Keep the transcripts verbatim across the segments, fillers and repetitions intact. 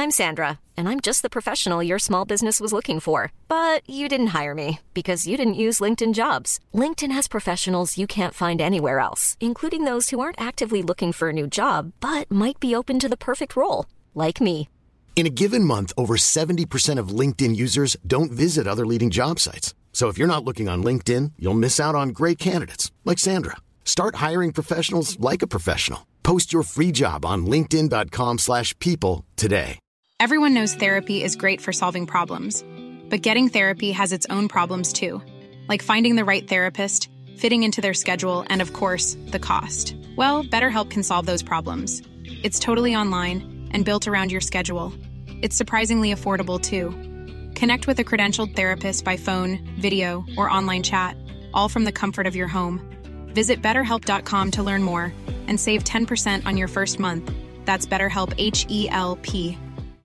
I'm Sandra, and I'm just the professional your small business was looking for. But you didn't hire me because you didn't use LinkedIn Jobs. LinkedIn has professionals you can't find anywhere else, including those who aren't actively looking for a new job, but might be open to the perfect role, like me. In a given month, over seventy percent of LinkedIn users don't visit other leading job sites. So if you're not looking on LinkedIn, you'll miss out on great candidates, like Sandra. Start hiring professionals like a professional. Post your free job on linkedin.com slash people today. Everyone knows therapy is great for solving problems, but getting therapy has its own problems too, like finding the right therapist, fitting into their schedule, and of course, the cost. Well, BetterHelp can solve those problems. It's totally online and built around your schedule. It's surprisingly affordable too. Connect with a credentialed therapist by phone, video, or online chat, all from the comfort of your home. Visit better help dot com to learn more and save ten percent on your first month. That's BetterHelp, H E L P.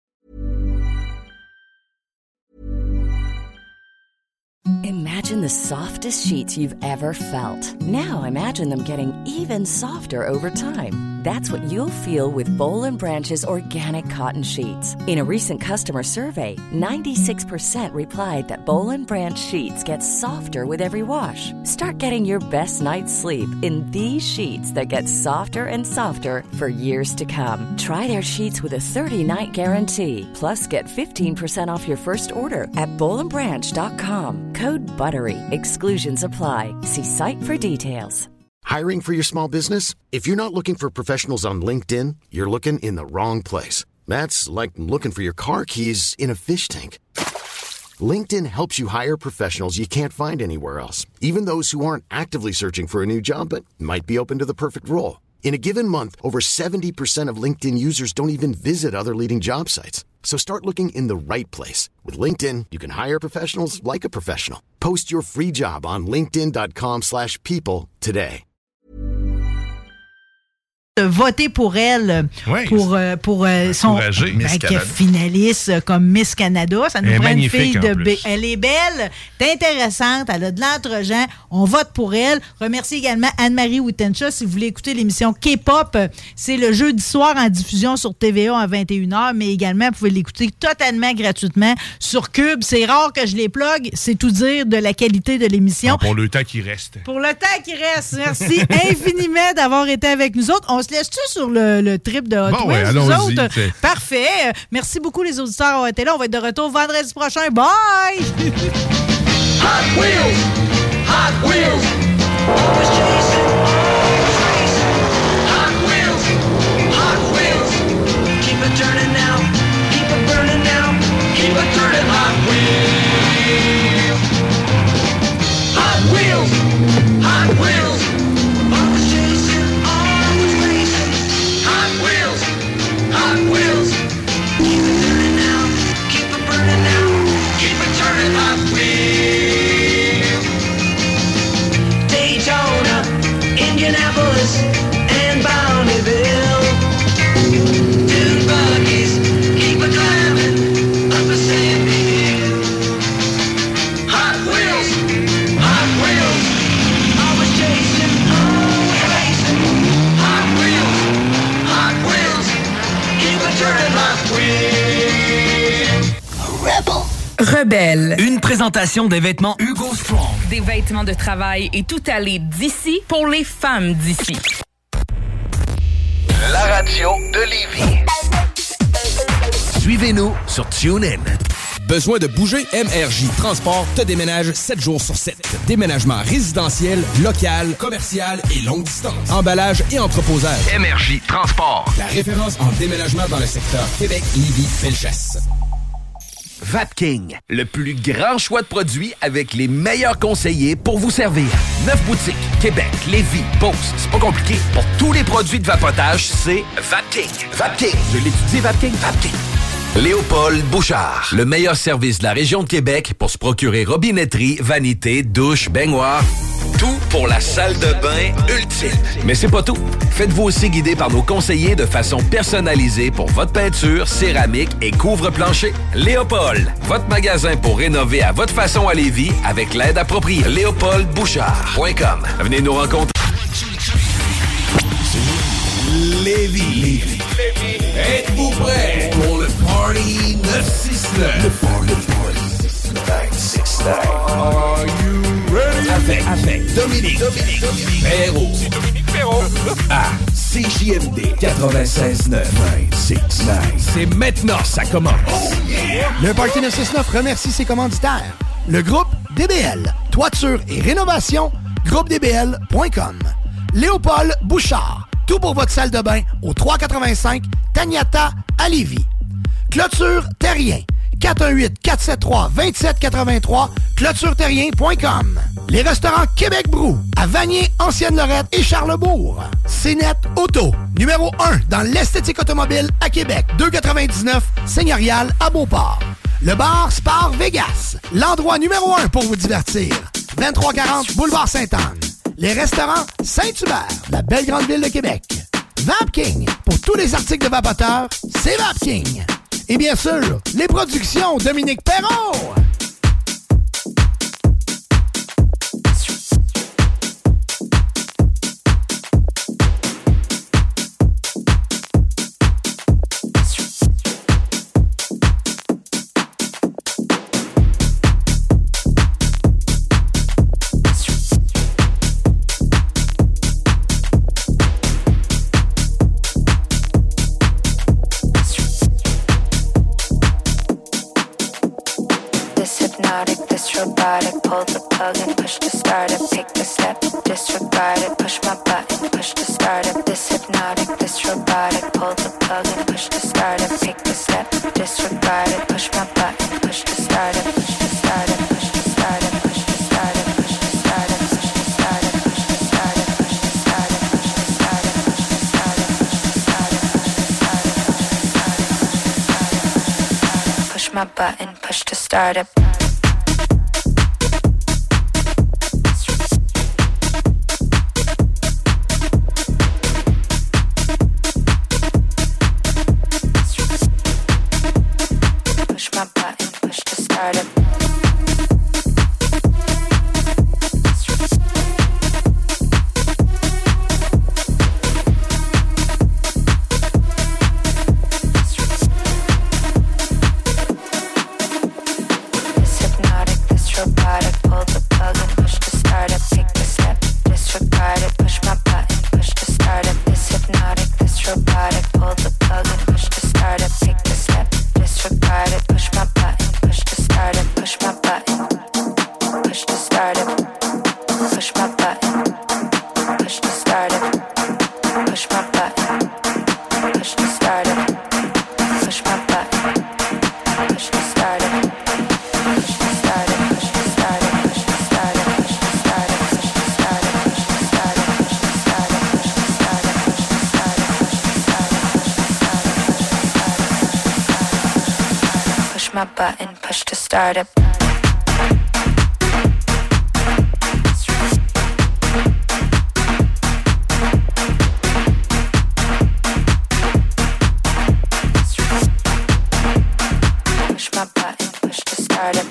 Imagine the softest sheets you've ever felt. Now imagine them getting even softer over time. That's what you'll feel with Boll and Branch's organic cotton sheets. In a recent customer survey, ninety-six percent replied that Boll and Branch sheets get softer with every wash. Start getting your best night's sleep in these sheets that get softer and softer for years to come. Try their sheets with a thirty-night guarantee. Plus, get fifteen percent off your first order at boll and branch dot com. Code BUTTERY. Exclusions apply. See site for details. Hiring for your small business? If you're not looking for professionals on LinkedIn, you're looking in the wrong place. That's like looking for your car keys in a fish tank. LinkedIn helps you hire professionals you can't find anywhere else, even those who aren't actively searching for a new job but might be open to the perfect role. In a given month, over seventy percent of LinkedIn users don't even visit other leading job sites. So start looking in the right place. With LinkedIn, you can hire professionals like a professional. Post your free job on linkedin.com slash people today. Voter pour elle, oui, pour, euh, pour euh, son ben, finaliste comme Miss Canada. Ça nous prend une fille de... B... Elle est belle, c'est intéressante, elle a de l'entre-gens. On vote pour elle. Remercie également Anne-Marie Wittencha. Si vous voulez écouter l'émission K-pop, c'est le jeudi soir en diffusion sur T V A à vingt et une heures, mais également, vous pouvez l'écouter totalement gratuitement sur Cube. C'est rare que je les plug. C'est tout dire de la qualité de l'émission. Ah, pour le temps qui reste. Pour le temps qui reste. Merci infiniment d'avoir été avec nous autres. On se laisse-tu sur le, le trip de Hot bon, Wheels, ouais, nous allons-y, autres? t'sais. Parfait. Merci beaucoup, les auditeurs, d'avoir été là. On va être de retour vendredi prochain. Bye! Hot Wheels! Hot Wheels! Always chasing, always racing. Hot Wheels! Hot Wheels! Keep it turning now. Keep it burning now. Keep it turning. Hot Wheels! Hot Wheels! Hot Wheels! Always chasing, always racing. Hot Wheels! Hot Wheels! Keep it turning now. Keep it burning now. Keep it turning. Hot Wheels! Daytona, Indianapolis, and Bonneville. Dune buggies, keep it climbing up a sandy hill. Hot Wheels, Hot Wheels, always chasing, always racing. Hot Wheels, Hot Wheels, keep it turning. Hot Wheels. A rebel. Rebelle. Une présentation des vêtements Hugo Strong. Des vêtements de travail et tout aller d'ici pour les femmes d'ici. La radio de Lévis. Suivez-nous sur TuneIn. Besoin de bouger? M R J Transport te déménage sept jours sur sept. Déménagement résidentiel, local, commercial et longue distance. Emballage et entreposage. M R J Transport. La référence en déménagement dans le secteur Québec-Lévis-Felchasse. Vapking, le plus grand choix de produits avec les meilleurs conseillers pour vous servir. Neuf boutiques, Québec, Lévis, Beauce. C'est pas compliqué. Pour tous les produits de vapotage, c'est Vapking. Vapking. Je l'étudie, Vapking. Vapking. Léopold Bouchard, le meilleur service de la région de Québec pour se procurer robinetterie, vanité, douche, baignoire. Tout pour la salle de bain ultime. Mais c'est pas tout. Faites-vous aussi guider par nos conseillers de façon personnalisée pour votre peinture, céramique et couvre-plancher. Léopold, votre magasin pour rénover à votre façon à Lévis avec l'aide appropriée. léopold bouchard point com. Venez nous rencontrer. Lévis. Êtes-vous prêts pour le party Dominique Perrault. C'est Dominique Perrault. À C J M D quatre-vingt-seize neuf. C'est maintenant, ça commence. Oh yeah! Le Party neuf cent soixante-neuf remercie ses commanditaires. Le groupe D B L, toiture et rénovation, groupe d b l point com. Léopold Bouchard, tout pour votre salle de bain au trois cent quatre-vingt-cinq Taniata à Lévis. Clôture Terrien, quatre un huit, quatre sept trois, deux sept huit trois, clôture terrien point com. Les restaurants Québec Brou, à Vanier, Ancienne-Lorette et Charlebourg. Cénet Auto, numéro un dans l'esthétique automobile à Québec, deux cent quatre-vingt-dix-neuf Seigneurial à Beauport. Le bar Spar Vegas, l'endroit numéro un pour vous divertir, vingt-trois quarante Boulevard Sainte-Anne. Les restaurants Saint-Hubert, la belle grande ville de Québec. Vapking, pour tous les articles de vapoteurs, c'est Vapking. Et bien sûr, les productions Dominique Perrault. Robotic, pull the plug and push to start it. Take a step, disregard it. Push my button, push to start it. This hypnotic, this robotic, pull the plug and push to start it. Take a step, disregard it. Push my button, push to start it. Push to start it. Push to start it. Push to start it. Push to start it. Push to start it. Push to start it. Push to start it. Push to start it. Push to start it. Push to start it. Push my button, push to start it. My button, push to start it. Push my button, push to start it.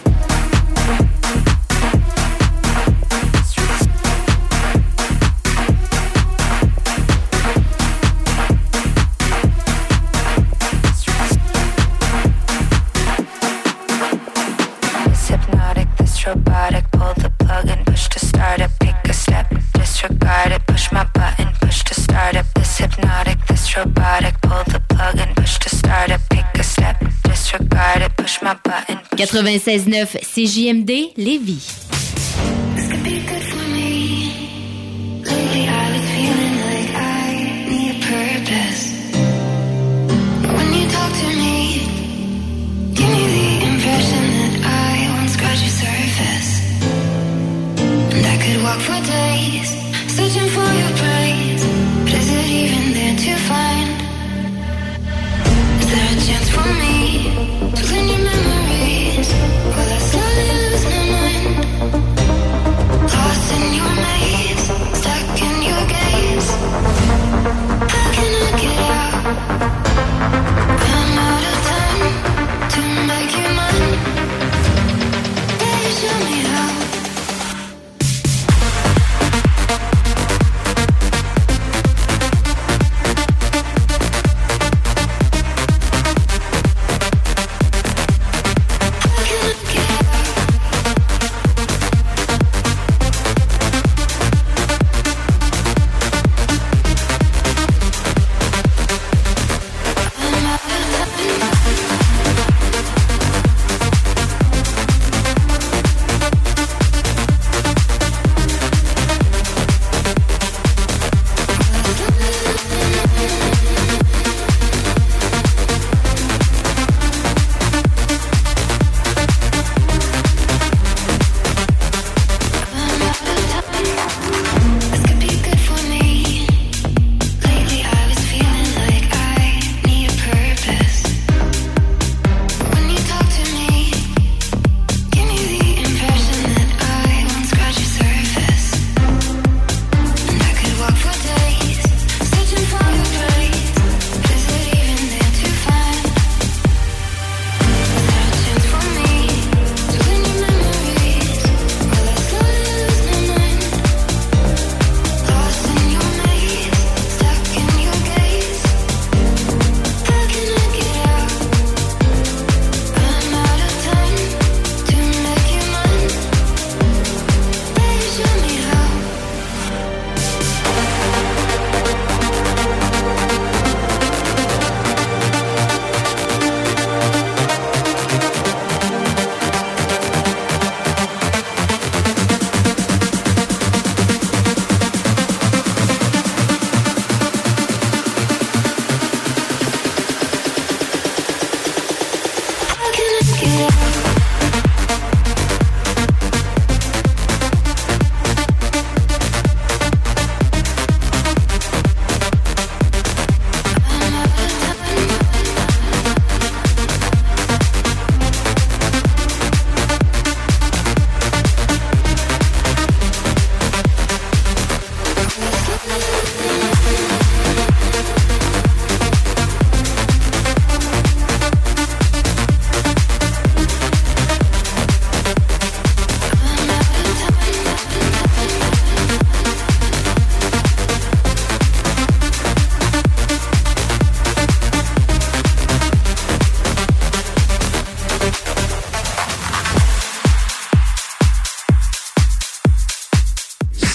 Robotic, pull the plug and push to start it. Pick a step, disregard it. Push my button, push to start it. This hypnotic, this robotic, pull the plug and push to start it. Pick a step, disregard it. Push my button. quatre-vingt-seize neuf C J M D Lévis. This could be good for me. Lately I was feeling like I need a purpose. But when you talk to me, give me the impression that I won't scratch your surface. And I could walk for days, searching for your praise. But is it even there to find? Is there a chance for me to clean your memories? Will I slowly lose my mind? Lost in your maze, stuck in your gaze. How can I get out? I'm out of time to make you mine. Baby, show me how.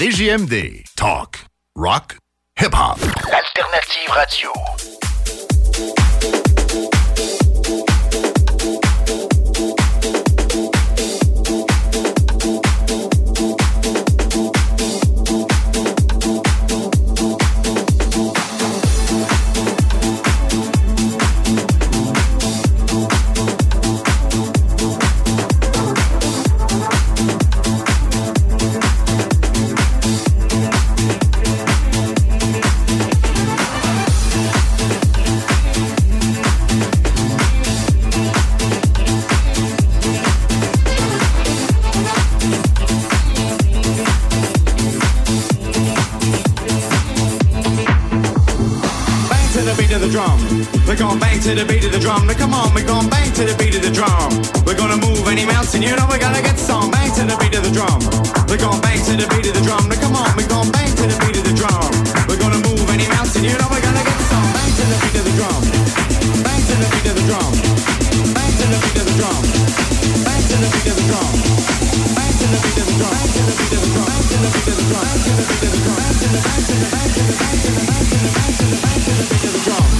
C J M D. Talk, rock, hip-hop. L'alternative radio. We're gonna bang to the beat of the drum. Now come on, we're gonna bang to the beat of the drum. We're gonna move any mountain, you know we're gonna get some. Bang to the beat of the drum. We're gonna bang to the beat of the drum. Now come on, we're gonna bang to the beat of the drum. We're gonna move any mountain, you know we're gonna get some. Bang to the beat of the drum. Bang to the beat of the drum. Bang to the beat of the drum. Bang to the beat of the drum. Bang to the beat of the drum. Bang to the beat of the drum. Bang to the beat of the drum. Bang to the beat of the drum. Bang to the bang to the bang to the bang to the bang to the bang to the bang to the beat of the drum.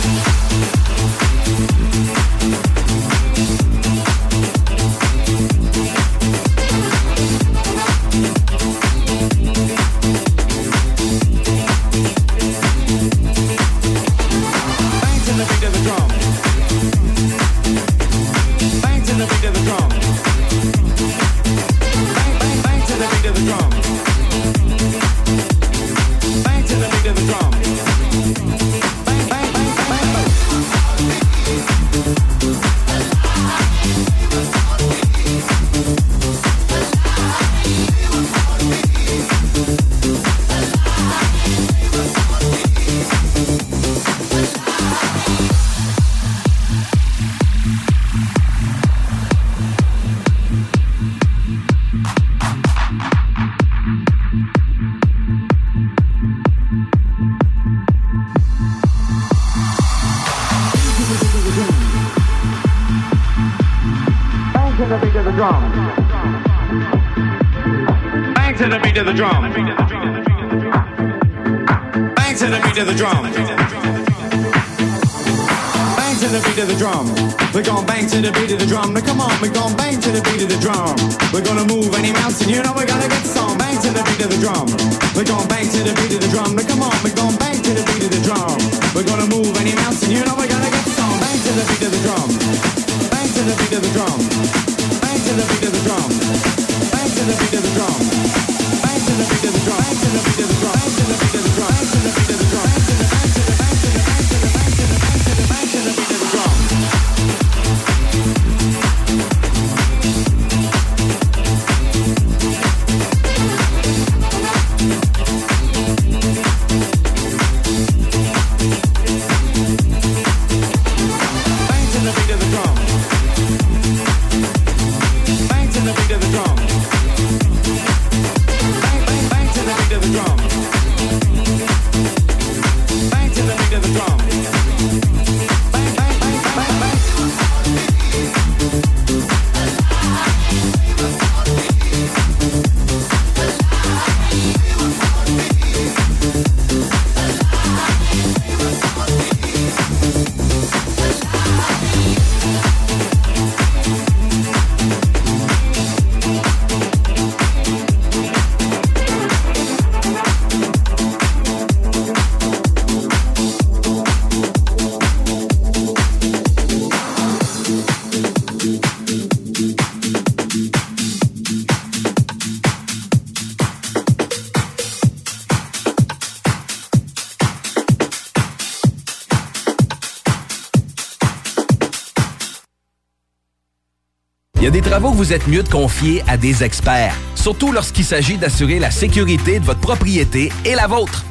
Il y a des travaux que vous êtes mieux de confier à des experts, surtout lorsqu'il s'agit d'assurer la sécurité de votre propriété et la vôtre.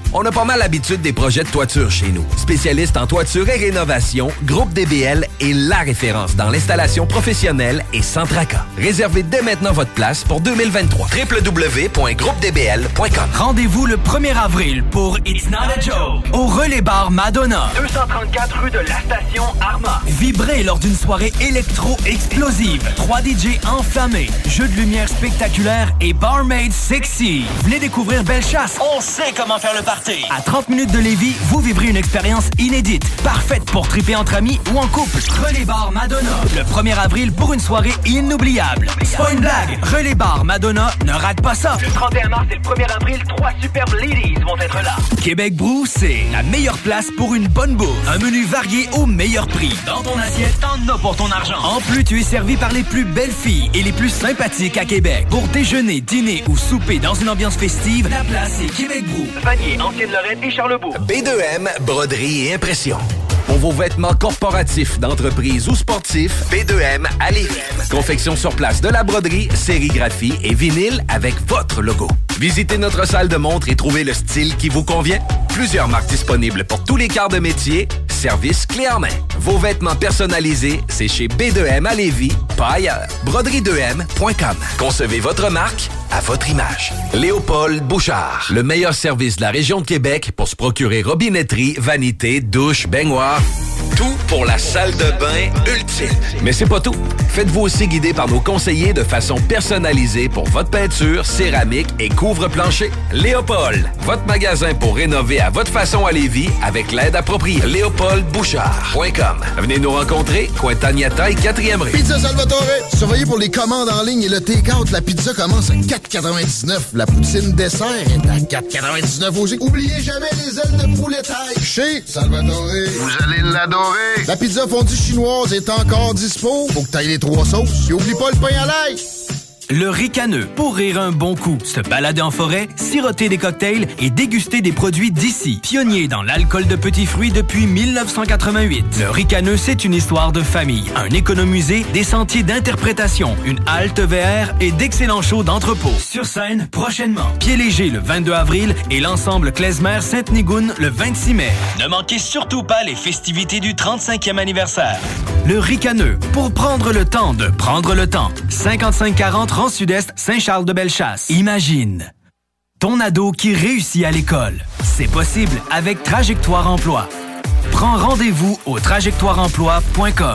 On a pas mal l'habitude des projets de toiture chez nous. Spécialiste en toiture et rénovation, Groupe D B L est la référence dans l'installation professionnelle et sans tracas. Réservez dès maintenant votre place pour deux mille vingt-trois. w w w point groupe d b l point com. Rendez-vous le premier avril pour It's Not a Joke au Relais Bar Madonna, deux cent trente-quatre rue de la Station Arma. Vibrez lors d'une soirée électro-explosive. trois D J enflammés, jeux de lumière spectaculaires et barmaid sexy. Venez découvrir Bellechasse. On sait comment faire le party. À trente minutes de Lévis, vous vivrez une expérience inédite, parfaite pour triper entre amis ou en couple. Relais Bar Madonna, le premier avril pour une soirée inoubliable. C'est pas une blague. Relais Bar Madonna, ne rate pas ça. Le trente et un mars et le premier avril, trois superbes ladies vont être là. Québec Brou, c'est la meilleure place pour une bonne bouffe. Un menu varié au meilleur prix. Dans ton assiette, t'en as pour ton argent. En plus, tu es servi par les plus belles filles et les plus sympathiques à Québec. Pour déjeuner, dîner ou souper dans une ambiance festive, la place est Québec Brou. Vanier, Ancienne-Lorraine et Charlebourg. B deux M, broderie et impression. Pour vos vêtements corporatifs, d'entreprise ou sportifs, B deux M à Lévis. Confection sur place de la broderie, sérigraphie et vinyle avec votre logo. Visitez notre salle de montre et trouvez le style qui vous convient. Plusieurs marques disponibles pour tous les quarts de métier. Service clé en main. Vos vêtements personnalisés, c'est chez B deux M à Lévis, pas ailleurs. broderie deux M point com. Concevez votre marque à votre image. Léopold Bouchard. Le meilleur service de la région de Québec pour se procurer robinetterie, vanité, douche, baignoire. Tout pour la salle de bain ultime. Mais c'est pas tout. Faites-vous aussi guider par nos conseillers de façon personnalisée pour votre peinture, céramique et couvre-plancher. Léopold, votre magasin pour rénover à votre façon à Lévis avec l'aide appropriée. léopold bouchard point com. Venez nous rencontrer, Cointagnata et quatrième rue. Pizza Salvatore. Surveillez pour les commandes en ligne et le take-out. La pizza commence à quatre quatre-vingt-dix-neuf. La poutine dessert est à quatre quatre-vingt-dix-neuf aussi. Oubliez jamais les ailes de poulet taille. Chez Salvatore. Vous allez l'adorer. La pizza fondue chinoise est encore dispo. Faut que t'ailles les trois sauces. Et oublie pas le pain à l'ail. Le ricaneux, pour rire un bon coup, se balader en forêt, siroter des cocktails et déguster des produits d'ici. Pionnier dans l'alcool de petits fruits depuis mille neuf cent quatre-vingt-huit. Le ricaneux, c'est une histoire de famille, un économusée, des sentiers d'interprétation, une halte V R et d'excellents shows d'entrepôt. Sur scène, prochainement. Pied léger le vingt-deux avril et l'ensemble Klezmer Sainte-Nigoune le vingt-six mai. Ne manquez surtout pas les festivités du trente-cinquième anniversaire. Le ricaneux, pour prendre le temps de prendre le temps. cinquante-cinq quarante Rang Sud-Est, Saint-Charles-de-Bellechasse. Imagine ton ado qui réussit à l'école. C'est possible avec Trajectoire Emploi. Prends rendez-vous au trajectoire emploi point com.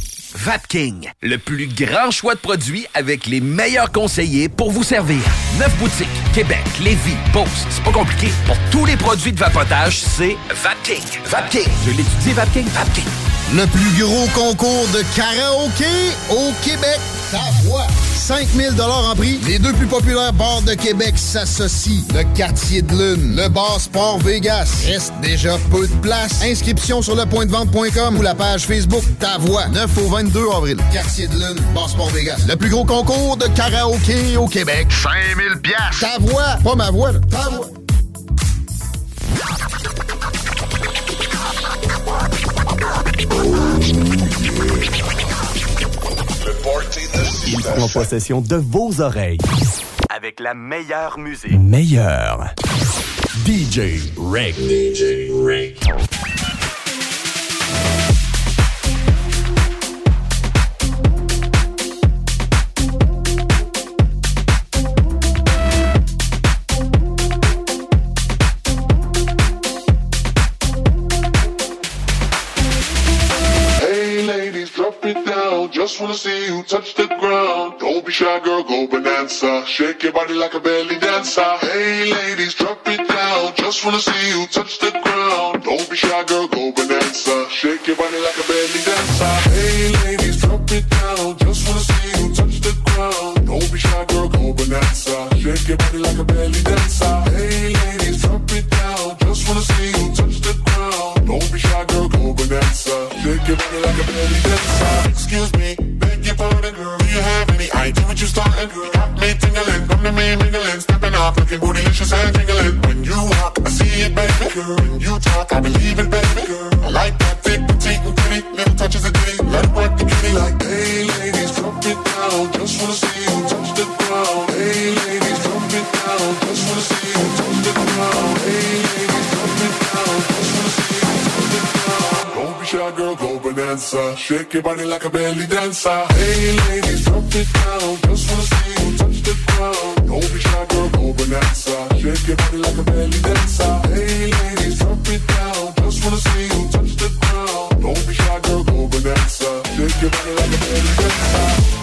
Vapking, le plus grand choix de produits avec les meilleurs conseillers pour vous servir. Neuf boutiques, Québec, Lévis, Beauce. C'est pas compliqué. Pour tous les produits de vapotage, c'est Vapking. Vapking. Je l'étudie, Vapking. Vapking. Le plus gros concours de karaoké au Québec. Ta voix. cinq mille dollars en prix. Les deux plus populaires bars de Québec s'associent. Le Quartier de Lune, le bar Sport Vegas. Reste déjà peu de place. Inscription sur le point de vente point com ou la page Facebook Ta Voix. neuf au vingt-deux avril. Quartier de Lune, bar Sport Vegas. Le plus gros concours de karaoké au Québec. cinq mille piastres. Ta voix. Pas ma voix, là. Ta voix. Il prend possession de vos oreilles. Avec la meilleure musique. Meilleure. D J Rick. D J Rick. Just wanna see you touch the ground. Don't be shy, girl, go bonanza. Shake your body like a belly dancer. Hey, ladies, drop it down. Just wanna see you touch the ground. Don't be shy, girl, go bonanza. Shake your body like a belly dancer. Hey, ladies, drop it down. Just wanna see you touch the ground. Don't be shy, girl, go bonanza. Shake your body like a belly dancer. Hey, ladies, drop it down. Just wanna see you touch the ground. Don't be shy, girl, go bonanza. Shake your body like a belly dancer. Excuse me, beg your pardon, girl. Do you have any idea what you started, girl? Got me tingling, come to me mingling, stepping off, looking bootylicious and tingling. When you walk, I see it, baby, girl. When you talk, I believe it, baby, girl. I like that thick, petite, and pretty, little touches of ditty. Let it work the kitty, bonanza. Shake your body like a belly dancer. Hey ladies, drop it down. Just wanna see you touch the ground. Don't be shy, girl, go bonanza. Shake your body like a belly dancer. Hey ladies, drop it down. Just wanna see you touch the ground. Don't be shy, girl, go bonanza. Shake your body like a belly dancer.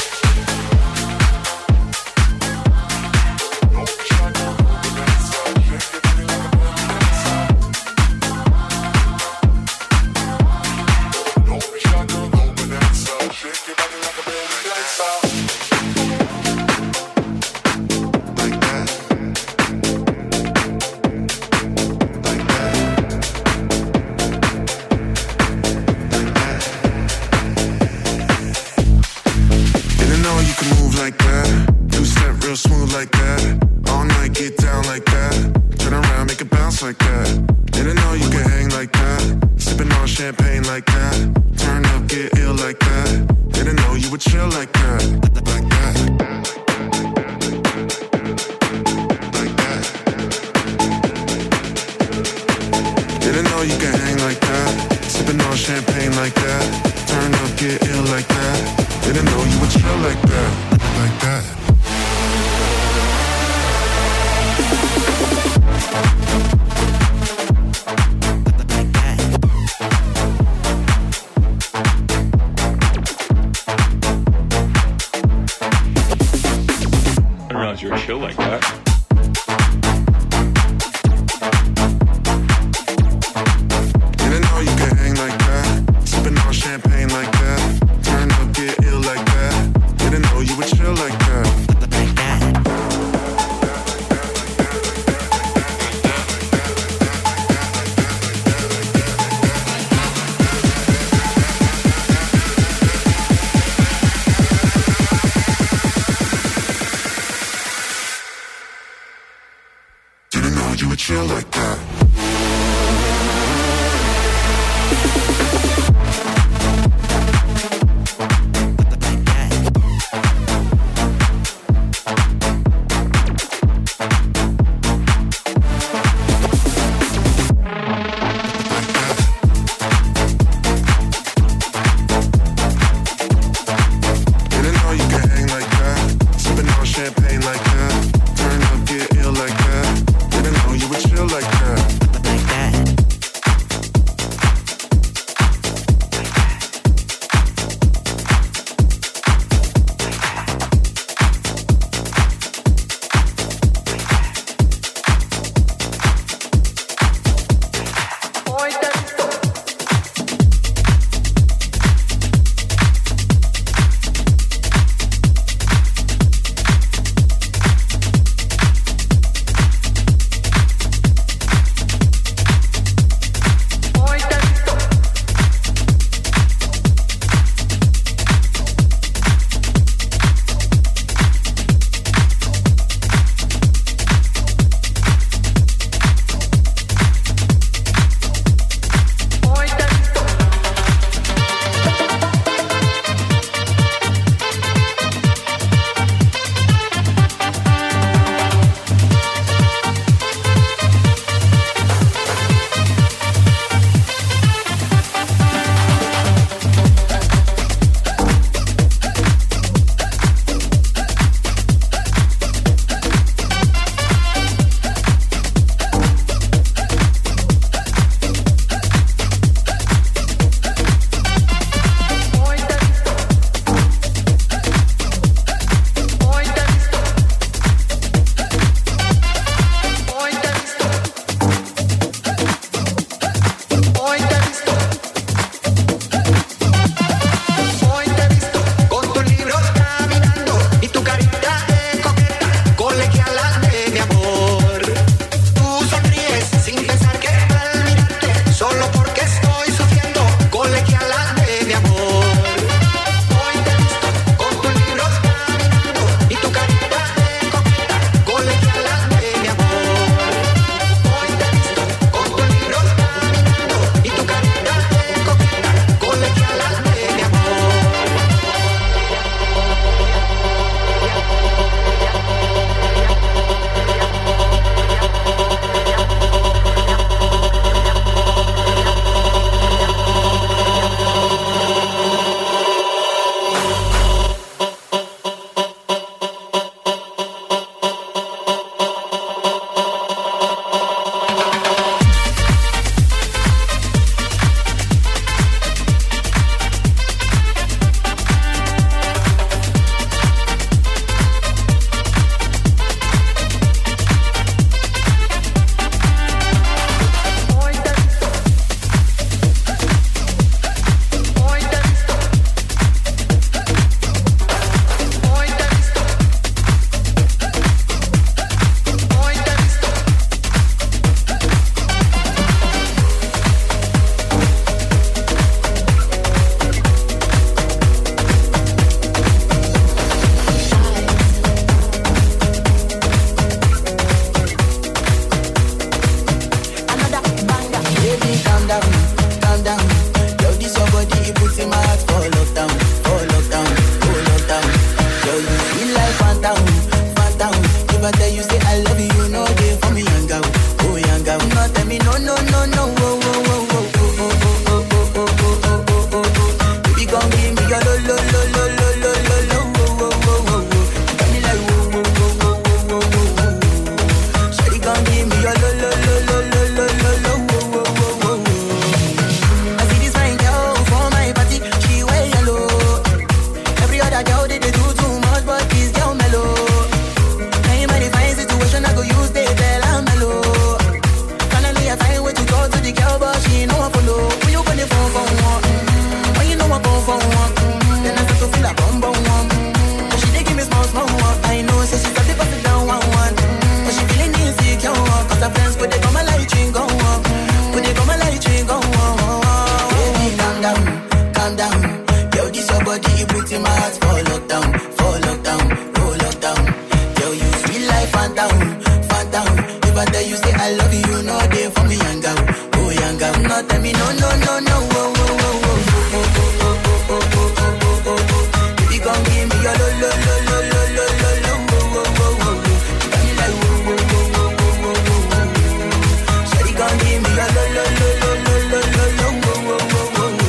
other girl they, they do too much, but this girl mellow. Ain't many fine situation I go use they tell I'm mellow. Finally I find way to talk to the girl, but she ain't no one follow. When you gonna phone for one? When you know I phone for one? Then I start to feel a bum bum one. But she dey give me small small one. I know so she start to pass it down one one. But she feeling insecure, cause her friends when they come a light drink go on. When they come a light drink go on. Baby calm down, calm down. Yo this your body, you put in my heart for lockdown, for lockdown, for lockdown. Yo you sweet life, phantom, phantom. If I tell you say I love you, you know they for me young girl, oh young girl. No tell me no no no no, oh oh oh oh oh oh oh oh oh oh oh. Baby come give me your lo lo lo lo lo lo lo lo, oh oh oh oh. You got me like oh oh oh oh oh oh oh. Shawty come give me your lo lo lo lo lo lo lo lo, oh oh oh oh.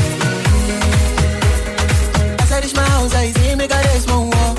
As I reach my house, I see me got a small wall.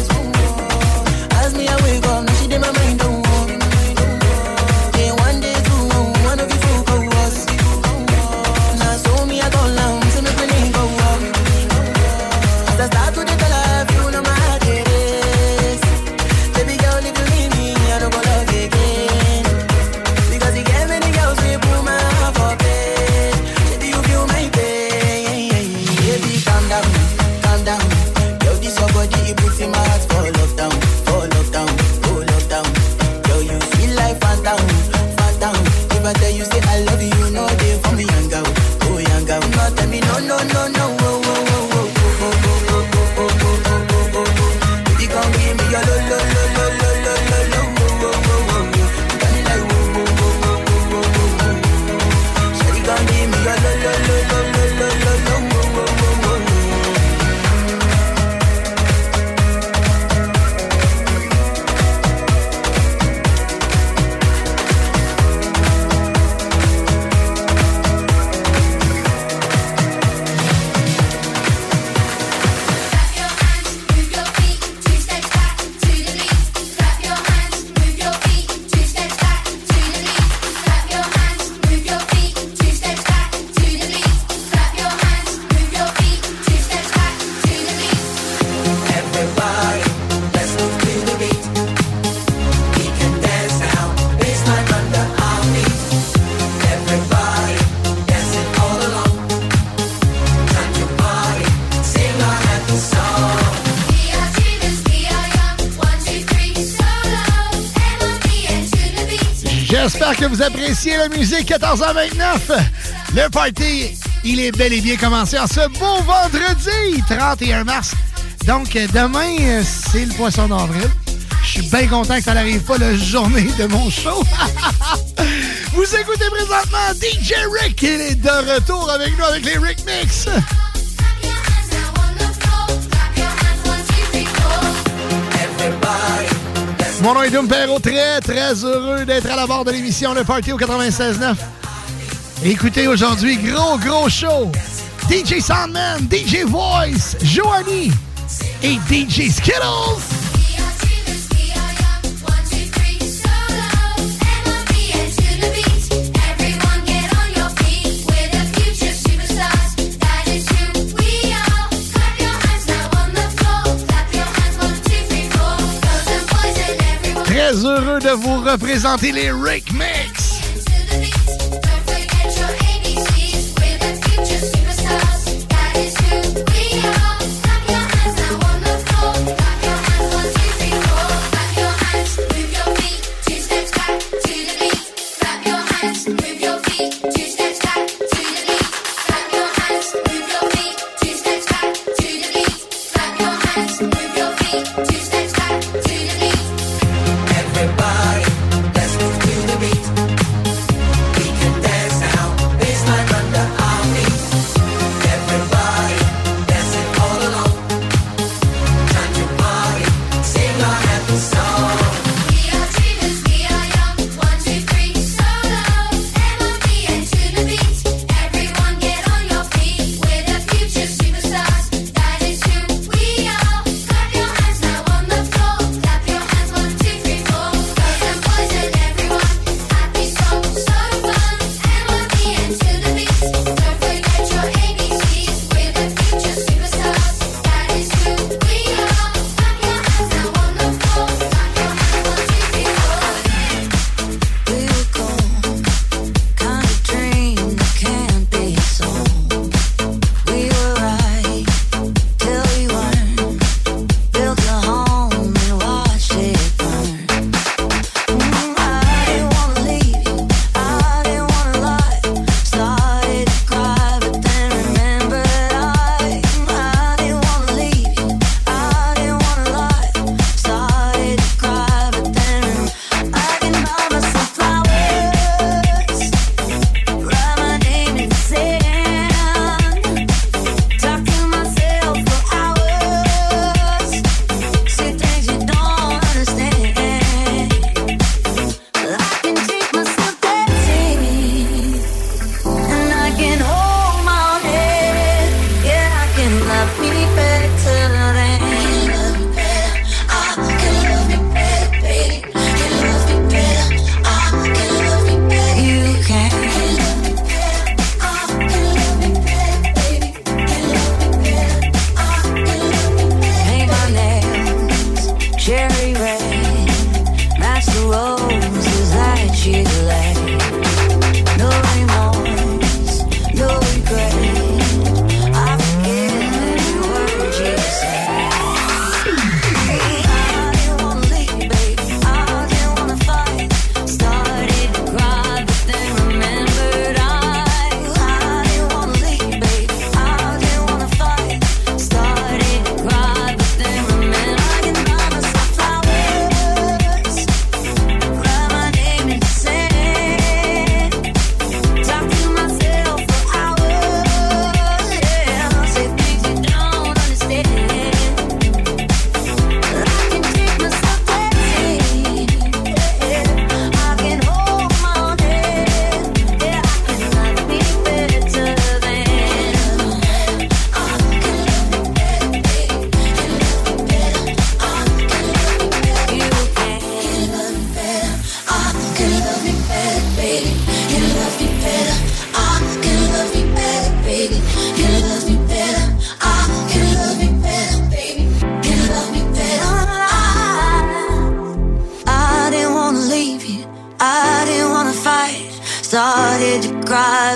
As me I wake up, now she did my mind don't walk. Then one day two, one of you fool go us. Now so me I go down, see me feeling go up. As I start to the tell her, you know my heart it is. Baby girl, if you leave me, I don't go love again. Because you get many girls, we put my heart for bed. Say, do you feel my pain? Baby, calm down, calm down. Yo, this your body, you put in my heart for lockdown, for lockdown, for lockdown. Yo, you feel like phantom, phantom. If I tell you say I love you, you know they for me young girl, oh young girl. No tell me no no no no, oh oh oh oh oh oh oh oh oh oh oh oh. Baby come give me your lo lo lo lo lo lo lo lo, oh oh oh oh. You got me like oh oh oh oh oh oh oh. Shawty come give me your lo lo lo lo lo lo lo lo, oh oh oh oh. J'espère que vous appréciez la musique. quatorze heures vingt-neuf. Le party, il est bel et bien commencé en ce beau vendredi trente et un mars. Donc, demain, c'est le poisson d'avril. Je suis bien content que ça n'arrive pas la journée de mon show. Vous écoutez présentement D J Rick. Il est de retour avec nous avec les Rick Mix. Mon nom est Doom Perrault, très, très heureux d'être à la barre de l'émission Le Party au quatre-vingt-seize neuf. Écoutez, aujourd'hui, gros, gros show. D J Soundman, D J Voice, Joanie et D J Skittles. Très heureux de vous représenter les Rick Mix.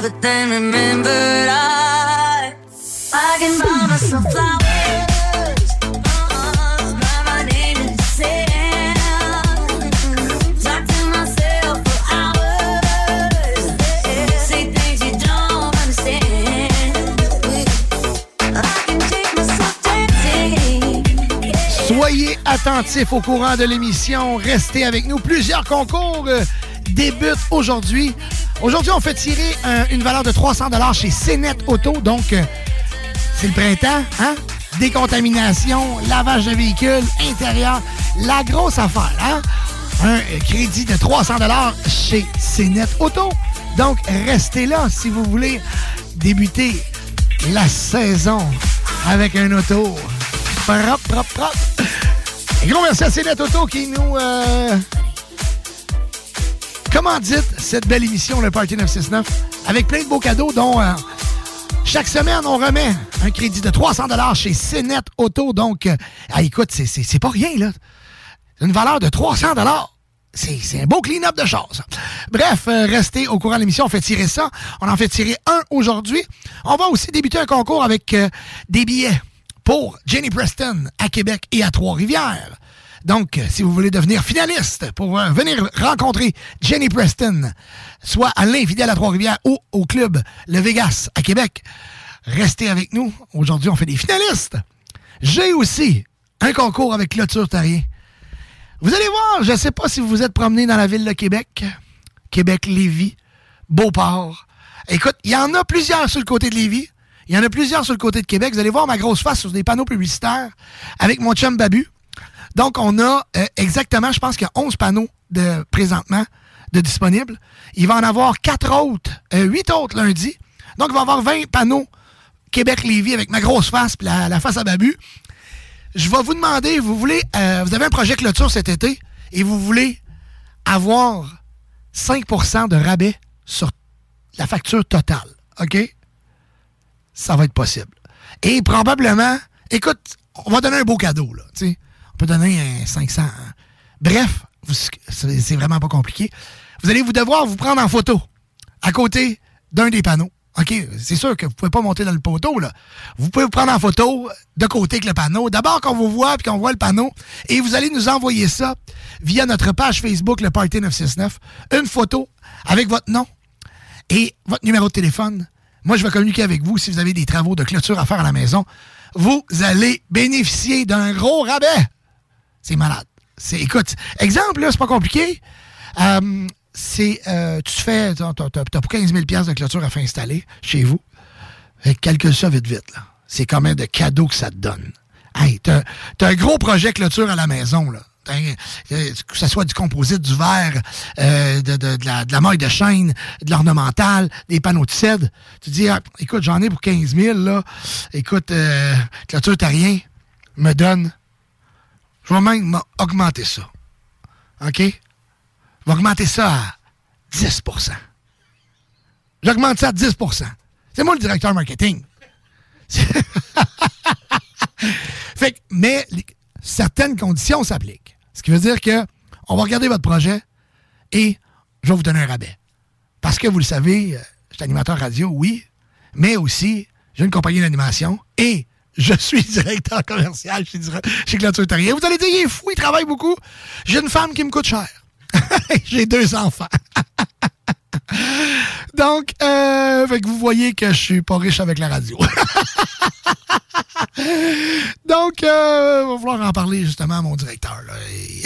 but then remembered I I can buy myself flowers. Soyez attentifs au courant de l'émission. Restez avec nous. Plusieurs concours euh, débutent aujourd'hui. Aujourd'hui, on fait tirer euh, une valeur de trois cents dollars chez C N E T Auto. Donc, euh, c'est le printemps, hein? Décontamination, lavage de véhicules, intérieur. La grosse affaire, hein? Un crédit de trois cents dollars chez C N E T Auto. Donc, restez là si vous voulez débuter la saison avec un auto propre, propre, propre. Et gros merci à C N E T Auto qui nous euh, commandite cette belle émission, le Party neuf cent soixante-neuf, avec plein de beaux cadeaux, dont euh, chaque semaine, on remet un crédit de trois cents dollars chez C N E T Auto. Donc, euh, ah, écoute, c'est, c'est, c'est pas rien, là. Une valeur de trois cents dollars. C'est, c'est un beau clean-up de choses. Bref, euh, restez au courant de l'émission. On fait tirer ça. On en fait tirer un aujourd'hui. On va aussi débuter un concours avec euh, des billets pour Jenny Preston à Québec et à Trois-Rivières. Donc, si vous voulez devenir finaliste pour euh, venir rencontrer Jenny Preston, soit à l'Infidèle à Trois-Rivières ou au club Le Vegas à Québec, restez avec nous. Aujourd'hui, on fait des finalistes. J'ai aussi un concours avec Clôture Terrien. Vous allez voir, je ne sais pas si vous vous êtes promené dans la ville de Québec, Québec-Lévis, Beauport. Écoute, il y en a plusieurs sur le côté de Lévis. Il y en a plusieurs sur le côté de Québec. Vous allez voir ma grosse face sur des panneaux publicitaires avec mon chum Babu. Donc, on a euh, exactement, je pense qu'il y a onze panneaux de présentement de disponibles. Il va en avoir quatre autres, euh, huit autres lundi. Donc, il va y avoir vingt panneaux Québec-Lévis avec ma grosse face et la, la face à Babu. Je vais vous demander, vous voulez, euh, vous avez un projet clôture cet été et vous voulez avoir cinq pour cent de rabais sur la facture totale. OK? Ça va être possible. Et probablement, écoute, on va donner un beau cadeau, là. T'sais. On peut donner un cinq cents. Hein. Bref, vous, c'est, c'est vraiment pas compliqué. Vous allez vous devoir vous prendre en photo à côté d'un des panneaux. OK, c'est sûr que vous pouvez pas monter dans le poteau, là. Vous pouvez vous prendre en photo de côté avec le panneau. D'abord qu'on vous voit puis qu'on voit le panneau. Et vous allez nous envoyer ça via notre page Facebook, le Party neuf cent soixante-neuf. Une photo avec votre nom et votre numéro de téléphone. Moi, je vais communiquer avec vous si vous avez des travaux de clôture à faire à la maison. Vous allez bénéficier d'un gros rabais. C'est malade. C'est, écoute, exemple, là, c'est pas compliqué. Euh, c'est, euh, tu te fais, t'as, t'as, t'as pour quinze mille dollars de clôture à faire installer chez vous. Fait que calcule ça vite, vite, là. C'est combien de cadeaux que ça te donne. Hey, t'as, t'as un gros projet clôture à la maison, là. Que ce soit du composite, du verre, euh, de, de, de, la, de la maille de chêne, de l'ornemental, des panneaux de cèdre. Tu dis, ah, écoute, j'en ai pour quinze mille, là. Écoute, euh, Clôture Terrien me donne. Je vais même augmenter ça. OK? Je vais augmenter ça à dix pour cent. J'augmente ça à dix pour cent. C'est moi le directeur marketing. Fait que, mais les, certaines conditions s'appliquent. Ce qui veut dire que on va regarder votre projet et je vais vous donner un rabais. Parce que vous le savez, je suis animateur radio, oui, mais aussi, j'ai une compagnie d'animation et je suis directeur commercial chez, chez Clôture Terrien. Vous allez dire, il est fou, il travaille beaucoup. J'ai une femme qui me coûte cher. J'ai deux enfants. Donc, euh, fait que vous voyez que je suis pas riche avec la radio. Donc, il euh, va falloir en parler justement à mon directeur. Là. Et...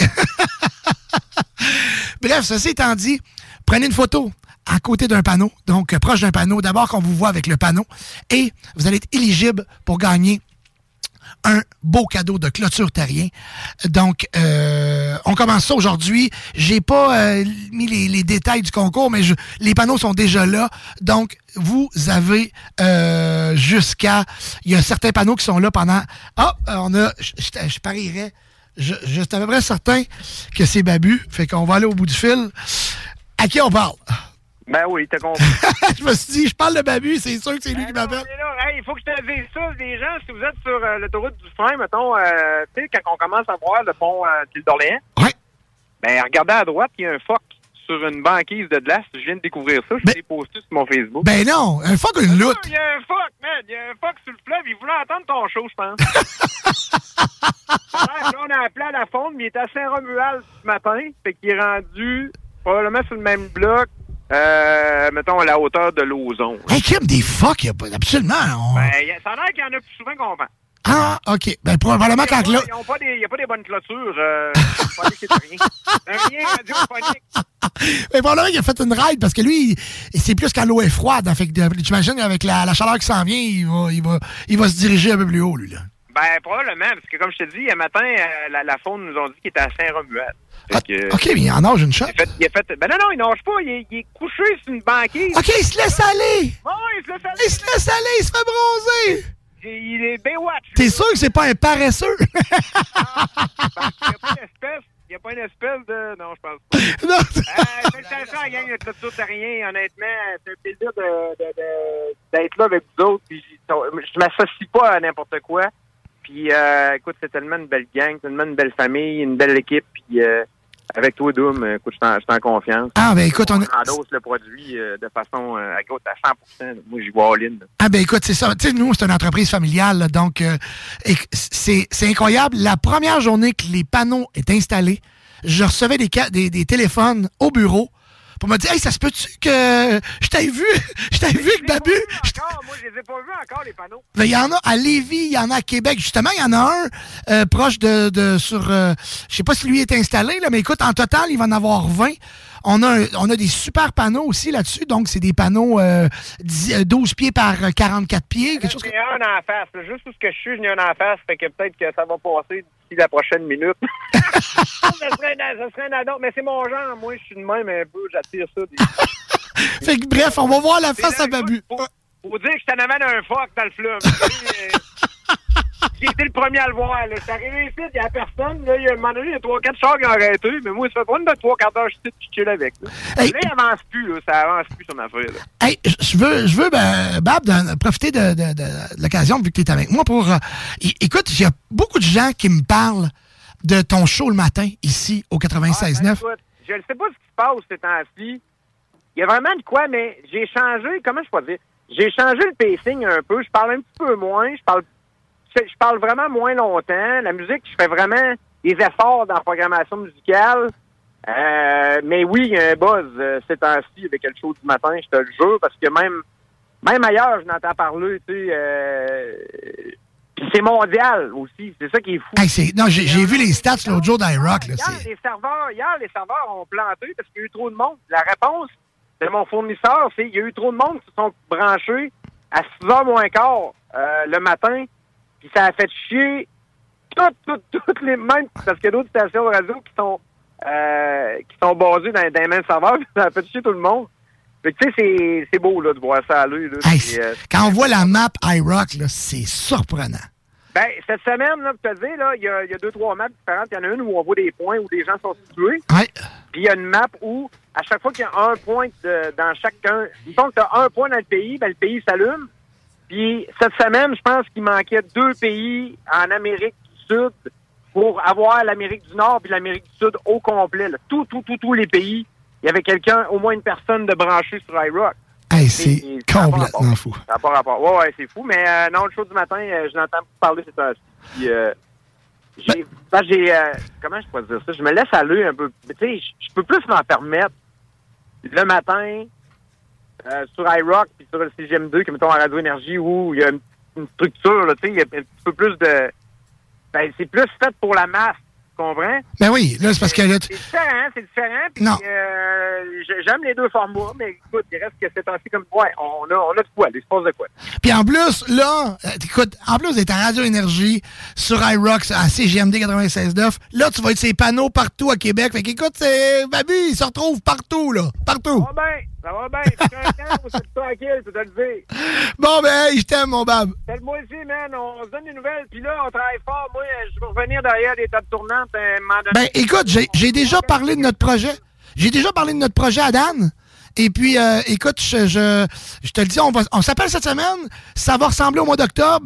Bref, ceci étant dit, prenez une photo à côté d'un panneau, donc proche d'un panneau. D'abord qu'on vous voit avec le panneau et vous allez être éligible pour gagner un beau cadeau de Clôture Terrien. Donc, euh, on commence ça aujourd'hui. J'ai pas euh, mis les, les détails du concours, mais je, les panneaux sont déjà là. Donc, vous avez euh, jusqu'à... Il y a certains panneaux qui sont là pendant... Ah, on a... Je, je, je parierais... Je, je suis à peu près certain que c'est Babu. Fait qu'on va aller au bout du fil. À qui on parle? Ben oui, t'as compris. Je me suis dit, je parle de Babu, c'est sûr que c'est lui ben qui non, m'appelle. Hey, il faut que je te dise ça, les gens, si vous êtes sur euh, l'autoroute du frein, mettons, euh, tu sais, quand on commence à voir le pont euh, d'Île d'Orléans, ouais. ben regardez à droite, il y a un phoque sur une banquise de glace. Je viens de découvrir ça. Je ben, l'ai posté sur mon Facebook. Ben non, un fuck une lutte. Il y a un fuck, man. Il y a un fuck sur le fleuve. Il voulait entendre ton show, je pense. Alors, là, on a appelé à la fonte, mais il était à Saint-Romuald ce matin. Fait qu'il est rendu probablement sur le même bloc. Euh, mettons, à la hauteur de l'ozone. Hey, Kim, des fuck, y a pas, absolument. On... Ben, y a, ça a l'air qu'il y en a plus souvent qu'on pense. Ah, OK. Ben, probablement quand là... Il n'y a pas des bonnes clôtures. Euh, c'est rien. Rien radiophonique. Mais probablement qu'il a fait une ride parce que lui, c'est plus quand l'eau est froide. Fait que j'imagine avec la, la chaleur qui s'en vient, il va, il, va, il va se diriger un peu plus haut, lui, là. Ben, probablement, parce que comme je te dis, un matin, euh, la, la faune nous ont dit qu'il était à Saint-Romuald. Ah, que, OK, mais il en nage une shot. Il a fait, il a fait, ben non, non, il nage pas. Il est, il est couché sur une banquise. OK, il se laisse aller. Bon, il se laisse aller. Il se laisse aller, il se fait bronzer. Il est Baywatch. T'es sûr que c'est pas un paresseux? Ben, il n'y a pas d'espèce. Il n'y a pas une espèce de... Non, je pense pas. Non. euh, c'est ça, la gang de clôture terrien. Honnêtement, c'est un plaisir de, de, de, d'être là avec vous autres. Puis, je m'associe pas à n'importe quoi. Puis, euh, écoute, c'est tellement une belle gang, tellement une belle famille, une belle équipe. Puis, euh, avec toi, Doom, écoute, je suis en confiance. Ah, ben écoute, on... on endosse le produit euh, de façon euh, à cent pour cent. Moi, j'y vois all-in. Ah, ben écoute, c'est ça. Tu sais, nous, c'est une entreprise familiale, là, donc euh, c'est, c'est incroyable. La première journée que les panneaux étaient installés, je recevais des, des, des téléphones au bureau pour me dire, hey, ça se peut-tu que je t'ai vu, je t'ai vu avec Babu? Moi, je les ai pas vus encore, les panneaux. Il y en a à Lévis, il y en a à Québec. Justement, il y en a un euh, proche de, de sur, euh, je sais pas si lui est installé, là, mais écoute, en total, il va en avoir vingt. On a, un, on a des super panneaux aussi là-dessus, donc c'est des panneaux euh, dix, douze pieds par quarante-quatre pieds, quelque chose comme ça. J'en ai un en face. Là. Juste où ce que je suis, j'en ai un en face, fait que peut-être que ça va passer d'ici la prochaine minute. ça, serait, ça serait un ado, mais c'est mon genre. Moi, je suis de même un peu, j'attire ça. Des... fait que bref, on va voir la face là, à Babu. Faut, faut dire que je t'en amène un fuck dans le fleuve. J'ai été le premier à le voir. Là. Je suis arrivé ici, il n'y a personne. Là, il y a un moment donné, il y a trois quatre chars qui ont arrêté. Mais moi, ça fait pas une de trois quarts d'heure, je suis tout chill avec. Là, hey. Là il avance plus. Là, ça avance plus son affaire. Là. Hey, je veux, je veux ben, Bab, de, profiter de, de, de, de l'occasion, vu que tu es avec moi, pour... Euh, écoute, il y a beaucoup de gens qui me parlent de ton show le matin, ici, au quatre-vingt-seize neuf. Ah, ben, je ne sais pas ce qui se passe ces temps-ci. Il y a vraiment de quoi, mais j'ai changé... Comment je peux dire? J'ai changé le pacing un peu. Je parle un petit peu moins. Je parle... Je parle vraiment moins longtemps. La musique, je fais vraiment des efforts dans la programmation musicale. Euh, mais oui, il y a un buzz euh, ces temps-ci avec le show du matin, je te le jure, parce que même même ailleurs, je n'entends parler, tu sais. Euh, c'est mondial aussi, c'est ça qui est fou. Hey, c'est, non, j'ai, j'ai vu les stats l'autre jour d'I-Rock. Là, hier, c'est... les serveurs, hier, les serveurs ont planté parce qu'il y a eu trop de monde. La réponse de mon fournisseur, c'est qu'il y a eu trop de monde qui se sont branchés à six heures moins quart euh, le matin. Puis ça a fait chier toutes, toutes, toutes les mêmes, parce qu'il y a d'autres stations de radio qui sont euh, qui sont basées dans, dans les mêmes serveurs, puis ça a fait chier tout le monde. Fait que tu sais, c'est, c'est beau là, de voir ça à l'œil. Là, hey, puis, euh, quand on voit la map iRock, là, c'est surprenant. Ben, cette semaine, là, je te dis, là, il y a, y a deux, trois maps différentes. Il y en a une où on voit des points où des gens sont situés. Ouais. Puis il y a une map où, à chaque fois qu'il y a un point de, dans chacun, disons que tu as un point dans le pays, ben le pays s'allume. Puis cette semaine, je pense qu'il manquait deux pays en Amérique du Sud pour avoir l'Amérique du Nord puis l'Amérique du Sud au complet. Là. Tout, tout, tout, tous les pays, il y avait quelqu'un, au moins une personne de branché sur iRock. Hey, c'est et, complètement fou. Ça n'a pas rapport. Ouais, ouais, c'est fou. Mais euh, non, le show du matin, euh, je l'entends parler cette heure-ci. Puis, euh, j'ai, ben, j'ai euh, comment je pourrais dire ça? Je me laisse aller un peu. Tu sais, je peux plus m'en permettre le matin euh, sur iRock puis sur le C G M deux, que mettons en Radio Énergie, où il y a une, une structure, tu sais, il y a un petit peu plus de... Ben, c'est plus fait pour la masse. Tu comprends? Ben oui, là, c'est parce que... Là, tu... C'est différent, c'est différent. Puis, non. Euh, j'aime les deux formats, mais écoute, il reste que c'est ainsi comme... Ouais, on a, on a de quoi, il se passe de quoi. Puis en plus, là, écoute, en plus d'être à Radio Énergie, sur iRock, à C G M D quatre-vingt-seize neuf, là, tu vas être ces panneaux partout à Québec. Fait qu'écoute, c'est... Babu, il se retrouve partout, là. Partout. Ça va bien, ça va bien. C'est un temps où c'est tranquille, tu te le dire. Bon, ben, hey, je t'aime, mon Bab. Moi aussi, man, on se donne des nouvelles, puis là, on travaille fort. Moi, je vais revenir derrière des tables tournantes. Ben, écoute, j'ai, j'ai déjà parlé de notre projet. J'ai déjà parlé de notre projet à Dan. Et puis, euh, écoute, je, je, je te le dis, on, va, on s'appelle cette semaine. Ça va ressembler au mois d'octobre.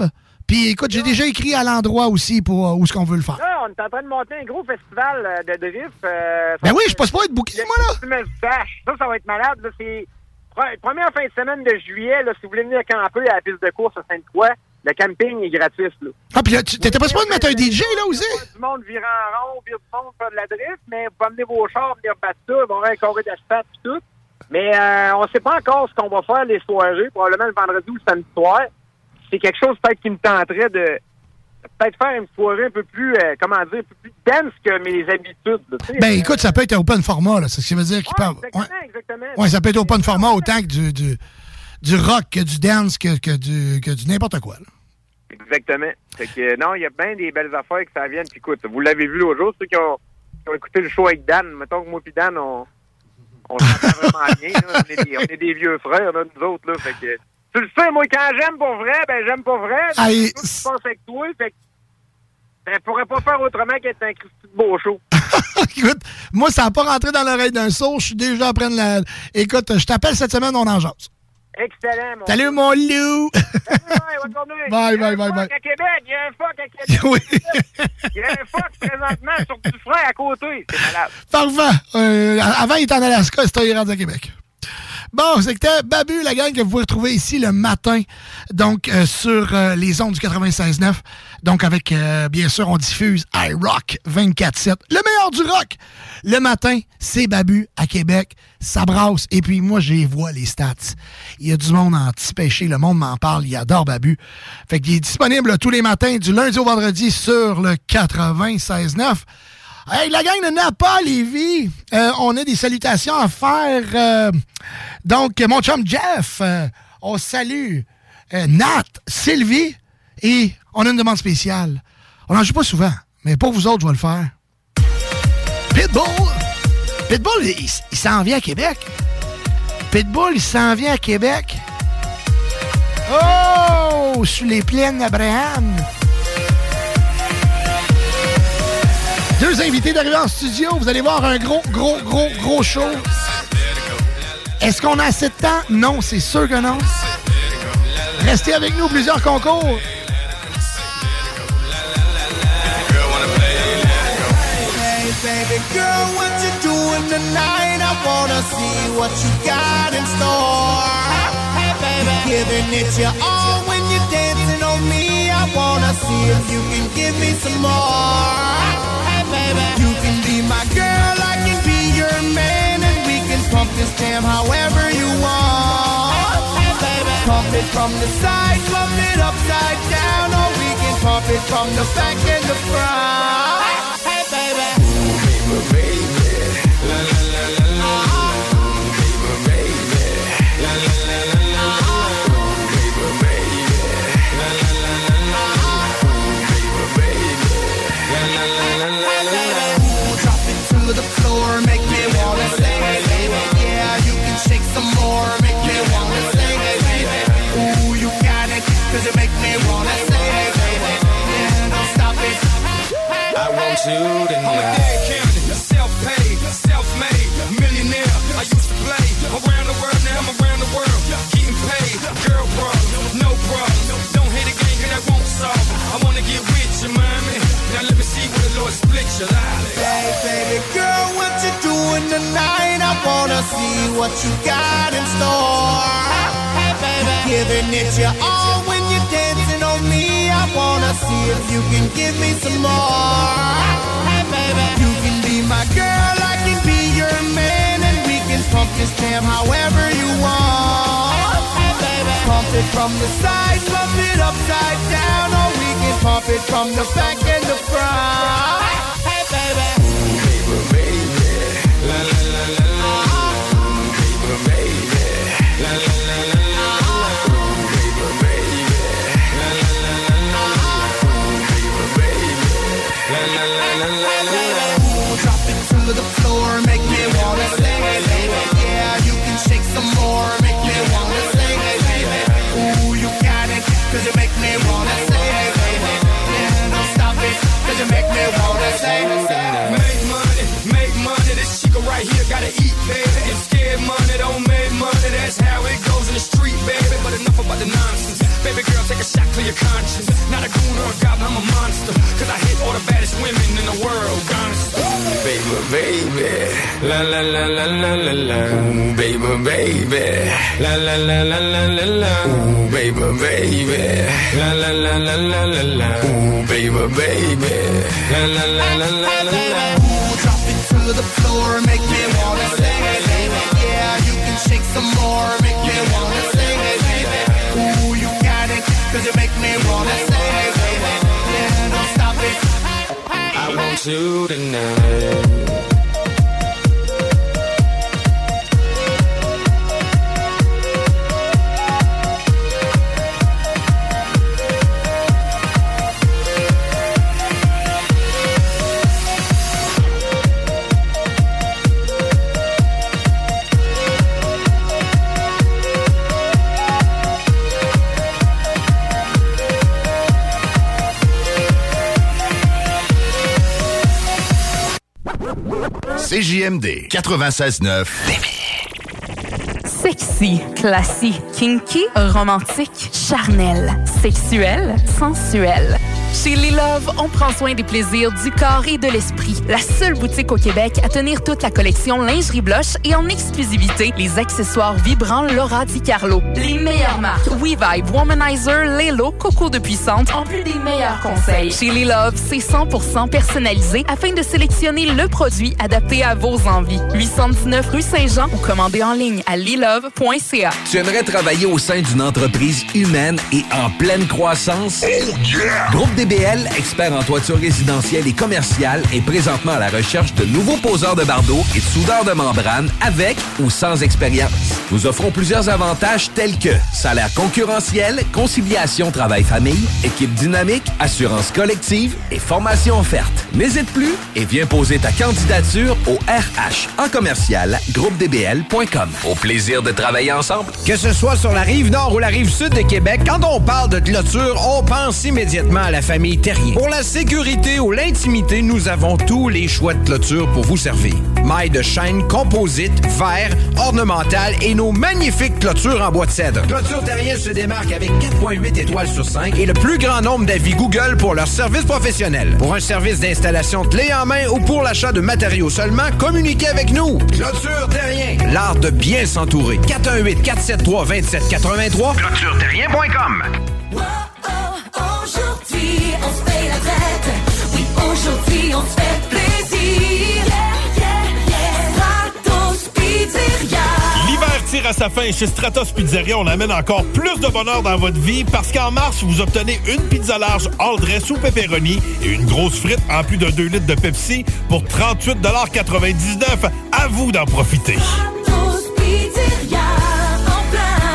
Puis écoute, j'ai déjà écrit à l'endroit aussi pour euh, où est-ce qu'on veut le faire. Là, on est en train de monter un gros festival euh, de drift. Euh, ben oui, je passe pas à être booké, moi, là. Ça, ça va être malade. Là, c'est première fin de semaine de juillet. Là, si vous voulez venir camper à la piste de course à Sainte-Croix, le camping est gratis. Là. Ah, puis là, tu t'étais pas supposé de mettre un D J, là, aussi? Du monde vire en rond, vire du monde, faire de la drift, mais vous pouvez amener vos chars, venir battre ça, ils vont avoir un carré d'asphalte et tout. Mais euh, on sait pas encore ce qu'on va faire les soirées, probablement le vendredi ou le samedi soir. C'est quelque chose peut-être qui me tenterait de peut-être faire une soirée un peu plus, euh, comment dire, un peu plus dense que mes habitudes. Là, ben euh, écoute, ça peut être open format, là. C'est ce qui veut dire qu'il ouais, parle. Exactement, ouais. exactement. Ouais, ça peut être open format autant que du, du, du rock, que du dance, que, que du, que du n'importe quoi, là. Exactement. Fait que euh, non, il y a bien des belles affaires que ça vienne. Puis écoute, vous l'avez vu l'autre jour, ceux qui ont, qui ont écouté le show avec Dan, mettons que moi et Dan, on, on s'entend vraiment bien. Là. On, est des, on est des vieux frères, là, nous autres. Là. Fait que, tu le sais, moi, quand j'aime pour vrai, ben j'aime pour vrai. Aïe. Tout ce qui se passe avec toi. Fait que, ben, pourrait pas faire autrement qu'être un Christy de beau show. Écoute, moi, ça n'a pas rentré dans l'oreille d'un sourd. Je suis déjà en train de la... Écoute, je t'appelle cette semaine, on en jase. Excellent, mon Salut, mon loup! Salut, bye, bye, bye, bye. Il y a un fuck à Québec, il y a un fuck à Québec. Oui. Il y a un fuck présentement sur du frein à côté. C'est malade. Parfait. Euh, avant, il était en Alaska, c'était rendu à Québec. Bon, c'était Babu, la gang que vous pouvez retrouver ici le matin, donc euh, sur euh, les ondes du quatre-vingt-seize neuf. Donc avec, euh, bien sûr, on diffuse iRock vingt-quatre sept. Le meilleur du rock! Le matin, c'est Babu à Québec. Ça brasse. Et puis moi, je les vois, les stats. Il y a du monde anti-péché. Le monde m'en parle. Il adore Babu. Fait qu'il est disponible tous les matins, du lundi au vendredi, sur le quatre-vingt-seize neuf. Hey, la gang de Napa, Lévis, euh, on a des salutations à faire. Euh, donc, mon chum Jeff, euh, on salue euh, Nat, Sylvie, et on a une demande spéciale. On n'en joue pas souvent, mais pour vous autres, je vais le faire. Pitbull! Pitbull, il, il s'en vient à Québec. Pitbull, il s'en vient à Québec. Oh! Sous les plaines d'Abraham. Deux invités d'arriver en studio. Vous allez voir un gros, gros, gros, gros show. Est-ce qu'on a assez de temps? Non, c'est sûr que non. Restez avec nous, plusieurs concours. Hey, baby girl, what you doing tonight? I wanna see what you got in store. Hey, baby, giving it your all when you're dancing on me. I wanna see if you can give me some more. Baby. You can be my girl, I can be your man, and we can pump this jam however you want. Hey, baby. Pump it from the side, pump it upside down, or we can pump it from the back and the front. Hey, baby. Ooh, baby, baby. La, la, la, la, la. Ooh, baby, baby. La, la, la, la, la. Ooh, baby, baby. La, la, la, la, la. Ooh, baby, baby. La, la, la, la, la. To the floor, make me wanna sing, baby. Yeah, you can shake some more, make me wanna sing, baby. Ooh, you got it, cause it make me wanna sing, baby. Yeah, don't stop it. I want you to know. I'm a dead candidate, self-paid, self-made, millionaire. I used to play around the world, now I'm around the world. Getting paid, girl problems, no problems. Don't hate a game, cause that won't solve it. I wanna get with you, mommy. Now let me see where the Lord split your life. Hey, baby girl, what you doing tonight? I wanna see what you got in store. Hey, baby, giving it your all when you're dancing on me. I wanna see if you can give me some more. Hey, baby, you can be my girl, I can be your man, and we can pump this jam however you want. Hey, baby, pump it from the side, pump it upside down, or we can pump it from the back and the front. Hey, baby. Ooh, baby, baby. La, la, la, la, la. Ooh, baby, baby. La, la, la, la, la. Ooh, baby, baby. La, la, la, la, la. Ooh, baby, baby. La, la, la, la, la, la. Ooh, drop it to the floor, make me wanna sing, baby. Yeah, you can shake some more, make me wanna sing, baby. Ooh, you got it, cause it make me wanna sing, baby. Yeah, don't stop it, cause it make me wanna sing. Make money, make money, this chica right here gotta eat, baby. And scared money don't make money, that's how it goes in the street, baby. But enough about the nonsense. Baby girl, take a shot, clear your conscience. Not a all the baddest women in the world. Ooh, baby, baby. La la la la la la la. Ooh, baby, baby. La la la la la la la. Ooh, baby, baby. La la la la la la la. Ooh, baby, baby. La la la la la la la. Ooh, drop it to the floor, make me wanna sing it, baby. Yeah, you can shake some more, make me wanna sing it, baby. Ooh, you got it, cause you make me wanna sing it, baby. Yeah, don't stop it. I want you tonight. C J M D quatre-vingt-seize neuf. Sexy, classique, kinky, romantique, charnel, sexuel, sensuel. Chez Les Love, on prend soin des plaisirs du corps et de l'esprit. La seule boutique au Québec à tenir toute la collection lingerie blush et en exclusivité, les accessoires vibrants Laura Di Carlo. Les meilleures marques WeVibe, Womanizer, Lelo, Coco de Puissante, en plus des meilleurs conseils. Chez Les Love, c'est cent pour cent personnalisé afin de sélectionner le produit adapté à vos envies. huit cent dix-neuf rue Saint-Jean ou commandez en ligne à lilove point c a. Tu aimerais travailler au sein d'une entreprise humaine et en pleine croissance? Oh yeah! Groupe D B L, expert en toiture résidentielle et commerciale, est présentement à la recherche de nouveaux poseurs de bardeaux et de soudeurs de membrane avec ou sans expérience. Nous offrons plusieurs avantages tels que salaire concurrentiel, conciliation travail-famille, équipe dynamique, assurance collective et formation offerte. N'hésite plus et viens poser ta candidature au R H en commercial groupe d b l point com. Au plaisir de travailler ensemble. Que ce soit sur la rive nord ou la rive sud de Québec, quand on parle de clôture, on pense immédiatement à la famille Terrien. Pour la sécurité ou l'intimité, nous avons tous les choix de clôture pour vous servir. Mailles de chaîne, composite, verre, ornementale et nos magnifiques clôtures en bois de cèdre. Clôture Terrien se démarque avec quatre virgule huit étoiles sur cinq et le plus grand nombre d'avis Google pour leur service professionnel. Pour un service d'installation clé en main ou pour l'achat de matériaux seulement, communiquez avec nous. Clôture Terrien, l'art de bien s'entourer. quatre un huit, quatre sept trois, deux sept huit trois. clôture terrien point com. Aujourd'hui, on se fait la fête. Oui, aujourd'hui, on se fait plaisir. Yeah, yeah, yeah. Stratos Pizzeria. L'hiver tire à sa fin et chez Stratos Pizzeria, on amène encore plus de bonheur dans votre vie parce qu'en mars, vous obtenez une pizza large all dress ou pepperoni et une grosse frite en plus de deux litres de Pepsi pour trente-huit quatre-vingt-dix-neuf. À vous d'en profiter. Stratos Pizzeria. En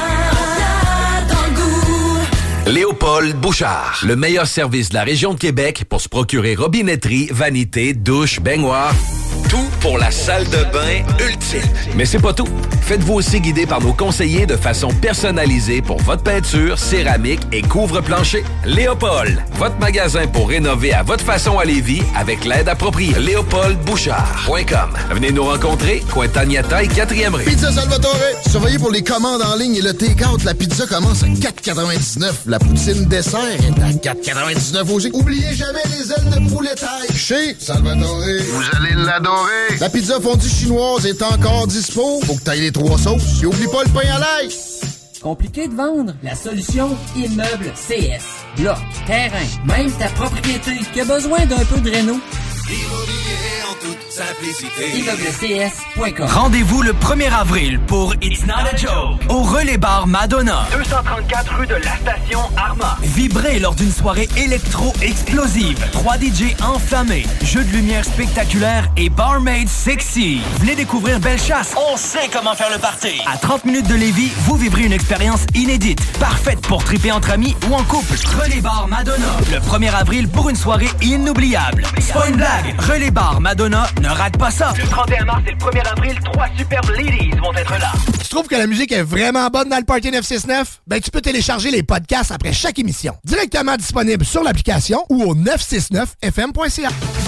plein, dans le goût. Léopold Bouchard, le meilleur service de la région de Québec pour se procurer robinetterie, vanité, douche, baignoire. Tout pour la salle de bain ultime. Mais c'est pas tout. Faites-vous aussi guider par nos conseillers de façon personnalisée pour votre peinture, céramique et couvre-plancher. Léopold, votre magasin pour rénover à votre façon à Lévis avec l'aide appropriée. léopold bouchard point com. Venez nous rencontrer, Cointagnata et quatrième rue. Pizza Salvatore. Surveillez pour les commandes en ligne et le take-out. La pizza commence à quatre quatre-vingt-dix-neuf. La poutine dessert est à quatre quatre-vingt-dix-neuf aussi. Oubliez jamais les ailes de poulet taille. Chez Salvatore. Vous allez l'adorer. La pizza fondue chinoise est encore dispo. Faut que t'ailles les trois sauces. Et oublie pas le pain à l'ail. Compliqué de vendre? La solution Immeuble C S. Bloc, terrain, même ta propriété qui a besoin d'un peu de réno. Immobilier en toute simplicité. Immeuble C S point com. Rendez-vous le premier avril pour It's Not a Joke au Relais Bar Madonna. deux cent trente-quatre rue de la Station Arma. Vibrez lors d'une soirée électro-explosive. trois D J enflammés, jeux de lumière spectaculaires et barmaid sexy. Venez découvrir Bellechasse. On sait comment faire le party. À trente minutes de Lévis, vous vivrez une expérience inédite, parfaite pour triper entre amis ou en couple. Relais Bar Madonna, le premier avril pour une soirée inoubliable. C'est pas une blague. Relais Bar Madonna, ne rate pas ça. Le trente et un mars et le premier avril, trois superbes ladies vont être là. Tu trouves que la musique est vraiment bonne dans le Party neuf cent soixante-neuf? Ben, tu peux télécharger les podcasts après chaque émission. Directement disponible sur l'application ou au neuf cent soixante-neuf F M point C A.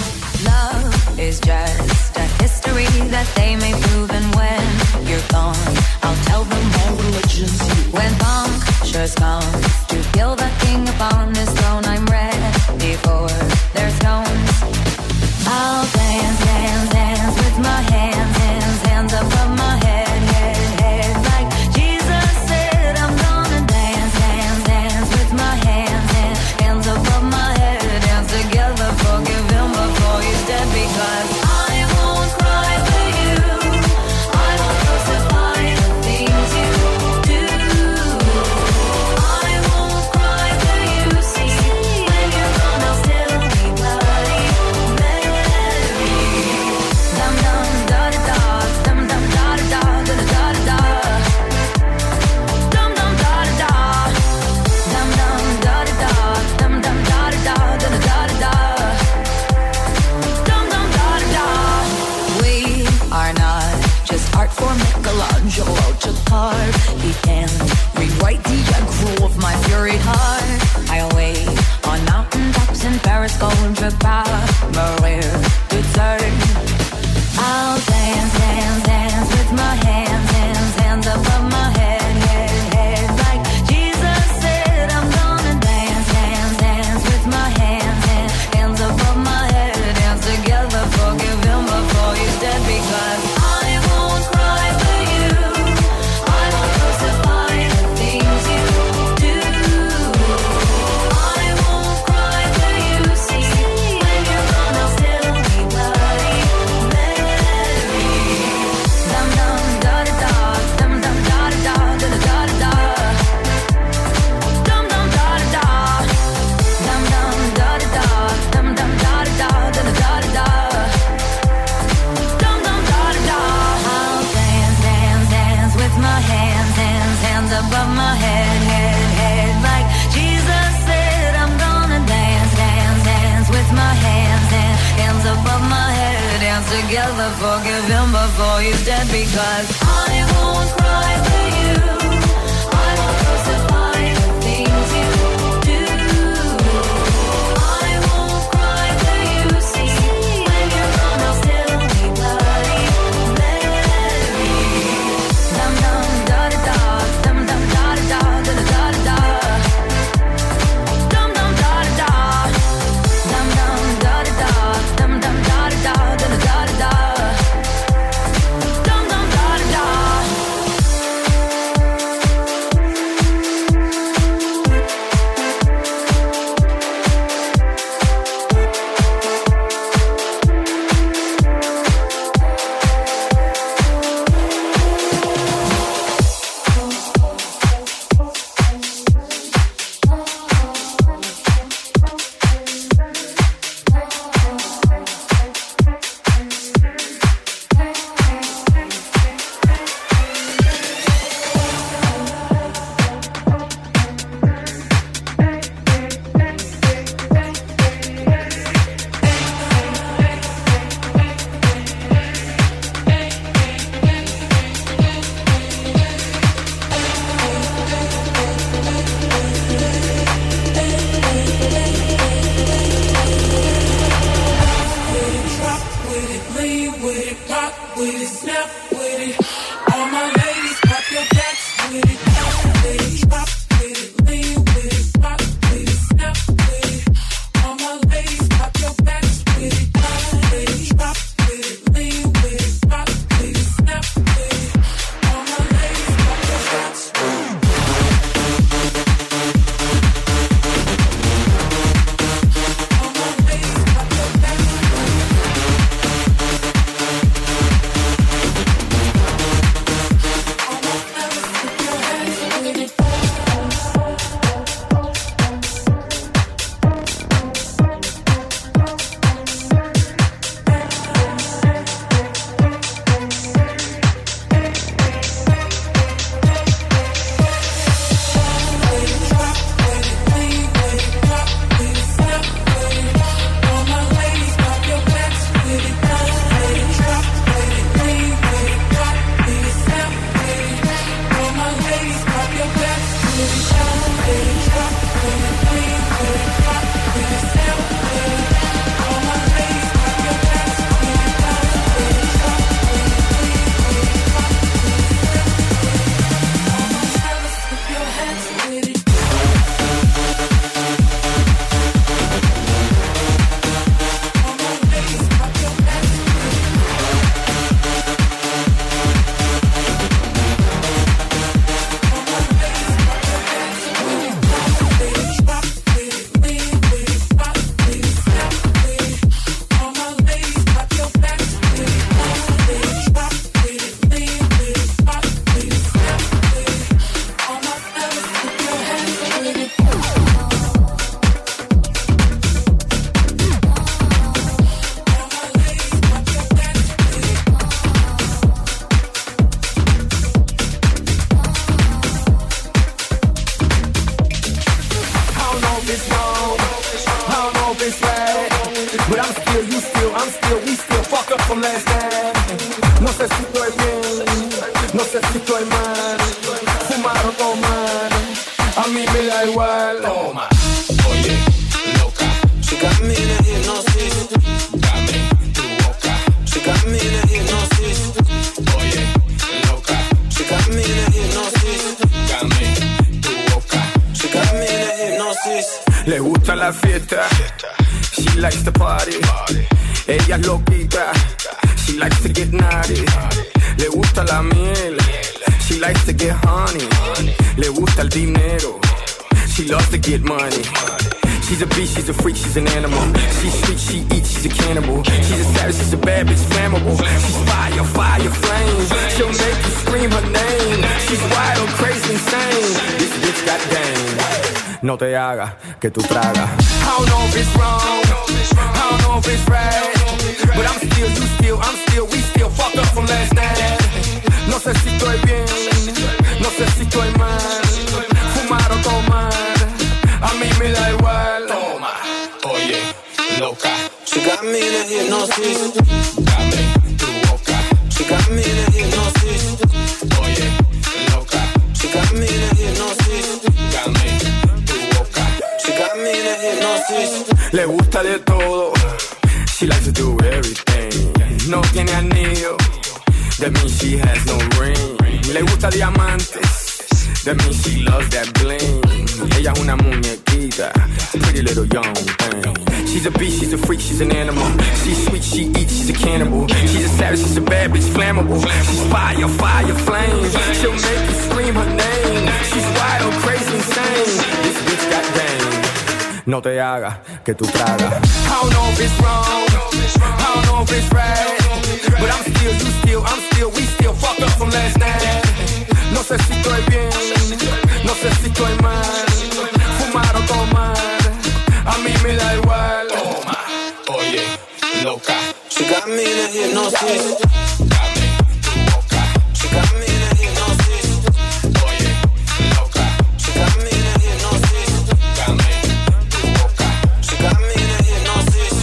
Love is just a history that they may prove, and when you're gone, I'll tell them all religion's you. When punctures come to kill the king upon his throne, I'm ready for their stones. I'll dance, dance, dance with my hands, hands, hands above my head, head, head. Like Jesus said, I'm gonna dance, dance, dance with my hands, hands, hands above my head. Dance together, forgive him before he's dead, because I won't cry for you. I won't crucify the things you do. I won't cry for you. See, when you're gone, I'll still be bloody Mary. Dum dum da da da, dum dum da da da, da da da da. Dum dum da da da, dum dum da da da, dum dum da da da, da da da da. Dum dum da da da. We are not just art for Michelangelo to carve. He can't rewrite the aggro of my fury heart. I wait on mountaintops in Paris, going to Maria to turn. I'll dance, dance, dance with my hands, hands, hands above my head, head, head. Like Jesus said, I'm gonna dance, dance, dance with my hands, hands, hands above my head. Dance together, forgive him before he's dead, because I won't cry for you. I won't crucify the things you do. I won't cry for you. See, when you're gone, I'll still be bloody Mary. Dum dum da da da, dum dum da da da, da da da da. Dum dum da da da, dum dum da da da, dum dum da da da, da da da da. Dum dum da da da. I'll dance, dance, dance with my hands, hands, hands above my head, head, head. Like Jesus said, I'm gonna dance, dance, dance with my hands, hands, hands above my head. Dance together, forgive him before he's dead, because I won't cry for you. I won't crucify the things you do. I won't cry for you. See, when you're gone, I'll still be bloody Mary. Dum dum da da da, dum dum da da da, da da da da. Dum dum da da da, dum dum da da da, dum dum da da da, da da da da. Dum dum da da da. from last night. No sé si estoy bien, no sé si estoy mal. Fumar o tomar, a mí me da igual. Toma, oye, loca. She got me in a hypnosis. Got me, tu boca. She got me in a hypnosis. Oye, loca. She got me in a hypnosis. Got me, tu boca. She got me in a hypnosis. Le gusta la fiesta. She likes to party. Ella es loquita. She likes to get naughty. Le gusta la miel. She likes to get honey. Le gusta el dinero. She loves to get money. She's a beast, she's a freak, she's an animal. She's sweet, she eats, she's a cannibal. She's a savage, she's a bad bitch, flammable. She's fire, fire, flame. She'll make you scream her name. She's wild, crazy, insane. This bitch got game. No te hagas que tú tragas. I don't know if it's wrong, I don't know if it's right, but I'm still, you still, I'm still, we still fucked up from last night. No sé si estoy bien, no sé si estoy mal. Fumar o tomar, a mí me da igual. Toma, oye, loca. She got me in a hypnosis. Dame tu boca. She got me in a hypnosis. Oye, loca. She got me in a hypnosis. Dame tu boca. She got me in a hypnosis. Le gusta de todo. She likes to do everything. No tiene anillo. That means she has no ring. Le gusta diamantes. That means she loves that bling. Ella es una muñequita, pretty little young thing. She's a beast, she's a freak, she's an animal. She's sweet, she eats, she's a cannibal. She's a savage, she's a bad bitch, flammable. She's fire, fire, flame. She'll make you scream her name. She's wild, crazy, insane. This bitch got game. No te hagas que tú tragas. I don't know if it's wrong, I don't know if it's right, but I'm still, you still, I'm still, we still fucked up from last night. No sé si estoy bien, no sé si estoy mal. Fumar o tomar, a mí me da igual. Toma, oye, loca. She got me in a hypnosis. Dame tu boca. She got me in a hypnosis. Oye, loca. She got me in a hypnosis. Dame tu boca. She got me in a hypnosis.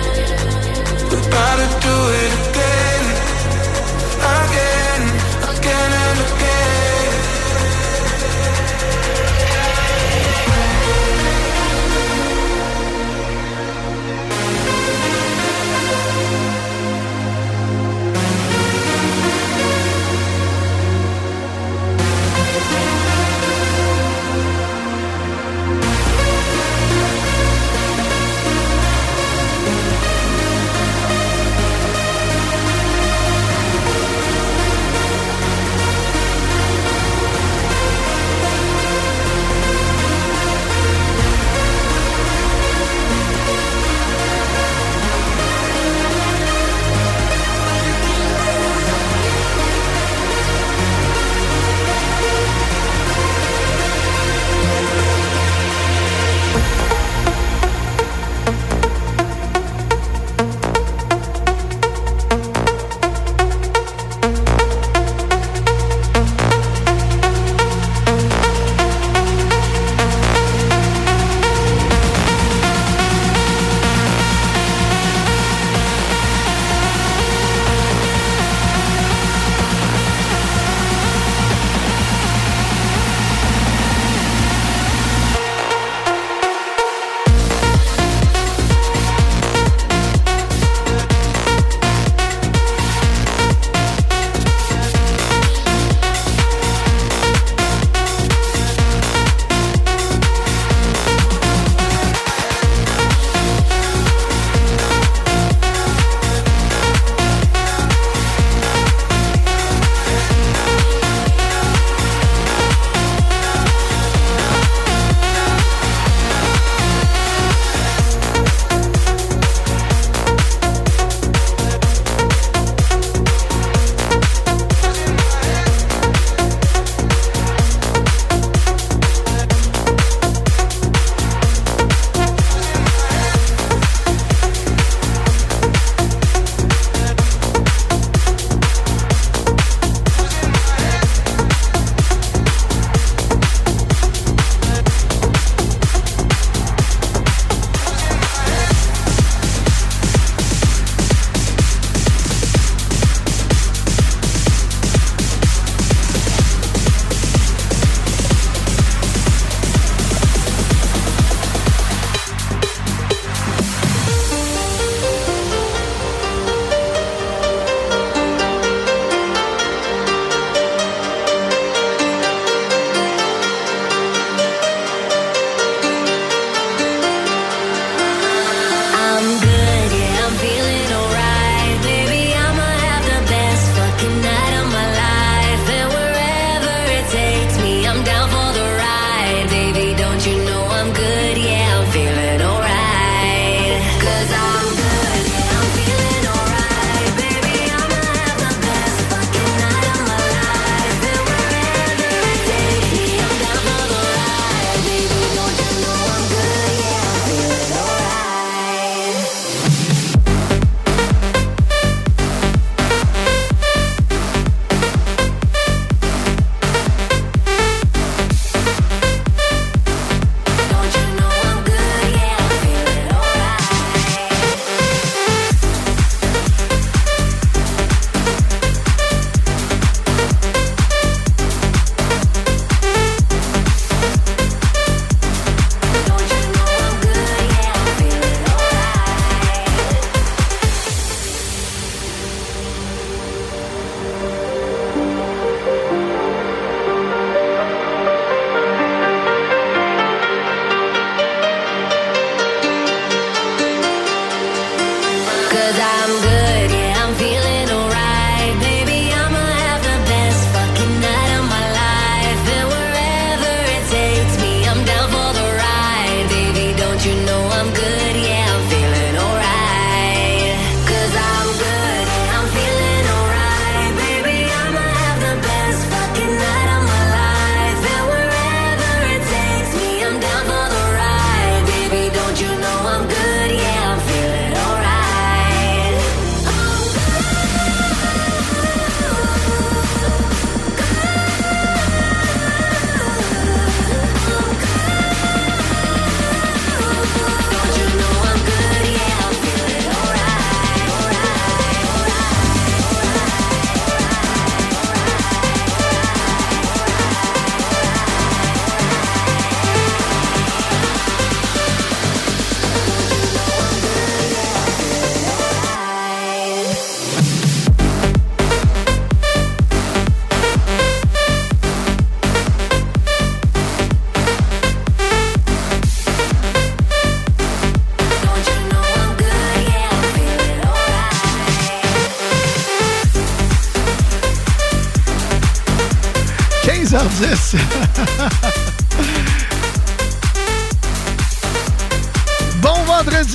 About to do it again, again, again. six heures dix. Bon vendredi!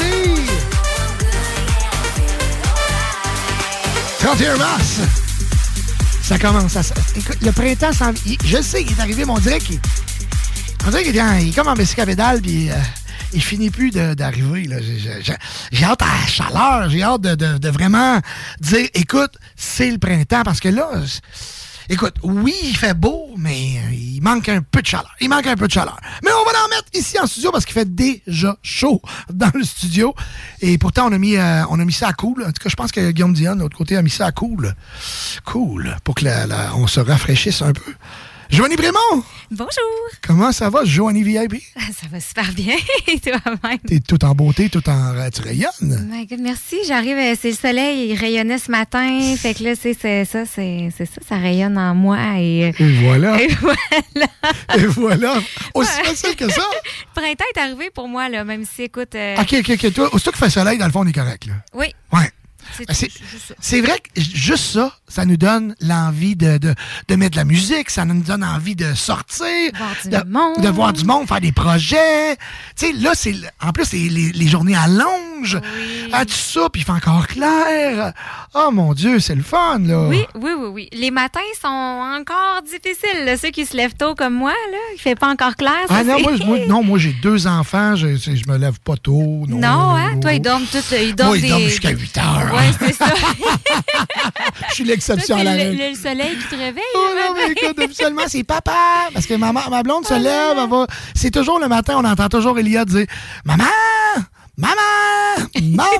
trente et un mars. Ça commence. Ça, écoute, le printemps, s'en, il, je le sais, il est arrivé, mais on dirait qu'il, on dirait qu'il est, il est comme en bicycle à pédale, puis euh, il finit plus de, d'arriver. Là. J'ai, j'ai, j'ai hâte à la chaleur, j'ai hâte de, de, de vraiment dire, écoute, c'est le printemps, parce que là... Écoute, oui, il fait beau, mais euh, il manque un peu de chaleur. Il manque un peu de chaleur. Mais on va en mettre ici en studio parce qu'il fait déjà chaud dans le studio. Et pourtant, on a mis, euh, on a mis ça à cool. En tout cas, je pense que Guillaume Dion, de l'autre côté, a mis ça à cool. Cool. Pour que la, la, on se rafraîchisse un peu. Joanie Brémond! Bonjour! Comment ça va, Joanie V I P? Ça va super bien, et toi-même? T'es tout en beauté, tout en... Tu rayonnes? My God, merci, j'arrive, c'est le soleil, il rayonnait ce matin, fait que là, c'est, c'est ça, c'est, c'est ça, ça rayonne en moi, et... Et voilà! Et voilà! Et voilà! Aussi ouais. Facile que ça! Le printemps est arrivé pour moi, là, même si, écoute... Euh... OK, OK, OK, toi, aussitôt qu'il fait soleil, dans le fond, on est correct, là. Oui. Ouais. C'est, c'est, c'est vrai que juste ça, ça nous donne l'envie de, de, de mettre de la musique, ça nous donne envie de sortir, voir du de, monde. de voir du monde, faire des projets. Tu sais, là, c'est en plus, c'est les, les journées allongent. Oui. Ah, tout ça, puis il fait encore clair. Oh mon Dieu, c'est le fun, là. Oui, oui, oui, oui. Les matins sont encore difficiles. Là. Ceux qui se lèvent tôt comme moi, là, il fait pas encore clair. Ça, ah non moi, moi, non, moi, j'ai deux enfants, je, je me lève pas tôt. Non, non hein? Toi, ils dorment tous. Ils dorment moi, des... ils dorment jusqu'à huit heures. Oui, c'est ça. Je suis l'exception à la règle. Le, le soleil qui te réveille. Oh non, mais écoute, habituellement, c'est papa. Parce que ma, ma blonde se oh lève, elle va... C'est toujours le matin, on entend toujours Elia dire « Maman! Maman! Maman! »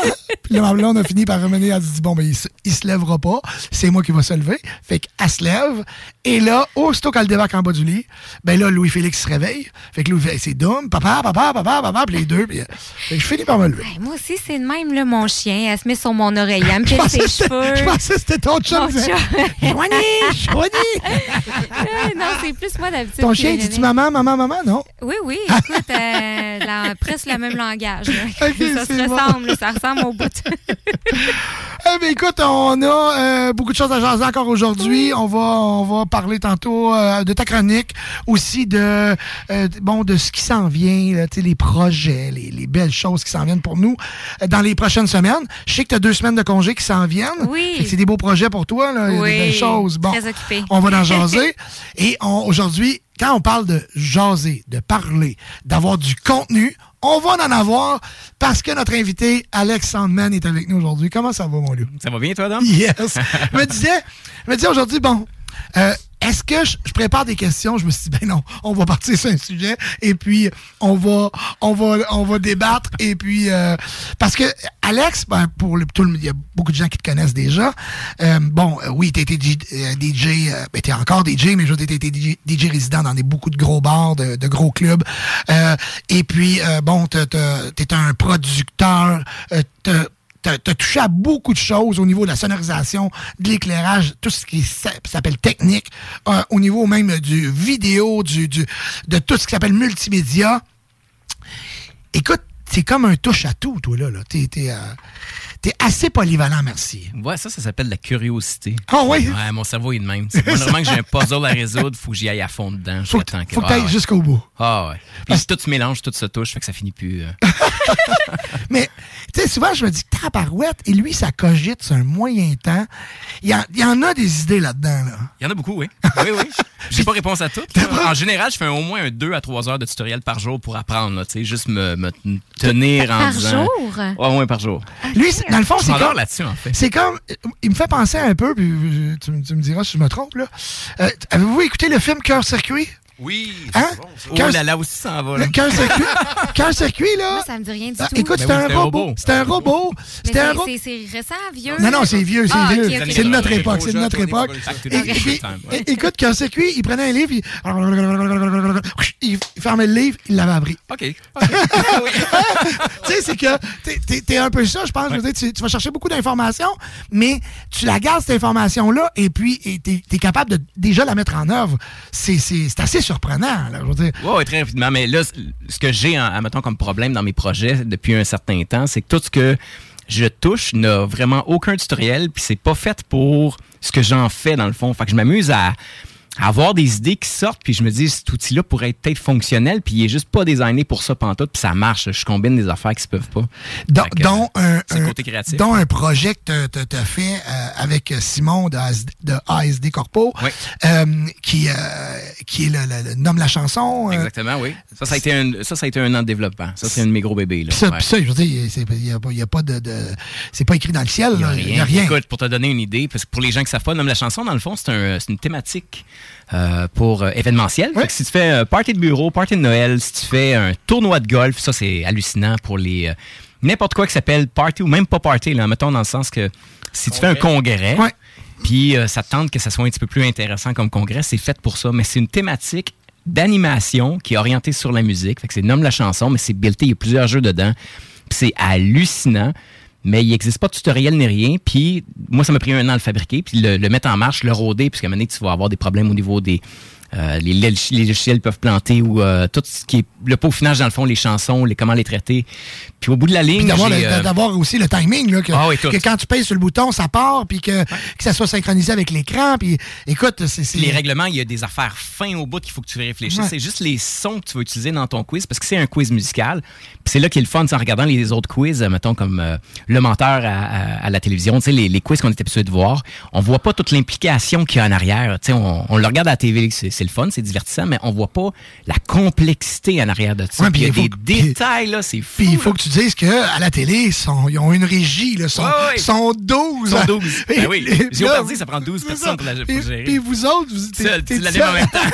Puis là, ma blonde a fini par revenir, elle dit « Bon, ben, il se, il se lèvera pas. C'est moi qui va se lever. » Fait qu'elle se lève. Et là, aussitôt qu'elle débarque en bas du lit, ben là, Louis-Félix se réveille. Fait que Louis, c'est Dom, papa, papa, papa, papa, puis les deux. Puis fait que je finis par me lever. Hey, moi aussi, c'est de même, là, mon chien. Elle se met sur mon oreille, elle me pèle ses cheveux. Je pensais que c'était ton chum. Joanie! Joanie! Non, c'est plus moi d'habitude. Ton chien, dis-tu maman, maman, maman, non? Oui, oui. Écoute, euh, la, presque le même langage. Okay, ça se ressemble, bon. Ça ressemble au bout. Eh bien, écoute, on a euh, beaucoup de choses à jaser encore aujourd'hui. Oui. On va, on va parler tantôt euh, de ta chronique, aussi de, euh, bon, de ce qui s'en vient, là, les projets, les, les belles choses qui s'en viennent pour nous euh, dans les prochaines semaines. Je sais que tu as deux semaines de congé qui s'en viennent. Oui. C'est des beaux projets pour toi, là, oui. des belles choses. Bon, très occupé. On va en jaser. Et on, aujourd'hui, quand on parle de jaser, de parler, d'avoir du contenu, on va en avoir parce que notre invité, Alex Sandman, est avec nous aujourd'hui. Comment ça va, mon loup? Ça va bien, toi, Dom? Yes. Je me disais, je me disais aujourd'hui, bon, euh, est-ce que je, je prépare des questions? Je me suis dit, ben non, on va partir sur un sujet et puis on va, on va, on va débattre et puis euh, parce que Alex, ben pour le, tout le, il y a beaucoup de gens qui te connaissent déjà. Euh, bon, euh, oui, t'as été D J, euh, ben t'es encore D J, mais je veux dire, t'as été D J résident dans des beaucoup de gros bars, de, de gros clubs. Euh, et puis euh, bon, t'es t'es un producteur. Euh, t'as, T'as, t'as touché à beaucoup de choses au niveau de la sonorisation, de l'éclairage, tout ce qui s'appelle technique, euh, au niveau même du vidéo, du, du de tout ce qui s'appelle multimédia. Écoute, c'est comme un touche-à-tout, toi, là. là. T'es, t'es, euh, t'es assez polyvalent, merci. Ouais, ça, ça s'appelle la curiosité. Ah oui? Ouais, mon cerveau est de même. C'est vraiment que j'ai un puzzle à résoudre, faut que j'y aille à fond dedans. Faut que, faut que t'ailles ah, ouais. jusqu'au bout. Ah ouais. Puis Parce... tout se mélange, tout se touche, fait que ça finit plus... Euh... Mais, tu sais, souvent, je me dis, tabarouette, et lui, ça cogite sur un moyen temps. Il y, a, il y en a des idées là-dedans, là. Il y en a beaucoup, oui. Oui, oui. J'ai pas réponse à toutes. En général, je fais au moins un deux à trois heures de tutoriel par jour pour apprendre, tu sais, juste me, me tenir en par disant... jour? Ouais, au moins par jour. Lui, dans le fond, c'est comme... là-dessus, en fait. C'est comme... Il me fait penser un peu, puis tu, tu me diras si je me trompe, là. Euh, avez-vous écouté le film Cœur-Circuit? Oui. Hein? Bon, oh là là aussi, ça en va. Là. Cœur-circuit, Cœur-circuit, là. Moi, ça me dit rien du ah, tout. Écoute, c'était un, un robot. C'était un robot. C'était un robot. C'est récent, vieux? Non, non, c'est vieux, c'est ah, vieux. Okay, okay. C'est de notre époque, c'est de notre époque. Écoute, Cœur-circuit, il prenait un livre, il, il fermait le livre, il l'avait appris. OK. Tu sais, c'est que t'es, t'es un peu ça, je pense. Ouais. Je veux dire, tu, tu vas chercher beaucoup d'informations, mais tu la gardes, cette information-là, et puis t'es es capable de déjà la mettre en œuvre. C'est assez surprenant, là. Oui, ouais, très rapidement. Mais là, ce que j'ai, admettons, comme problème dans mes projets depuis un certain temps, c'est que tout ce que je touche n'a vraiment aucun tutoriel, puis c'est pas fait pour ce que j'en fais, dans le fond. Fait que je m'amuse à, avoir des idées qui sortent, puis je me dis, cet outil-là pourrait être peut-être fonctionnel, puis il est juste pas designé pour ça pantoute, puis ça marche. Je combine des affaires qui se peuvent pas. Don, Fait que, dont, un, c'est le un, côté créatif. dont un projet que tu as fait euh, avec Simon de, de A S D Corpo, oui. euh, qui, euh, qui est le, le, le Nomme la chanson. Euh, Exactement, oui. Ça, ça a été un, ça, ça a été un an de développement. Ça, c'est un de mes gros bébés. Là. Puis ça, ouais. puis ça, je veux dire, il n'y a, a pas de, de... C'est pas écrit dans le ciel. Il n'y a, rien. rien. Écoute, pour te donner une idée, parce que pour les gens qui savent pas, Nomme la chanson, dans le fond, c'est, un, c'est une thématique euh, pour euh, événementiel. Ouais. Fait que si tu fais un party de bureau, party de Noël, si tu fais un tournoi de golf, ça, c'est hallucinant pour les... Euh, n'importe quoi qui s'appelle party ou même pas party, là, mettons dans le sens que si tu fais un congrès, ouais. puis euh, ça te tente que ça soit un petit peu plus intéressant comme congrès, c'est fait pour ça. Mais c'est une thématique d'animation qui est orientée sur la musique. Fait que c'est Nomme la chanson, mais c'est builté, il y a plusieurs jeux dedans. Puis c'est hallucinant. Mais il n'existe pas de tutoriel ni rien. Puis moi, ça m'a pris un an à le fabriquer, puis le, le mettre en marche, le roder, puisqu'à un moment donné, tu vas avoir des problèmes au niveau des... Euh, les, les, les logiciels peuvent planter ou euh, tout ce qui est le peaufinage, dans le fond, les chansons, les, comment les traiter. Puis au bout de la ligne... Puis d'avoir, j'ai, le, euh... d'avoir aussi le timing, là, que, ah oui, que quand tu pèses sur le bouton, ça part, puis que, ouais. que ça soit synchronisé avec l'écran. Puis écoute, c'est, c'est... Les règlements, il y a des affaires fins au bout qu'il faut que tu réfléchisses. Ouais. C'est juste les sons que tu vas utiliser dans ton quiz, parce que c'est un quiz musical. Puis c'est là qu'il est le fun, en regardant les autres quiz, mettons comme euh, Le Menteur à, à, à la télévision, les, les quiz qu'on est habitué de voir, on voit pas toute l'implication qu'il y a en arrière. On, on le regarde à la T V, c'est, c'est le fun, c'est divertissant, mais on voit pas la complexité en arrière de ça. Ouais, puis il y a des détails, là, c'est fou. Puis il faut que tu dises qu'à la télé, sont, ils ont une régie, là, sont, ouais, ouais. sont douze. Ils sont douze. Ben oui, Géopardy, ça prend douze personnes pour, la, pour gérer. Puis vous autres, vous t'es, seul, t'es tu l'animes en même temps.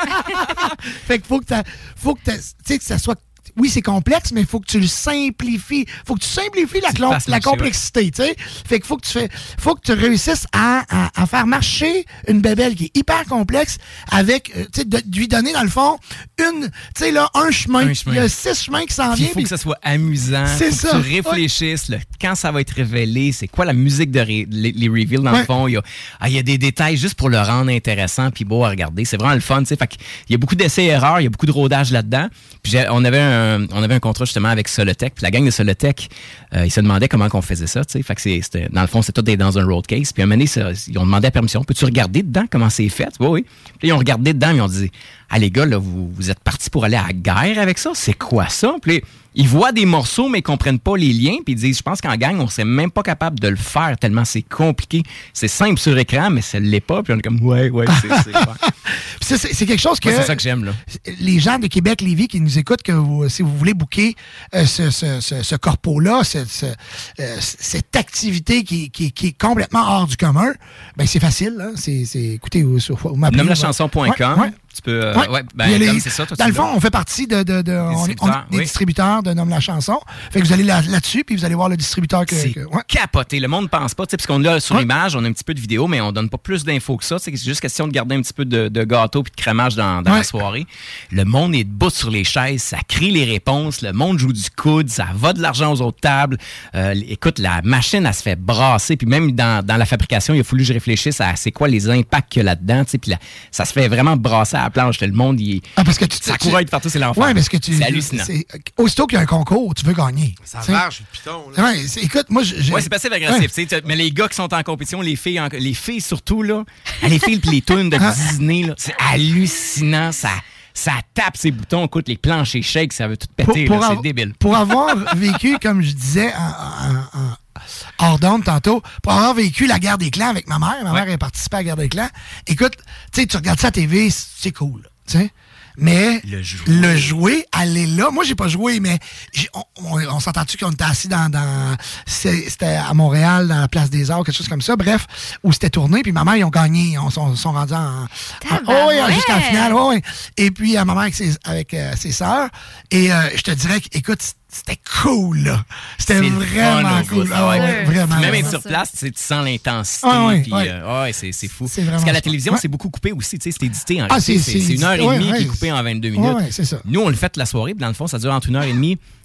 Fait qu'il faut que, faut que, tu sais, que ça soit... Oui, c'est complexe, mais il faut que tu le simplifies. Il faut que tu simplifies la, clon, la complexité, tu sais. Fait qu'il faut que tu fais, faut que tu réussisses à, à, à faire marcher une bébelle qui est hyper complexe avec, euh, tu sais, de, de lui donner, dans le fond, une, tu sais, là, un chemin. un chemin. Il y a six chemins qui s'en viennent. Il faut pis... que ça soit amusant. C'est faut ça. Que tu réfléchisses, ouais. le, quand ça va être révélé, c'est quoi la musique de ré, les, les reveals, dans ouais. le fond. Il y, a, ah, il y a des détails juste pour le rendre intéressant puis beau à regarder. C'est vraiment le fun, tu sais. Fait qu'il y a beaucoup d'essais-erreurs, il y a beaucoup de rodage là-dedans. Puis on avait un on avait un contrat justement avec Solotech. Puis la gang de Solotech, euh, ils se demandaient comment on faisait ça. T'sais. Fait que c'est, c'était, dans le fond, c'était tout dans un road case. Puis à un moment donné, ça, ils ont demandé la permission. Peux-tu regarder dedans comment c'est fait? Oui, oui. Puis ils ont regardé dedans, ils ont dit, ah les gars, là, vous, vous êtes partis pour aller à la guerre avec ça? C'est quoi ça? Puis ils voient des morceaux, mais ils comprennent pas les liens. Puis ils disent, je pense qu'en gang, on serait même pas capable de le faire tellement c'est compliqué. C'est simple sur écran, mais ça l'est pas. Puis on est comme, ouais, ouais, c'est, c'est, c'est, c'est, c'est quelque chose que... Moi, c'est ça que j'aime, là. Les gens de Québec, Lévis, qui nous écoutent, que vous, si vous voulez booker euh, ce, ce, ce, ce corpo-là, ce, ce, euh, cette activité qui, qui, qui est complètement hors du commun, ben c'est facile. Hein? C'est, c'est, écoutez, vous, vous m'appelez... nomme la chanson point com. Ouais, ouais. Tu peux, euh, ouais. ouais, ben, les, comme c'est ça, toi, dans le fond, on fait partie de, de, de on est, on est des oui. distributeurs de Nomme la chanson. Fait que vous allez là, là-dessus, puis vous allez voir le distributeur que. C'est que, ouais. capoté. Le monde ne pense pas, parce qu'on l'a sur ouais. l'image, on a un petit peu de vidéo, mais on donne pas plus d'infos que ça. C'est juste question de garder un petit peu de, de gâteau puis de crémage dans, dans ouais. la soirée. Le monde est debout sur les chaises, ça crie les réponses, le monde joue du coude, ça va de l'argent aux autres tables. Euh, écoute, la machine, elle se fait brasser, puis même dans, dans la fabrication, il a fallu que je réfléchisse à c'est quoi les impacts qu'il y a là-dedans, puis là, ça se fait vraiment brasser à la planche. Le monde, il est... Ah, parce que tu, ça court partout, c'est l'enfer. Ouais, parce que tu, c'est hallucinant. C'est, aussitôt qu'il y a un concours, tu veux gagner. Ça marche, le piton. Là. Ouais, c'est, écoute, moi, j'ai... Ouais, c'est passif-agressif. Ouais. Mais les gars qui sont en compétition, les filles, en... les filles surtout, là, les filles puis les tunes de Disney, là, c'est hallucinant. Ça, ça tape ses boutons. Écoute, les planches shake, ça veut tout péter. Pour, pour là, av- c'est débile. Pour avoir vécu, comme je disais, en... en, en hors d'onde tantôt, pour avoir vécu la guerre des clans avec ma mère. Ma ouais. mère a participé à la guerre des clans. Écoute, tu sais, tu regardes ça à T V, c'est cool, tu sais. Mais le jouer. le jouer, aller là. Moi, j'ai pas joué, mais j'ai, on, on, on s'entend-tu qu'on était assis dans... dans c'était à Montréal, dans la Place des Arts, quelque chose comme ça, bref, où c'était tourné, puis ma mère, ils ont gagné. Ils sont, sont rendus en... en oh, oui, ouais. jusqu'à la finale. Oh, oui. Et puis, à ma mère avec ses, avec, euh, ses sœurs. Et euh, je te dirais que, écoute, c'était cool, là. C'était c'est vraiment cool. Ah, ouais, ouais. Vraiment. Même être sur place, tu sens l'intensité. Ah, ouais, puis, ouais. Euh, ouais, c'est, c'est fou. C'est Parce qu'à la télévision, ouais. c'est beaucoup coupé aussi. Tu sais, c'est édité en ah, c'est, c'est, c'est une heure et demie ouais, qui est coupée en vingt-deux minutes. Ouais, c'est ça. Nous, on le fait la soirée, puis dans le fond, ça dure entre une heure et demie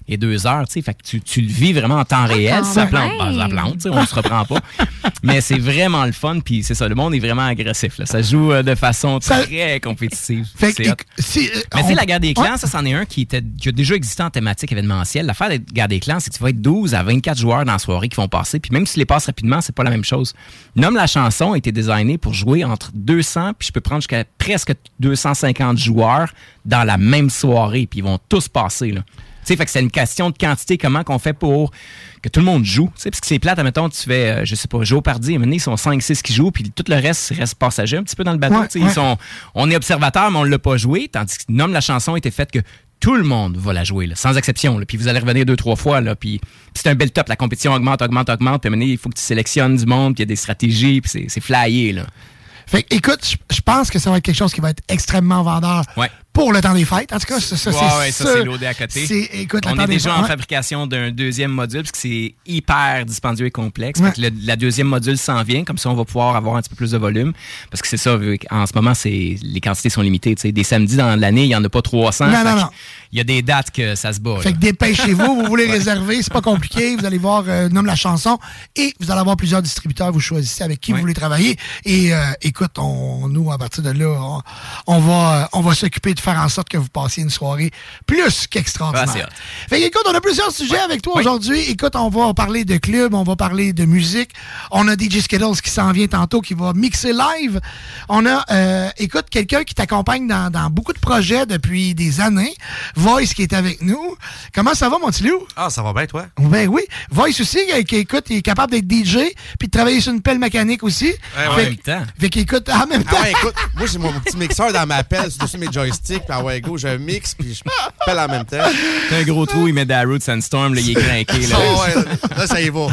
et deux heures, tu sais. Fait que tu, tu le vis vraiment en temps réel. Ah, Ça ouais. plante, ben, ça plante, tu sais, on se reprend pas. Mais c'est vraiment le fun, puis c'est ça, le monde est vraiment agressif, là. Ça joue euh, de façon Ça- très compétitive. Fait C'est que, hot. si, euh, Mais tu sais, on- la guerre des clans, Ouais. ça, c'en est un qui, était, qui a déjà existé en thématique événementielle. L'affaire de la guerre des clans, c'est que tu vas être douze à vingt-quatre joueurs dans la soirée qui vont passer. Puis même si tu les passes rapidement, c'est pas la même chose. Nomme la chanson a été designé pour jouer entre deux cents, puis je peux prendre jusqu'à presque deux cent cinquante joueurs dans la même soirée, puis ils vont tous passer, là. Tu sais, fait que c'est une question de quantité, comment qu'on fait pour que tout le monde joue. Tu sais, parce que c'est plate, admettons, tu fais, euh, je sais pas, jouer au pardi, et maintenant, ils sont cinq six qui jouent, puis tout le reste reste passager un petit peu dans le bateau. Ouais, Tu sais, ouais. ils sont, on est observateur, mais on l'a pas joué, tandis que Nomme la chanson a été faite que tout le monde va la jouer, là, sans exception. Là. Puis vous allez revenir deux, trois fois. Là, puis, puis c'est un bel top. La compétition augmente, augmente, augmente. Puis à un moment donné, il faut que tu sélectionnes du monde, puis il y a des stratégies, puis c'est, c'est flyé. Là. Fait que, écoute, je- je pense que ça va être quelque chose qui va être extrêmement vendeur Ouais. pour le temps des fêtes. En tout cas, ça, ça, Ouais, c'est ouais, ça, sûr. c'est loadé à côté. C'est- écoute, le on temps est des déjà fêtes, en ouais. fabrication d'un deuxième module, parce que c'est hyper dispendieux et complexe. Ouais. Fait que le- la deuxième module s'en vient, comme ça, on va pouvoir avoir un petit peu plus de volume. Parce que c'est ça, vu qu'en ce moment, c'est, les quantités sont limitées. Tu sais, des samedis dans l'année, il n'y en a pas trois cents. Non, Fait non, que non. Il y a des dates que ça se bat. Fait là. que dépêchez-vous, vous voulez réserver, c'est pas compliqué. Vous allez voir euh, Nomme la chanson et vous allez avoir plusieurs distributeurs. Vous choisissez avec qui Ouais. vous voulez travailler. Et euh, écoute, on, nous, à partir de là, on, on va, euh, on va s'occuper de faire en sorte que vous passiez une soirée plus qu'extraordinaire. Ah, c'est hot. Fait que, écoute, on a plusieurs sujets avec toi Oui. aujourd'hui. Écoute, on va parler de club, on va parler de musique. On a D J Skittles qui s'en vient tantôt, qui va mixer live. On a, euh, écoute, quelqu'un qui t'accompagne dans, dans beaucoup de projets depuis des années. Voice qui est avec nous. Comment ça va, mon petit loup? Ah, ça va bien, toi? Ben oui. Voice aussi, euh, qui écoute, il est capable d'être D J puis de travailler sur une pelle mécanique aussi. Ouais, fait, en même temps. Fait qu'écoute, en même temps. Ah ouais, écoute, moi j'ai mon petit mixeur dans ma pelle, sur dessus mes joysticks, puis ah ouais, go, je mixe, puis je pelle en même temps. T'as un gros trou, il met Darude Sandstorm, là, il est craqué. Là. Ah ouais, là, ça y va.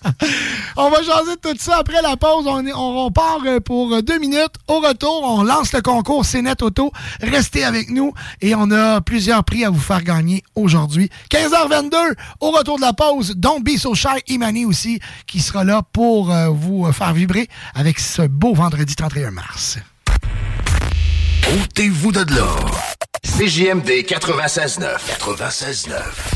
On va jaser de tout ça après la pause. On, est- on, on part euh, pour euh, deux minutes. Au retour, on lance le concours C net Auto. Restez avec nous et on a plusieurs prix à vous faire gagner aujourd'hui. quinze heures vingt-deux, au retour de la pause, Don't Be So Shy, Imani aussi, qui sera là pour euh, vous euh, faire vibrer avec ce beau vendredi trente et un mars. Ôtez-vous de là. C J M D quatre-vingt-seize neuf. quatre-vingt-seize neuf.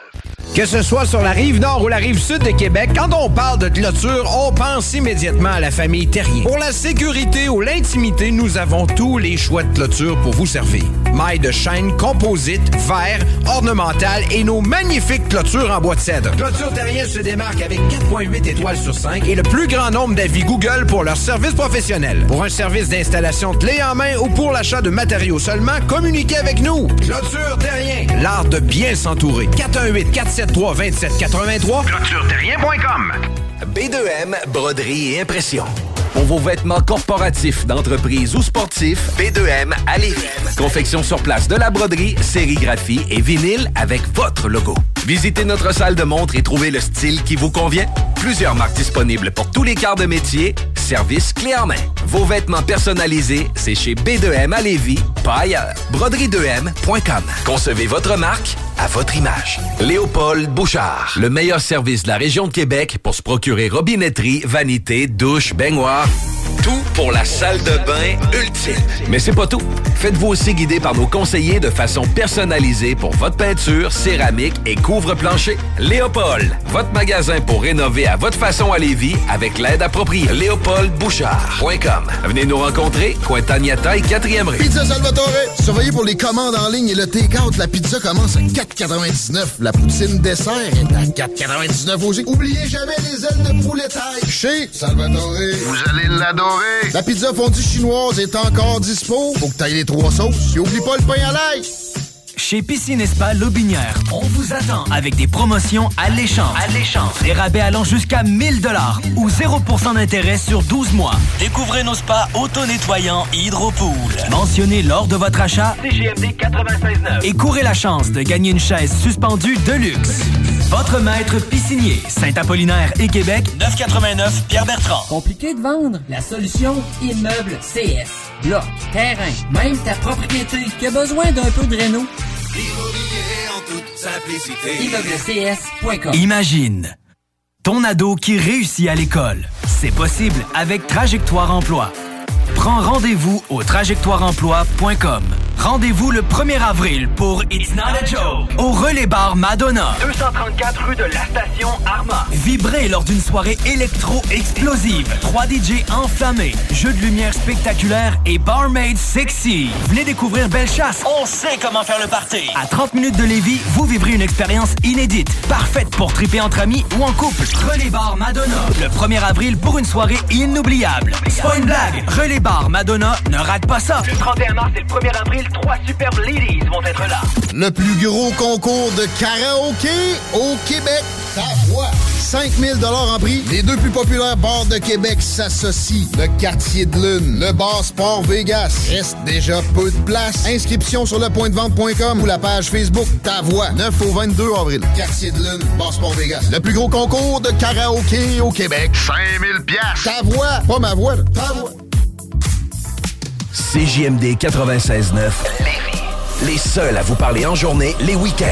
Que ce soit sur la rive nord ou la rive sud de Québec, quand on parle de clôture, on pense immédiatement à la famille Terrien. Pour la sécurité ou l'intimité, nous avons tous les choix de clôture pour vous servir. Mailles de chaîne, composite, verre, ornemental et nos magnifiques clôtures en bois de cèdre. Clôture Terrien se démarque avec quatre virgule huit étoiles sur cinq et le plus grand nombre d'avis Google pour leur service professionnel. Pour un service d'installation clé en main ou pour l'achat de matériaux seulement, communiquez avec nous. Clôture Terrien, l'art de bien s'entourer. quatre un huit, quatre sept trois, deux sept huit trois. clôture terrien point com. B deux M, broderie et impression. Pour vos vêtements corporatifs, d'entreprise ou sportifs, B deux M à Lévis. Confection sur place de la broderie, sérigraphie et vinyle avec votre logo. Visitez notre salle de montre et trouvez le style qui vous convient. Plusieurs marques disponibles pour tous les quarts de métier. Service clé en main. Vos vêtements personnalisés, c'est chez B deux M à Lévis, pas ailleurs. broderie deux M point com. Concevez votre marque à votre image. Léopold Bouchard. Le meilleur service de la région de Québec pour se procurer robinetterie, vanité, douche, baignoire. Tout pour la salle de bain ultime. Mais c'est pas tout. Faites-vous aussi guider par nos conseillers de façon personnalisée pour votre peinture, céramique et couvre-plancher. Léopold, votre magasin pour rénover à votre façon à Lévis avec l'aide appropriée. léopold bouchard point com. Venez nous rencontrer, Cointagnata et quatrième rue. Pizza Salvatore. Surveillez pour les commandes en ligne et le take-out. La pizza commence à quatre quatre-vingt-dix-neuf. La poutine dessert est à quatre quatre-vingt-dix-neuf aussi. Oubliez jamais les ailes de poulet taille. Chez Salvatore. Vous allez l'adorer. La pizza fondue chinoise est encore dispo. Faut que t'ailles les trois sauces. Et oublie pas le pain à l'ail. Chez Piscine et Spa Lobinière, on vous attend avec des promotions alléchantes. Alléchantes. Des rabais allant jusqu'à mille dollars ou zéro pour cent d'intérêt sur douze mois. Découvrez nos spas auto-nettoyants Hydropool. Mentionnez lors de votre achat C G M D quatre-vingt-seize neuf. et courez la chance de gagner une chaise suspendue de luxe. Votre maître piscinier, Saint-Apollinaire et Québec, neuf cent quatre-vingt-neuf Pierre-Bertrand. Compliqué de vendre? La solution Immeuble C S. Bloc, terrain, même ta propriété qui a besoin d'un peu de réno. L'immobilier en toute simplicité. Immeuble C S point com. Imagine ton ado qui réussit à l'école. C'est possible avec Trajectoire Emploi. Prends rendez-vous au trajectoire emploi point com. Rendez-vous le premier avril pour It's Not a Joke au Relais Bar Madonna. deux cent trente-quatre rue de la station Arma. Vibrez lors d'une soirée électro-explosive. trois D J enflammés, jeux de lumière spectaculaires et barmaid sexy. Venez découvrir Bellechasse. On sait comment faire le party. À trente minutes de Lévis, vous vivrez une expérience inédite, parfaite pour triper entre amis ou en couple. Relais Bar Madonna, le premier avril pour une soirée inoubliable. C'est pas une blague. Relais Bar Madonna, ne rate pas ça. Le trente et un mars et le premier avril, trois superbes ladies vont être là. Le plus gros concours de karaoké au Québec, ta voix. cinq mille dollars en prix. Les deux plus populaires bars de Québec s'associent. Le Quartier de Lune, le bar Sport Vegas. Reste déjà peu de place. Inscription sur le point de vente point com ou la page Facebook Ta Voix. neuf au vingt-deux avril. Quartier de Lune, bar Sport Vegas. Le plus gros concours de karaoké au Québec. cinq mille piastres. Ta voix, pas ma voix, ta voix. C J M D quatre-vingt-seize neuf. Les seuls à vous parler en journée, les week-ends.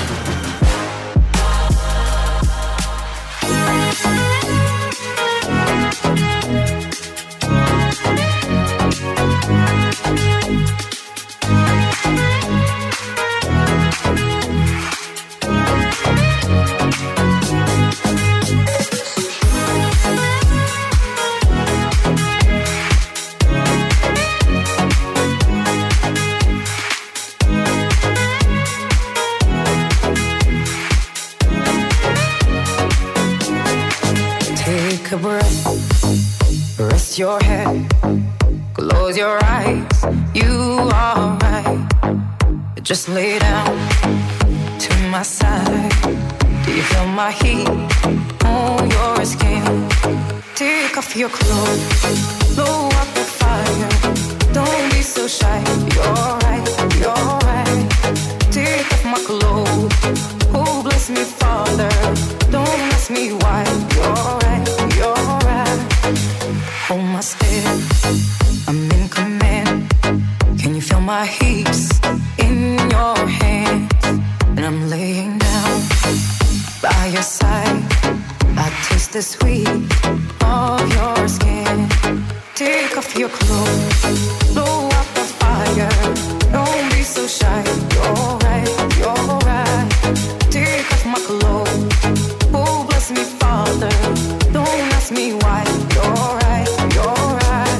Take a breath, rest your head, close your eyes, you are right. Just lay down to my side. Do you feel my heat on your skin? Take off your clothes, blow up the fire. Don't be so shy, you're right, you're right. Take off my clothes, oh bless me Father. Don't ask me why, you're right, you're right. Hold my step, I'm in command. Can you feel my hips in your hands? And I'm laying down by your side. I taste the sweet of your skin. Take off your clothes, blow up the fire. Don't be so shy, you're right, you're right. Take off my clothes, oh bless me Father. Don't ask me why, you're right, you're right.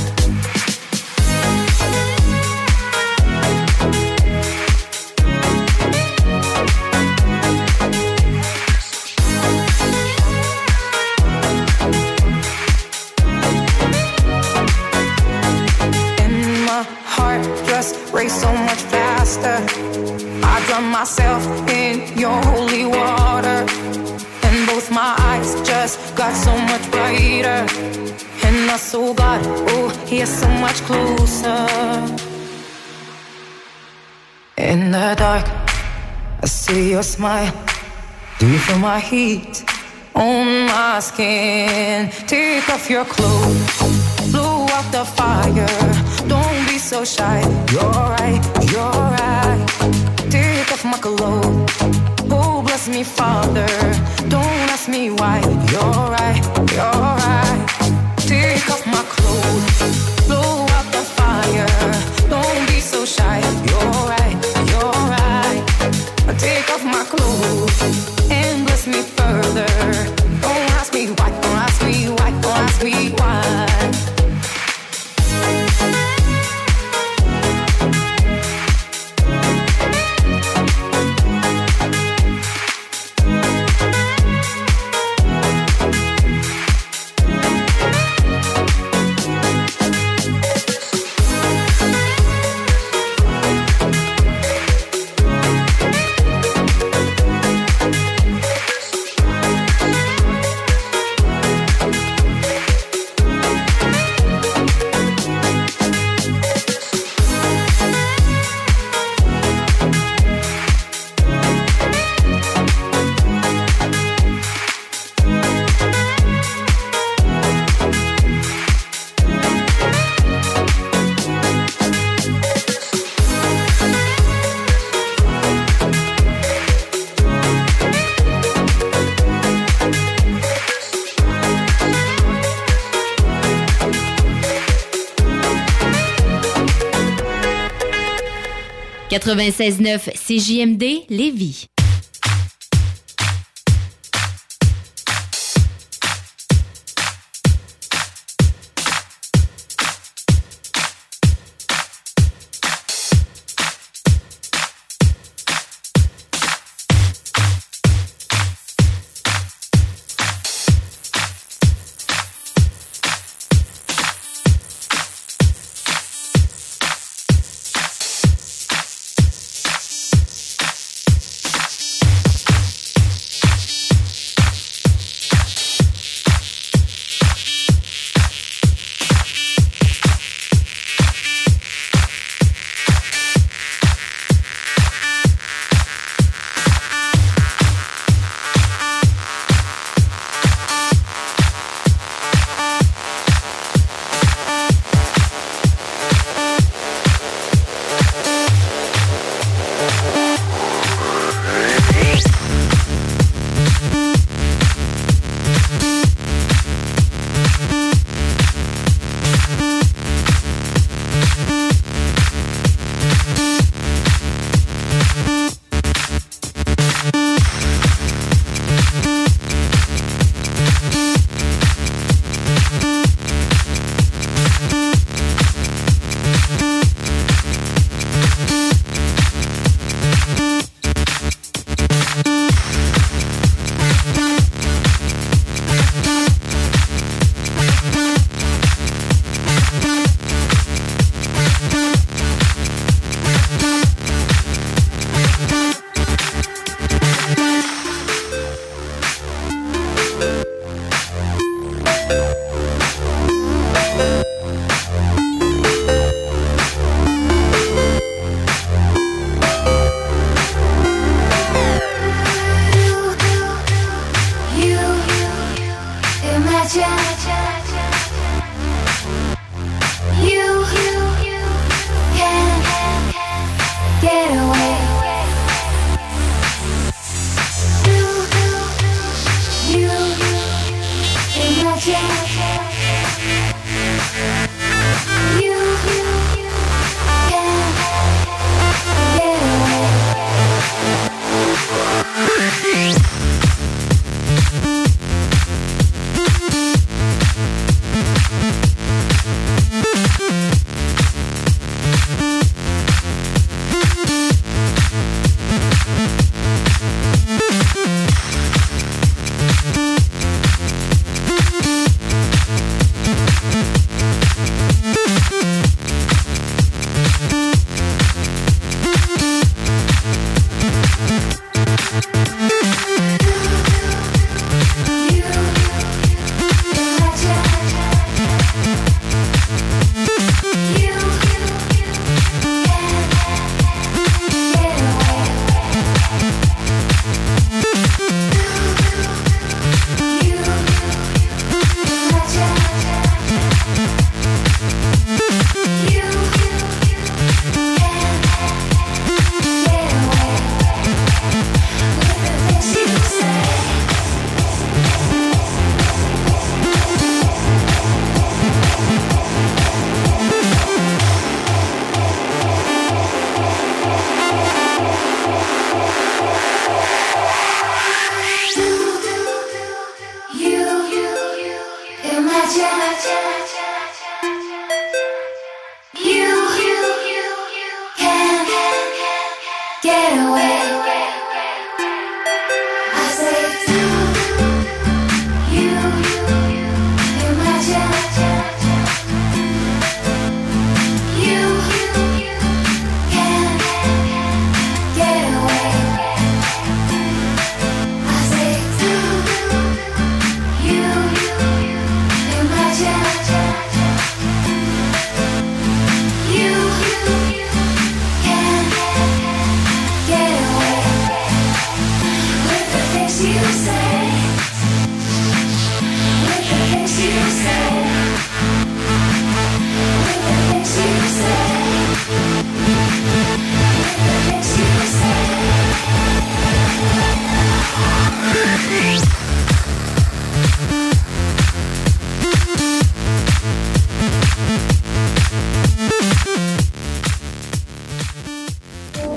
And my heart just raced so much faster. I drown myself in your holy water. And both my eyes just got so much brighter. And I saw God, oh, He is so much closer. In the dark, I see your smile. Do you feel my heat on my skin? Take off your clothes, blow out the fire. Don't be so shy, you're right, you're right. Take off my clothes, oh bless me Father. Don't ask me why, you're right, you're right. Take off my clothes, blow out the fire. Don't be so shy, you're right, you're right. Take off my clothes and bless me further. Don't ask me why, don't ask me why, don't ask me why. quatre-vingt-seize neuf C J M D Lévis.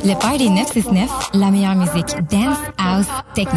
Le Party neuf cent soixante-neuf, la meilleure musique dance, house, techno.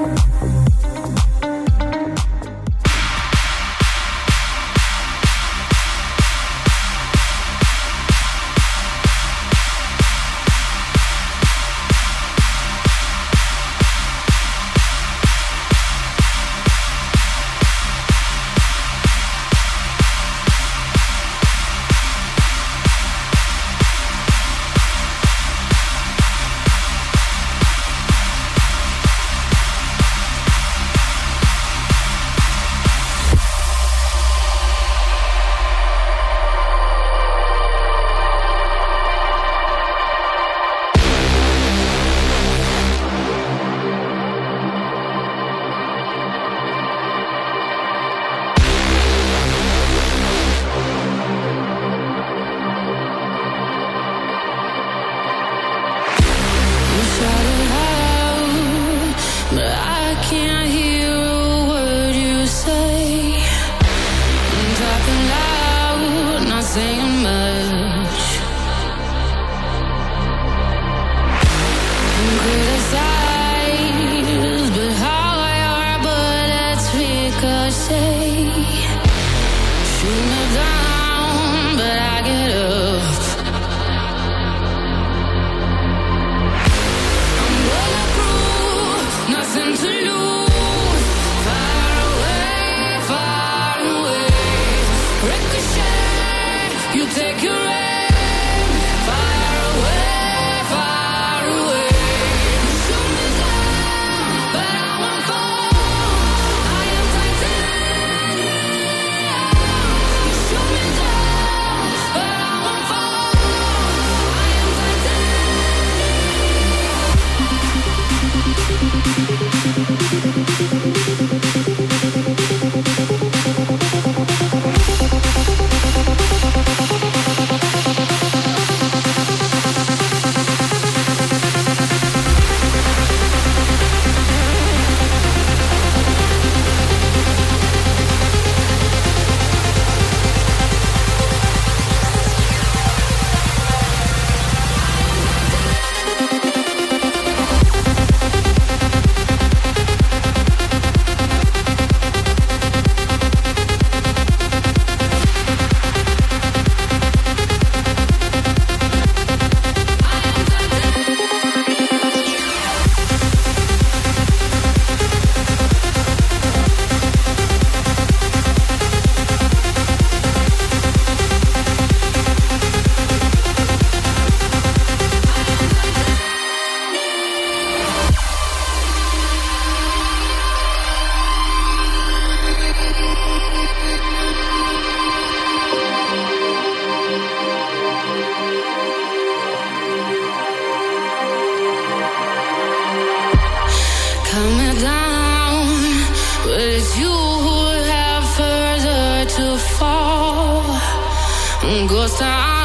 Ghost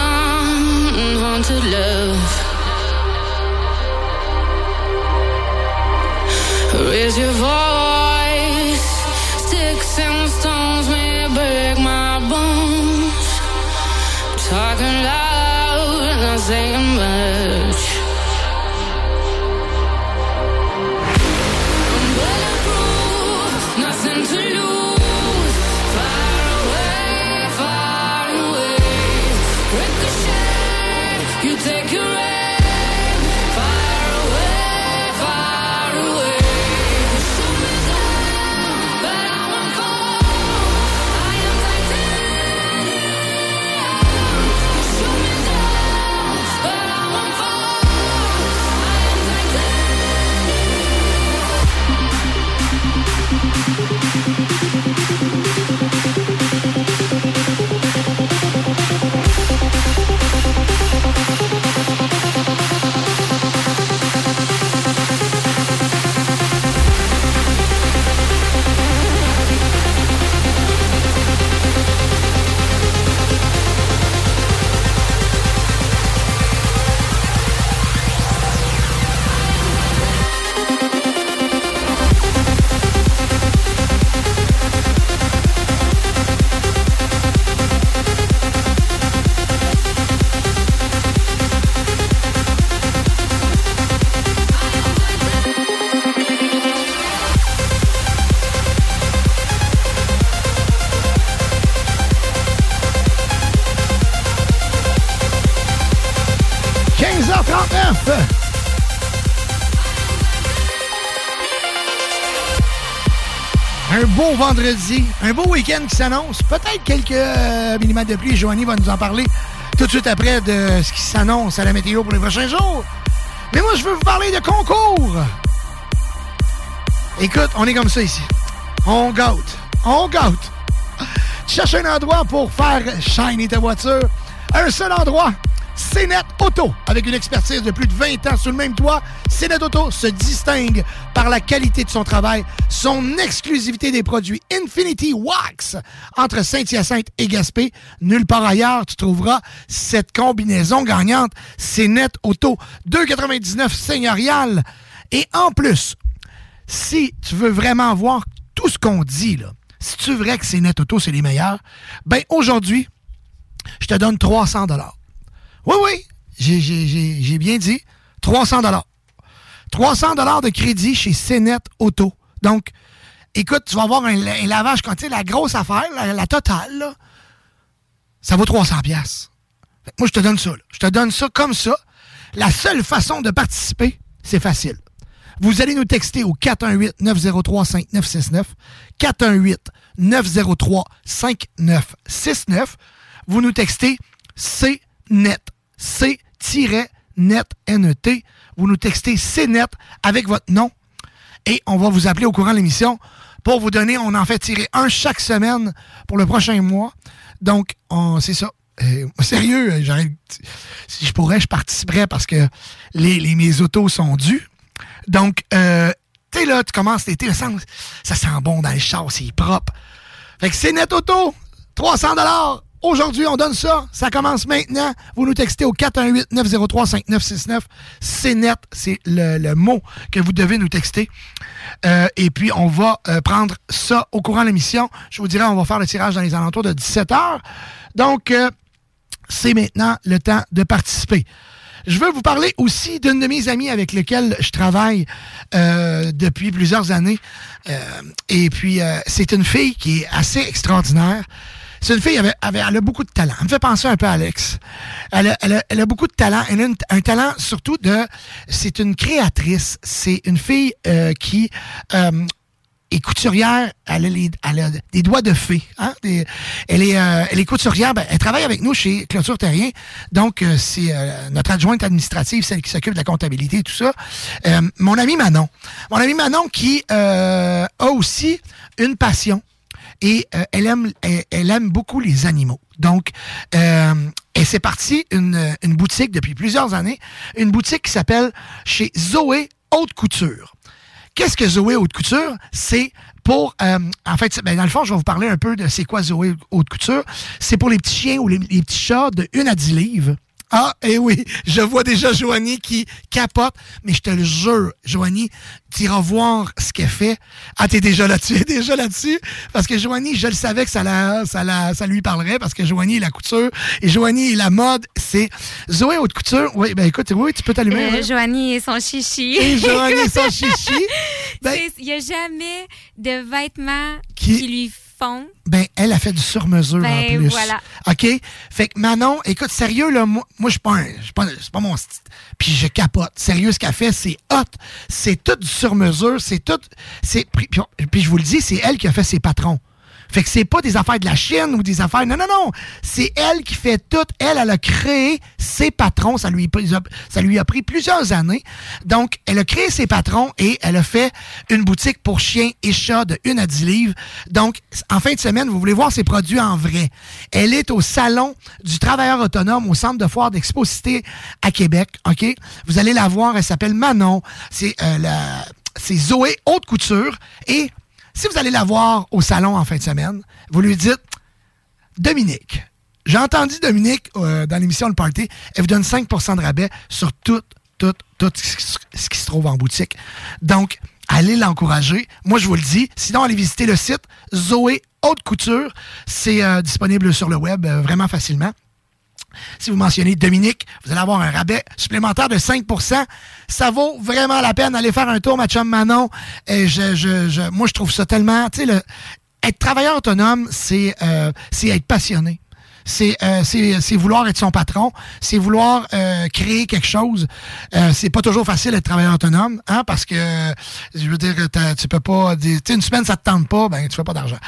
town, haunted love. Raise your voice. Sticks and stones may break my bones. Talking loud, not saying much. I'm bulletproof, nothing to lose. Far away, far away. Ricochet, you take your aim. Far away, far away. Shoot me down, but I won't fall. I am titanium. Shoot me down, but I won't fall. I am titanium. quarante-neuf. Un beau vendredi, un beau week-end qui s'annonce. Peut-être quelques euh, millimètres de pluie. Joanie va nous en parler tout de suite après de ce qui s'annonce à la météo pour les prochains jours. Mais moi, je veux vous parler de concours. Écoute, on est comme ça ici. On gâte. On gâte. Tu cherches un endroit pour faire shiner ta voiture. Un seul endroit. C Net Auto. Avec une expertise de plus de vingt ans sous le même toit, C Net Auto se distingue par la qualité de son travail, son exclusivité des produits Infinity Wax. Entre Saint-Hyacinthe et Gaspé, nulle part ailleurs, tu trouveras cette combinaison gagnante. C Net Auto, deux quatre-vingt-dix-neuf seigneurial. Et en plus, si tu veux vraiment voir tout ce qu'on dit, là, si tu veux vrai que C Net Auto, c'est les meilleurs, ben aujourd'hui, je te donne trois cents dollars. Oui, oui, j'ai, j'ai, j'ai, j'ai bien dit. trois cents dollars. trois cents dollars de crédit chez C Net Auto. Donc, écoute, tu vas avoir un, un lavage, quand tu sais, la grosse affaire, la, la totale, là, ça vaut trois cents dollars. Moi, je te donne ça. Là. Je te donne ça comme ça. La seule façon de participer, c'est facile. Vous allez nous texter au quatre un huit neuf zéro trois cinq neuf six neuf. quatre un huit neuf zéro trois cinq neuf six neuf. Vous nous textez C Net. C-net, N E T. Vous nous textez C Net avec votre nom et on va vous appeler au courant de l'émission pour vous donner, on en fait tirer un chaque semaine pour le prochain mois. Donc, on, c'est ça. Euh, sérieux, j'arrive, si je pourrais, je participerais parce que les, les, mes autos sont dus. Donc, euh, tu sais, là, tu commences l'été, ça sent, ça sent bon dans les chars, c'est propre. Fait que C Net Auto, trois cents dollars. Aujourd'hui, on donne ça. Ça commence maintenant. Vous nous textez au quatre un huit neuf zéro trois cinq neuf six neuf. C Net, c'est le, le mot que vous devez nous texter. Euh, et puis, on va euh, prendre ça au courant de l'émission. Je vous dirai, on va faire le tirage dans les alentours de dix-sept heures. Donc, euh, c'est maintenant le temps de participer. Je veux vous parler aussi d'une de mes amies avec lesquelles je travaille euh, depuis plusieurs années. Euh, et puis, euh, c'est une fille qui est assez extraordinaire. C'est une fille, elle, avait, elle a beaucoup de talent. Elle me fait penser un peu à Alex. Elle a, elle a, elle a beaucoup de talent. Elle a une, un talent surtout de... C'est une créatrice. C'est une fille euh, qui euh, est couturière. Elle a, les, elle a des doigts de fée. Hein? Des, elle, est, euh, elle est couturière. Ben, elle travaille avec nous chez Clôture Terrien. Donc, euh, c'est euh, notre adjointe administrative, celle qui s'occupe de la comptabilité et tout ça. Euh, mon ami Manon. Mon ami Manon qui euh, a aussi une passion. Et euh, elle aime elle, elle aime beaucoup les animaux. Donc, euh, elle s'est partie une, une boutique depuis plusieurs années, une boutique qui s'appelle chez Zoé Haute Couture. Qu'est-ce que Zoé Haute Couture? C'est pour, euh, en fait, ben dans le fond, je vais vous parler un peu de c'est quoi Zoé Haute Couture. C'est pour les petits chiens ou les, les petits chats de une à dix livres. Ah, eh oui, je vois déjà Joanie qui capote, mais je te le jure, Joanie, tu iras voir ce qu'elle fait. Ah, t'es déjà là-dessus, t'es déjà là-dessus, parce que Joanie, je le savais que ça, la, ça, la, ça lui parlerait, parce que Joanie est la couture, et Joanie est la mode, c'est Zoé Haute Couture. Oui, ben écoute, oui, tu peux t'allumer. Euh, Joanie et son chichi. Et Joanie et son chichi. Ben, il n'y a jamais de vêtements qui, qui lui font. Ben, elle a fait du sur-mesure ben, en plus. Voilà. OK? Fait que Manon, écoute, sérieux, là, moi, moi je suis pas un, je suis pas, c'est pas mon style. Puis je capote. Sérieux, ce qu'elle fait, c'est hot. C'est tout du sur-mesure. C'est tout. C'est, puis, puis je vous le dis, c'est elle qui a fait ses patrons. Fait que c'est pas des affaires de la Chine ou des affaires... Non, non, non. C'est elle qui fait tout. Elle, elle a créé ses patrons. Ça lui, ça lui a pris plusieurs années. Donc, elle a créé ses patrons et elle a fait une boutique pour chiens et chats de une à dix livres. Donc, en fin de semaine, vous voulez voir ses produits en vrai. Elle est au Salon du Travailleur Autonome au Centre de foire d'Exposité à Québec. OK? Vous allez la voir. Elle s'appelle Manon. C'est, euh, la, c'est Zoé Haute Couture. Et... si vous allez la voir au salon en fin de semaine, vous lui dites « Dominique, j'ai entendu Dominique euh, dans l'émission Le Party, elle vous donne cinq pour cent de rabais sur tout, tout, tout ce qui se trouve en boutique. » Donc, allez l'encourager. Moi, je vous le dis. Sinon, allez visiter le site Zoé Haute Couture. C'est euh, disponible sur le web euh, vraiment facilement. Si vous mentionnez Dominique, vous allez avoir un rabais supplémentaire de cinq pour cent. Ça vaut vraiment la peine d'aller faire un tour, ma chum Manon. Et je, je, je, moi, je trouve ça tellement... Tu sais, le, être travailleur autonome, c'est, euh, c'est être passionné. c'est, euh, c'est, c'est vouloir être son patron, c'est vouloir euh, créer quelque chose. Euh, c'est pas toujours facile d'être travailleur autonome, hein, parce que, je veux dire, tu peux pas... Tu sais, une semaine, ça te tente pas, ben tu fais pas d'argent.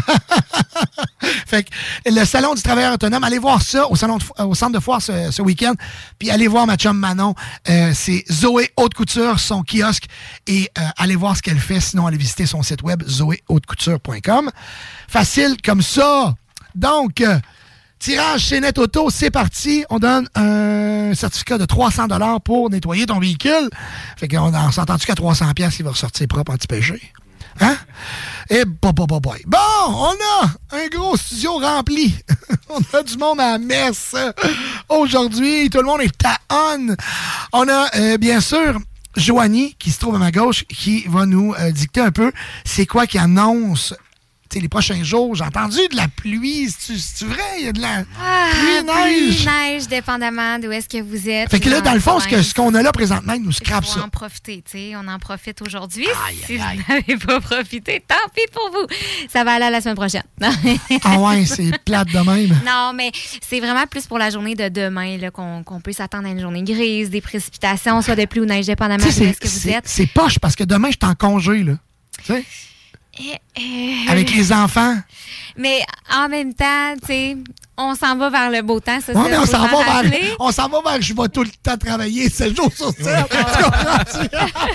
Fait que le Salon du travailleur autonome, allez voir ça au, salon de, au centre de foire ce, ce week-end, puis allez voir ma chum Manon. Euh, c'est Zoé Haute Couture, son kiosque, et euh, allez voir ce qu'elle fait. Sinon, allez visiter son site web, zoé haute couture point com. Facile comme ça. Donc, euh, tirage chez Net Auto, c'est parti. On donne un certificat de trois cents dollars pour nettoyer ton véhicule. Fait qu'on on s'entend-tu qu'à trois cents dollars, il va ressortir propre anti-péché? Hein? Et boy, boy, boy, boy. Bon, on a un gros studio rempli. On a du monde à la messe aujourd'hui. Tout le monde est à on. On a, euh, bien sûr, Joanie, qui se trouve à ma gauche, qui va nous euh, dicter un peu c'est quoi qui annonce t'sais, les prochains jours. J'ai entendu de la pluie. C'est-tu, c'est-tu vrai? Il y a de la ah, pluie, neige. Pluie, neige, dépendamment d'où est-ce que vous êtes. Fait que là, dans le fond, ce, que, ce qu'on a là présentement, il nous scrape ça. Il faut en profiter, tu sais. On en profite aujourd'hui. Aïe, si aïe, vous n'avez pas profité, tant pis pour vous. Ça va aller à la semaine prochaine. Ah ouais, c'est plate de même. Non, mais c'est vraiment plus pour la journée de demain là, qu'on, qu'on peut s'attendre à une journée grise, des précipitations, soit de pluie ou neige, dépendamment d'où est-ce que vous c'est, êtes. C'est poche parce que demain, je suis en congé, là. Tu sais? Euh, euh, Avec les enfants. Mais en même temps, tu sais, on s'en va vers le beau temps. Ça, ouais, ça, mais on s'en, va vers, rappeler. on s'en va vers je vais tout le temps travailler sept jours sur sept. Tu comprends-tu?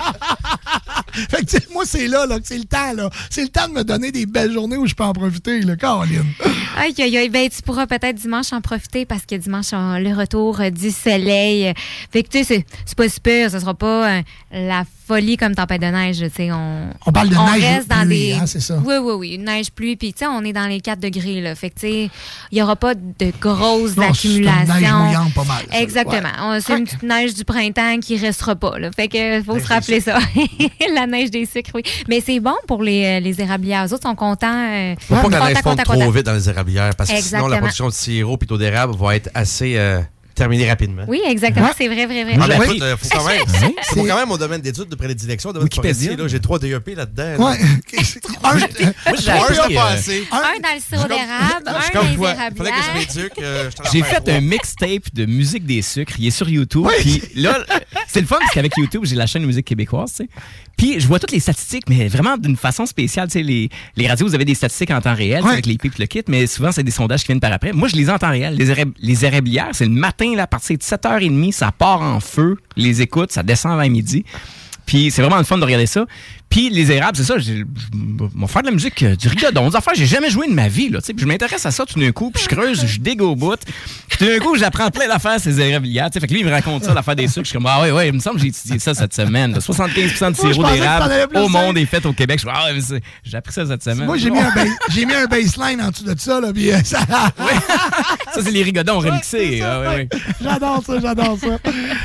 Fait que, tu sais, moi, c'est là, là, que c'est le temps, là. C'est le temps de me donner des belles journées où je peux en profiter, là, Caroline. Aïe, aïe, aïe. Ben, tu pourras peut-être dimanche en profiter parce que dimanche, on a le retour euh, du soleil. Fait que, tu sais, c'est, c'est pas super. Ce sera pas euh, la folie comme tempête de neige, tu sais. On, on parle de on neige reste dans pluie, des... hein, c'est ça? Oui, oui, oui. Neige, pluie. Puis, tu sais, on est dans les quatre degrés, là. Fait que, tu sais, il y aura pas de grosses non, accumulations. C'est une neige mouillante, pas mal. Exactement. Ouais. On, c'est okay. Une petite neige du printemps qui restera pas, là. Fait que, faut neige se rappeler ça. La neige des sucres, oui. Mais c'est bon pour les, les érablières. Eux autres sont contents. Euh, Faut pas que la neige fonde trop content. vite dans les érablières parce que exactement. sinon la production de sirop et d'eau d'érable va être assez euh, terminée rapidement. Oui, exactement. Ouais. C'est vrai, vrai, vrai. Ah, ben, oui. écoute, euh, faut quand même, c'est, c'est quand même mon domaine d'études de prédilection. De forestier, là, j'ai trois D E P là-dedans. Ouais. un, moi, j'ai un, euh, pas assez. Un, un dans le sirop d'érable, un dans les érablières. Fallait que je m'éduque. Euh, j'ai fait un mixtape de musique des sucres. Il est sur YouTube. Puis là, c'est le fun parce qu'avec YouTube, j'ai la chaîne de musique québécoise, tu sais. Puis je vois toutes les statistiques, mais vraiment d'une façon spéciale. Tu sais, les, les radios, vous avez des statistiques en temps réel, ouais. avec les pipes, le kit, mais souvent, c'est des sondages qui viennent par après. Moi, je les ai en temps réel. Les, érab- les érablières, c'est le matin, là, à partir de sept heures trente, ça part en feu. Les écoutes, ça descend vers midi. Puis c'est vraiment le fun de regarder ça. Puis les érables, c'est ça, je vais faire de la musique, euh, du rigodon, des affaires, j'ai jamais joué de ma vie, là, tu sais. Puis je m'intéresse à ça tout d'un coup, puis je creuse, je digue au bout. Puis tout d'un coup, j'apprends plein d'affaires, ces érablières, tu sais. Fait que lui, il me raconte ça, l'affaire des sucres. Je suis comme, ah ouais, ouais, il me semble que j'ai étudié ça cette semaine. Là. soixante-quinze pour cent de sirop d'érable au monde est fait au Québec. Je suis ah ouais, mais j'ai appris ça cette semaine. Moi, j'ai mis, un ba- j'ai mis un baseline en dessous de ça, là, puis ça... ouais. Ça, c'est les rigodons remixés. Ah, ouais, ouais. J'adore ça, j'adore ça.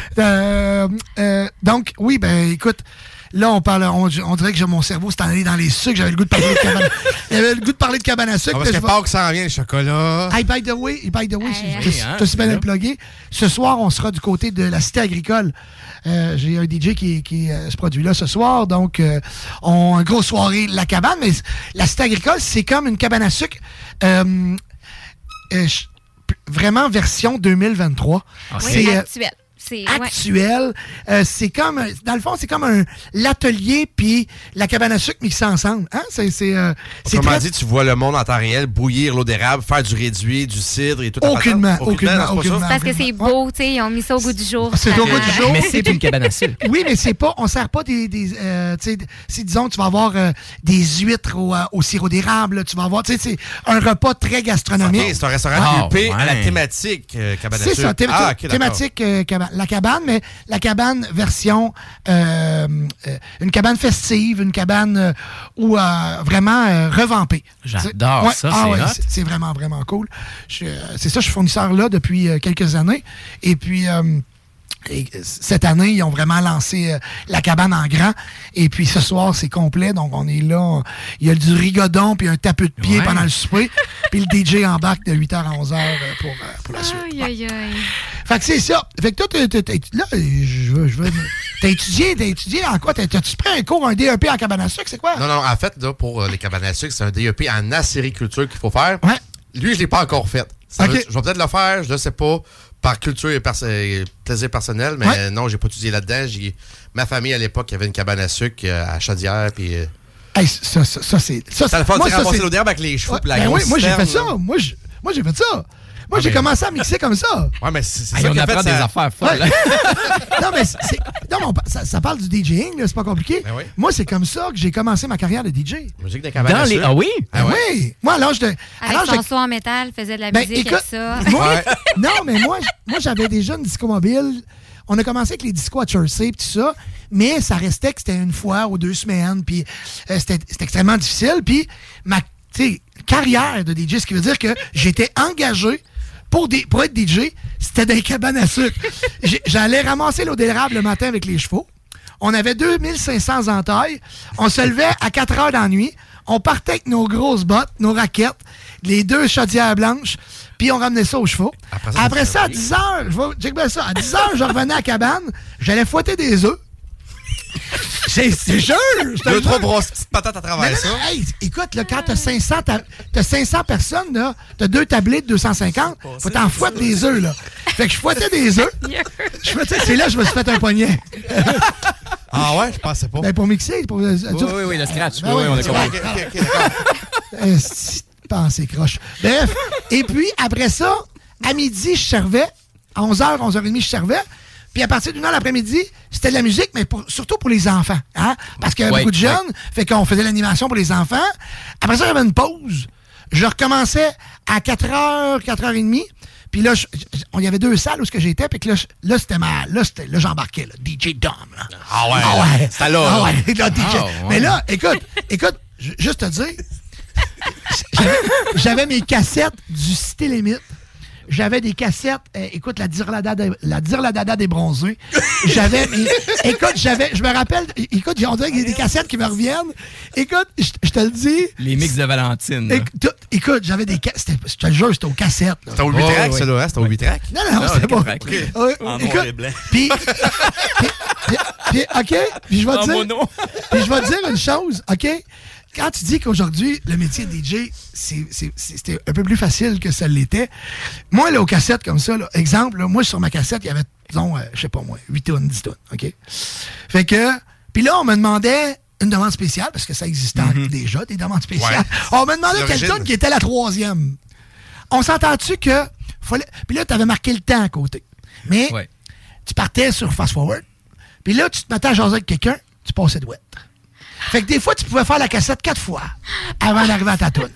Euh, euh, donc, oui, ben, écoute... Là, on parle, on, on dirait que mon cerveau s'est allé dans les sucres. J'avais le goût de parler de cabane. J'avais le goût de parler de cabane à sucre. Ah, parce que Pâques s'en vient, le chocolat. Hey, by the way, by the way, je hey, te suis bien implugué. Ce soir, on sera du côté de la Cité agricole. Euh, j'ai un D J qui, qui euh, se produit là ce soir. Donc, euh, on une grosse soirée La Cabane. Mais la Cité agricole, c'est comme une cabane à sucre. Euh, euh, vraiment version deux mille vingt-trois. Okay. C'est oui, actuel. C'est, actuel. Ouais. Euh, c'est comme, dans le fond, c'est comme un, l'atelier puis la cabane à sucre mixés ensemble. Hein? C'est, c'est, euh, c'est Autrement très... dit, tu vois le monde en temps réel bouillir l'eau d'érable, faire du réduit, du cidre et tout. Aucunement, aucunement, aucunement, aucunement. Parce que c'est beau, tu sais, ils ont mis ça au goût du jour. C'est au goût du jour. Mais c'est une cabane à sucre. Oui, mais c'est pas, on sert pas des, des euh, tu sais, si disons, tu vas avoir euh, des huîtres au, euh, au sirop d'érable, tu vas avoir, tu sais, c'est un repas très gastronomique. Okay, c'est un restaurant oh, huppé ouais. à la thématique euh, cabane à sucre. C'est ça, thé- ah, okay, thématique euh, cabane. La cabane, mais la cabane version euh, euh, une cabane festive, une cabane euh, où euh, vraiment euh, revampée. J'adore ouais, ça, ah c'est ouais, hot. C'est, c'est vraiment, vraiment cool. Je, c'est ça, je suis fournisseur là depuis euh, quelques années. Et puis... Euh, Et cette année, ils ont vraiment lancé euh, la cabane en grand. Et puis ce soir, c'est complet. Donc, on est là. On, il y a du rigodon puis un tapeux de pied ouais. pendant le souper. Puis le D J embarque de huit heures à onze heures pour, euh, pour la suite. Aïe, aïe, aïe. Fait que c'est ça. Fait que toi, t'es, t'es, t'es, là, je veux... Je veux t'as étudié, t'as étudié en quoi? T'as, t'as-tu pris un cours, un D E P en cabane à sucre? C'est quoi? Non, non, en fait, là, pour euh, les cabanes à sucre, c'est un D E P en acériculture qu'il faut faire. Ouais. lui, je l'ai pas encore fait. Ça OK. veut- je vais peut-être le faire, je ne sais pas, par culture et perso- et plaisir personnel, mais Ouais. non, j'ai pas étudié là-dedans. J'ai... Ma famille, à l'époque, avait une cabane à sucre euh, à Chaudière, puis... euh, Hey, ça, ça, ça, c'est. Ça, Ça le fait de ramasser l'eau d'herbe avec les cheveux Ouais, puis la ben grosse oui, moi, j'ai fait citerne, ça. là. Moi, je- moi, j'ai fait ça. Moi, Ah, j'ai mais- commencé à mixer comme ça. Ouais, mais c'est, c'est Hey, ça on qui a fait apprend ça. des affaires folles. Ouais. non, mais c'est, c'est- non, mais on pa- ça, ça parle du DJing, là, c'est pas compliqué. Ben oui. Moi, c'est comme ça que j'ai commencé ma carrière de D J. Musique de cabane Dans à les... sucre. Ah oui? Ben oui. Moi, à l'âge de. À Avec l'âge son de- son en métal, faisait de la Ben, musique écoute, avec ça. moi, Ouais. non, mais moi, j- moi j'avais déjà une disco mobile. On a commencé avec les discos à Chelsea et tout ça, mais ça restait que c'était une fois ou deux semaines, puis euh, c'était, c'était extrêmement difficile. Puis ma tu sais, carrière de D J, ce qui veut dire que j'étais engagé pour, des, pour être D J, c'était dans les cabanes à sucre. J'ai- J'allais ramasser l'eau d'érable le matin avec les chevaux. On avait deux mille cinq cents entailles. On se levait à quatre heures dans la nuit. On partait avec nos grosses bottes, nos raquettes, les deux chaudières blanches, puis on ramenait ça aux chevaux. Après ça, Après c'est ça, à servi. dix heures, je vais, check bien ça, à dix heures, je revenais à la cabane, j'allais fouetter des œufs. C'est c'est sûr! je te Deux, le trois jure. grosses petites patates à Mais travers non, ça. non, hey, écoute, là, quand t'as cinq cents, t'as, t'as cinq cents personnes, là, t'as deux tablés de deux cent cinquante, faut t'en fouetter des œufs, là. Fait que je fouettais des œufs. Je fouettais- c'est là que je me suis fait un poignet. Ah ouais, je pensais pas. Ben, pour mixer, pour... Oui, oui, oui, le scratch. Ben oui, oui, on a tu compris. Ok, ok, ok, d'accord. Euh, c'est- pensée croche. Bref, et puis après ça, à midi, je servais. À onze heures, onze heures trente, je servais. Puis à partir d'une heure l'après-midi, c'était de la musique, mais pour- surtout pour les enfants. Hein? Parce qu'il y avait Ouais, beaucoup de jeunes, ouais. fait qu'on faisait l'animation pour les enfants. Après ça, j'avais une pause. Je recommençais à quatre heures, quatre heures trente. Puis là, je- je- on y avait deux salles où ce que j'étais, puis que là, je- là, c'était ma, là, c'était, là, j'embarquais, là, D J Dom. Là. Ah ouais, Ah ouais. c'était là, Ah là. ouais, là, D J. Ah ouais. Mais là, écoute, écoute, ju- juste te dire, j'avais- j'avais mes cassettes du Cité Limite. J'avais des cassettes, euh, écoute, la Dirladada, la Dirladada des bronzés. J'avais, mes- écoute, j'avais, je me rappelle, écoute, on dirait qu'il y a des cassettes qui me reviennent. Écoute, je je te le dis. Les mix de Valentine. là. Écoute, écoute, j'avais des cassettes, je te le jure, c'était aux cassettes. là. C'était au huit Ouais, tracks, ouais. ça, là, hein? C'était au huit tracks. Non, non, Non, c'était les pas. quatre tracks. Ouais, ouais, En écoute, noir et blanc. Puis, puis, puis- puis, OK, puis je vais En te dire, mono. puis je vais te dire une chose, OK? Quand tu dis qu'aujourd'hui, le métier de D J, c'est- c'est- c'est- c'était un peu plus facile que ça l'était, moi, là, aux cassettes comme ça, là, exemple, là, moi, sur ma cassette, il y avait, disons, euh, je sais pas moi, huit tonnes, dix tonnes, OK? Fait que, puis là, on me demandait une demande spéciale, parce que ça existait déjà, des demandes spéciales. Ouais. On me demandait C'est quelle l'origine. tonne qui était la troisième. On s'entend-tu que, fallait, puis là, tu avais marqué le temps à côté. Mais, Ouais. tu partais sur Fast Forward, puis là, tu te mettais à jaser avec quelqu'un, tu passais de ouette. Fait que des fois, tu pouvais faire la cassette quatre fois avant d'arriver à ta toune.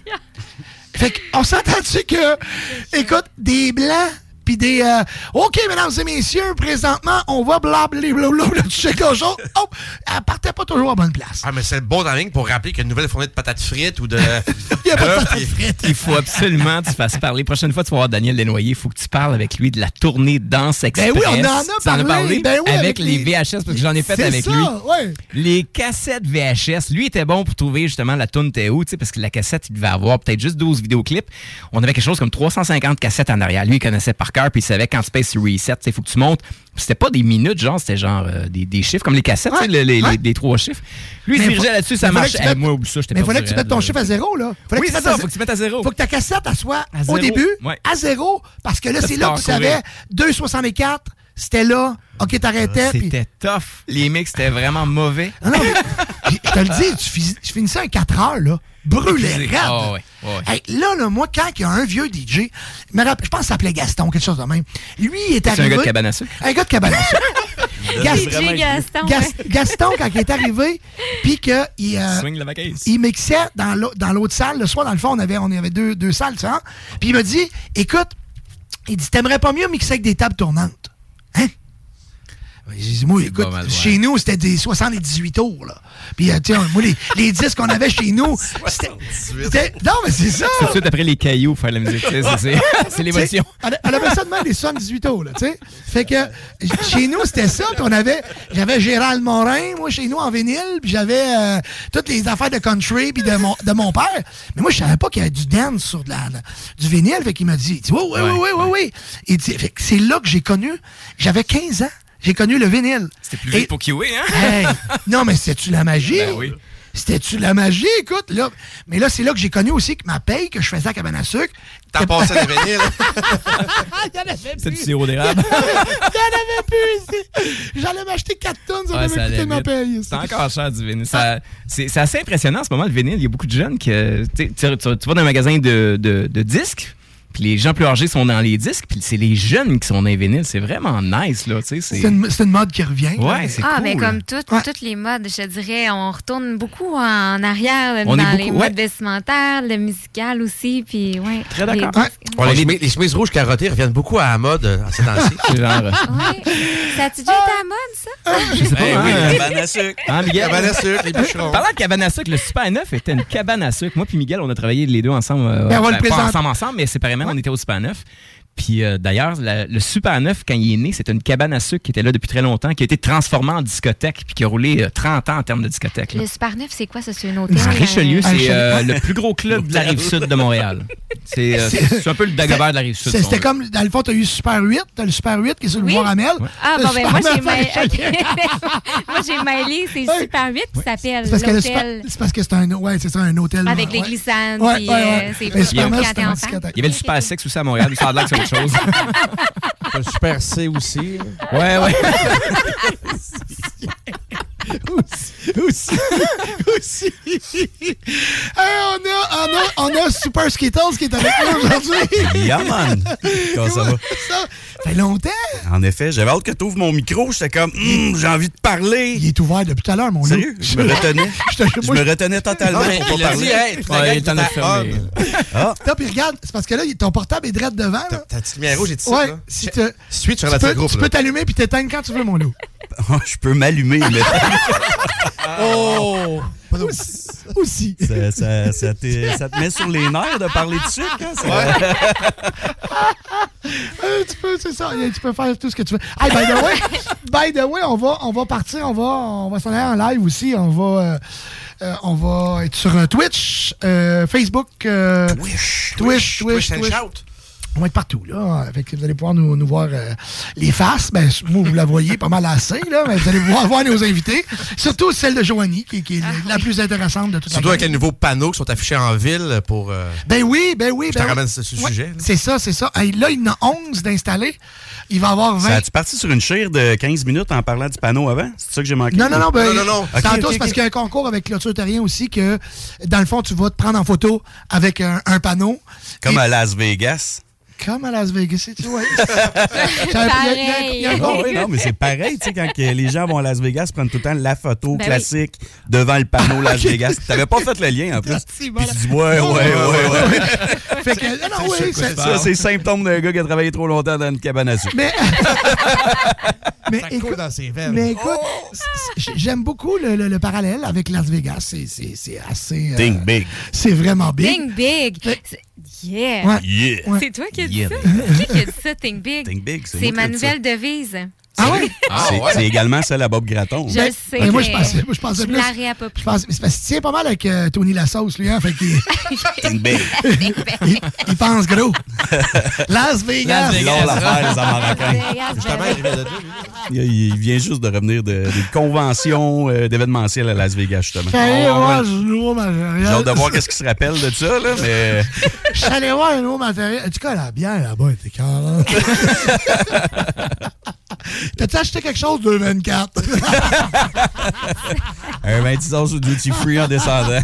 Fait qu'on s'entend-tu que, écoute, des blancs puis des... euh, OK, mesdames et messieurs, présentement, on va blablabla, tu sais quelque chose. Oh, elle partait pas toujours à bonne place. Ah, mais c'est le bon timing pour rappeler qu'il y a une nouvelle fournée de patates frites ou de. Il y a pas de d'œufs, patates puis- frites. Il faut absolument que tu fasses parler. Prochaine fois, tu vas voir Daniel Desnoyers. Il faut que tu parles avec lui de la tournée Danse Express. Ben oui, on en a Tu en as parlé. Ben oui, avec, avec les les- V H S, parce que j'en ai fait C'est avec ça, lui. ouais. Les cassettes V H S, lui était bon pour trouver justement la toune Théo, tu sais, parce que la cassette, il devait avoir peut-être juste douze vidéoclips. On avait quelque chose comme trois cent cinquante cassettes en arrière. Lui, il connaissait par cœur, puis il savait quand Space Reset, tu sais, il faut que tu montes. C'était pas des minutes, genre, c'était genre euh, des, des chiffres, comme les cassettes, tu sais, Ouais, les, les- ouais. les trois chiffres. Lui, il Mais se dirigeait faut- là-dessus, ça mais fallait marche. que tu Eh, mettes- moi, oublie ça, j'étais Mais il pas fallait que tu mettes ton chiffre à zéro, là. Fallait Oui, que tu c'est mettes à ça, zé- faut que tu mettes à zéro. Faut que ta cassette, elle soit À au zéro, début, ouais. à zéro, parce que là, Ça, c'est tu là peux que tu encourir. savais deux virgule soixante-quatre, c'était là, OK, t'arrêtais, puis... C'était tough. Les mix, c'était vraiment mauvais. Non, non, mais puis, je te le dis, tu finis- je finissais à quatre heures, là, brûlé Épuisé. raide. Ah ouais, ouais. Hey, là, là, moi, quand il y a un vieux D J, je me rappelle- je pense qu'il s'appelait Gaston, quelque chose de même. Lui, il est C'est arrivé... un gars de cabane à sucre? Un gars de cabane à sucre. Gas- D J Gaston. Gas- ouais. Gaston, quand il est arrivé, puis qu'il euh, Swing la vacaisse. il mixait dans l'au- dans l'autre salle. Le soir, dans le fond, on avait, on avait deux, deux salles, tu sais, hein? Puis il m'a dit, écoute, il dit, t'aimerais pas mieux mixer avec des tables tournantes? Hein? J'ai dit, moi, écoute, pas mal, ouais. chez nous, c'était des soixante-dix-huit tours, là. Puis, euh, tu sais, moi, les, les disques qu'on avait chez nous, c'était... c'était- Non, mais c'est ça! Tout de suite après les cailloux, faire la musique, tu sais, c'est- c'est c'est l'émotion. Tu sais, On on avait ça de même, les soixante-dix-huit tours, là, tu sais. Fait que, j- chez nous, c'était ça, puis on avait, j'avais Gérald Morin, moi, chez nous, en vinyle, puis j'avais euh, toutes les affaires de country, puis de mon, de mon père. Mais moi, je savais pas qu'il y avait du dance sur de la, la- du vinyle, fait qu'il m'a dit, oui, oui, oui, oui, oui, oui. Et tu sais, fait que c'est là que j'ai connu, j'avais quinze ans, j'ai connu le vinyle. C'était plus Et- vite pour Kiwi, hein? Hey, non, mais c'est-tu la magie? Ben oui. C'était-tu la magie? Écoute, là. Mais là, c'est là que j'ai connu aussi que ma paye que je faisais à cabane à sucre. T'as passé des vinyles. Il y en avait plus. C'est du sirop d'érable. Il y en avait plus ici. J'allais m'acheter quatre tonnes, ça Ouais, m'avait ça coûté allait ma vite. paye. C'est encore cher du vinyle. Ça- C'est c'est assez impressionnant en ce moment, le vinyle. Il y a beaucoup de jeunes que. Tu, sais, tu- tu- tu vas dans un magasin de, de, de disques, puis les gens plus âgés sont dans les disques, puis c'est les jeunes qui sont dans les vinyles. C'est vraiment nice, là. Tu sais, C'est une, c'est une mode qui revient. là. Ouais, c'est Ah, cool. mais comme toutes, toutes les modes, je te dirais, on retourne beaucoup en arrière là, On est dans beaucoup- les ouais. modes vestimentaires, le musical aussi, puis ouais. Très d'accord. Les- Ouais. Ouais, les, chemises, les chemises rouges carottées reviennent beaucoup à la mode euh, ces temps-ci. C'est genre. euh, Ouais. Ça a-tu déjà été à la mode, ça? Je sais pas. Eh hein, oui, euh, cabane à sucre. Hein, Miguel? Cabane à sucre, les bûcherons. Parlant de cabane à sucre, le Super neuf était une cabane à sucre. Moi puis Miguel, on a travaillé les deux ensemble. euh, Ben, on va le pas présenter. ensemble, ensemble, mais séparément, on était au Super neuf. Puis euh, d'ailleurs, la- le Super neuf, quand il est né, c'était une cabane à sucre qui était là depuis très longtemps, qui a été transformée en discothèque, puis qui a roulé euh, trente ans en termes de discothèque. là. Le Super neuf, c'est quoi ça? C'est un hôtel? À Richelieu, euh, c'est euh, le plus gros club de la rive sud de Montréal. C'est euh, c'est un peu le Dagobert de la rive sud. C'est- si on C'était veut. comme, dans le fond, t'as eu Super huit, t'as le Super huit qui est sur le Oui. bois Ramel. Ah, Le bon, ben, Super moi, j'ai neuf à mêlé. Richelieu. Moi, j'ai mêlé. C'est le Super huit qui s'appelle C'est parce que le Super- l'hôtel. c'est parce que c'est un, ouais, c'est ça, un hôtel. Avec ouais. les glissandes, Ouais, puis ouais, ouais. euh, c'est Mais pour Super neuf, quand c'était t'es un enfant. discothèque. Il y avait le Super Sex aussi à Montréal, mais ça a l'air que c'est autre chose. T'as le Super C aussi. Ouais, ouais. aussi, aussi, aussi. Hey, on, a, on, a, on a Super Skittles qui est avec nous aujourd'hui. Yeah, man. Comment ça va? Ça fait longtemps. En effet, j'avais hâte que tu ouvres mon micro. J'étais comme, Hum, j'ai envie de parler. Il est ouvert depuis tout à l'heure, mon loup. Sérieux? Je me retenais. Je te- Je moi, me retenais totalement Non, mais pour il pas a dit, parler. hey, toute la Ouais, gang il t'en est a à fermé. on. Ah, Là, puis regarde, c'est parce que là, ton portable est direct devant. Là. Ta petite lumière rouge est ici. Ouais, là. si te, Switch sur tu la peux, petite groupe. tu peux t'allumer puis t'éteindre quand tu veux, mon loup. je peux m'allumer, mais Oh! Aussi. aussi. ça, ça, ça, te, ça te met sur les nerfs de parler de sucre. Hein, ça? Euh, tu peux, c'est ça. Tu peux faire tout ce que tu veux. Hey, by the way, by the way, on va, on va partir, on va, on va s'en aller en live aussi. On va, euh, euh, on va être sur euh, Twitch, euh, Facebook, euh, Twitch, Twitch, Twitch, Twitch, and Twitch. shout. On va être partout, là. Fait vous allez pouvoir nous, nous voir euh, les faces. Ben, moi, vous la voyez pas mal assez, là. Mais vous allez pouvoir voir nos invités. Surtout celle de Joanie, qui, qui est la plus intéressante de toute Surtout la avec les nouveaux panneaux qui sont affichés en ville pour. euh, Ben oui, ben oui. Je ben te ramène oui. ce, ce Ouais, sujet. là. C'est ça, c'est ça. Hey, là, il y en a onze d'installés. Il va y avoir vingt. Ça a-tu parti sur une chire de quinze minutes en parlant du panneau avant? C'est ça que j'ai manqué? Non, non, non. Ben, Non, non, non. Tantôt, Ok, c'est ok, parce ok. qu'il y a un concours avec Clôture Terrien aussi que, dans le fond, tu vas te prendre en photo avec un, un panneau. Comme Et- à Las Vegas. Comme à Las Vegas, tu vois. Pareil. Ah oui, non, mais c'est pareil, tu sais, quand que les gens vont à Las Vegas, ils prennent tout le temps la photo Ben classique devant le panneau Las Ok. Vegas. T'avais pas fait le lien, en plus. Merci, Puis voilà. tu dis, ouais, ouais, ouais, ouais. Fait que, non, non, oui, c'est Ça, c'est symptôme d'un gars qui a travaillé trop longtemps dans une cabane à sucre. Mais, mais, Ça coule écoute, dans ses veines. mais écoute, c- j'aime beaucoup le, le- le parallèle avec Las Vegas. C'est, c'est, c'est assez. euh, Think big. C'est vraiment big. Think big. C'est- Yeah. Ouais. Yeah. Ouais. C'est toi qui as dit Yeah, ça? baby. Qui qui a dit ça, Think big? Think big, c'est C'est moi ma qui ai dit ça. nouvelle devise. Ah oui? Ah, C'est ouais. c'est également celle à Bob Gratton. Je Ben, le sais. ben, moi, mais je pensais- moi, je pensais je plus- me la réapproprie. Je pense, c'est parce qu'il tient pas mal avec euh, Tony Lassauce, lui, hein. Fait qu'il Think big. il, il pense gros. Las Vegas. Las Vegas. Là, l'affaire, les Américains. Justement, il vient de là. Il, il vient juste de revenir de, des conventions euh, d'événementiel à Las Vegas, justement. Je suis allé Oh, voir ouais. du nouveau matériel. J'ai hâte de voir qu'est-ce qu'il se rappelle de ça, là, mais... Je suis allé voir un nouveau matériel. En tout cas, la bière là-bas était carrément. T'as-tu acheté quelque chose de vingt-quatre? Un vingt-six ans sur duty free en descendant.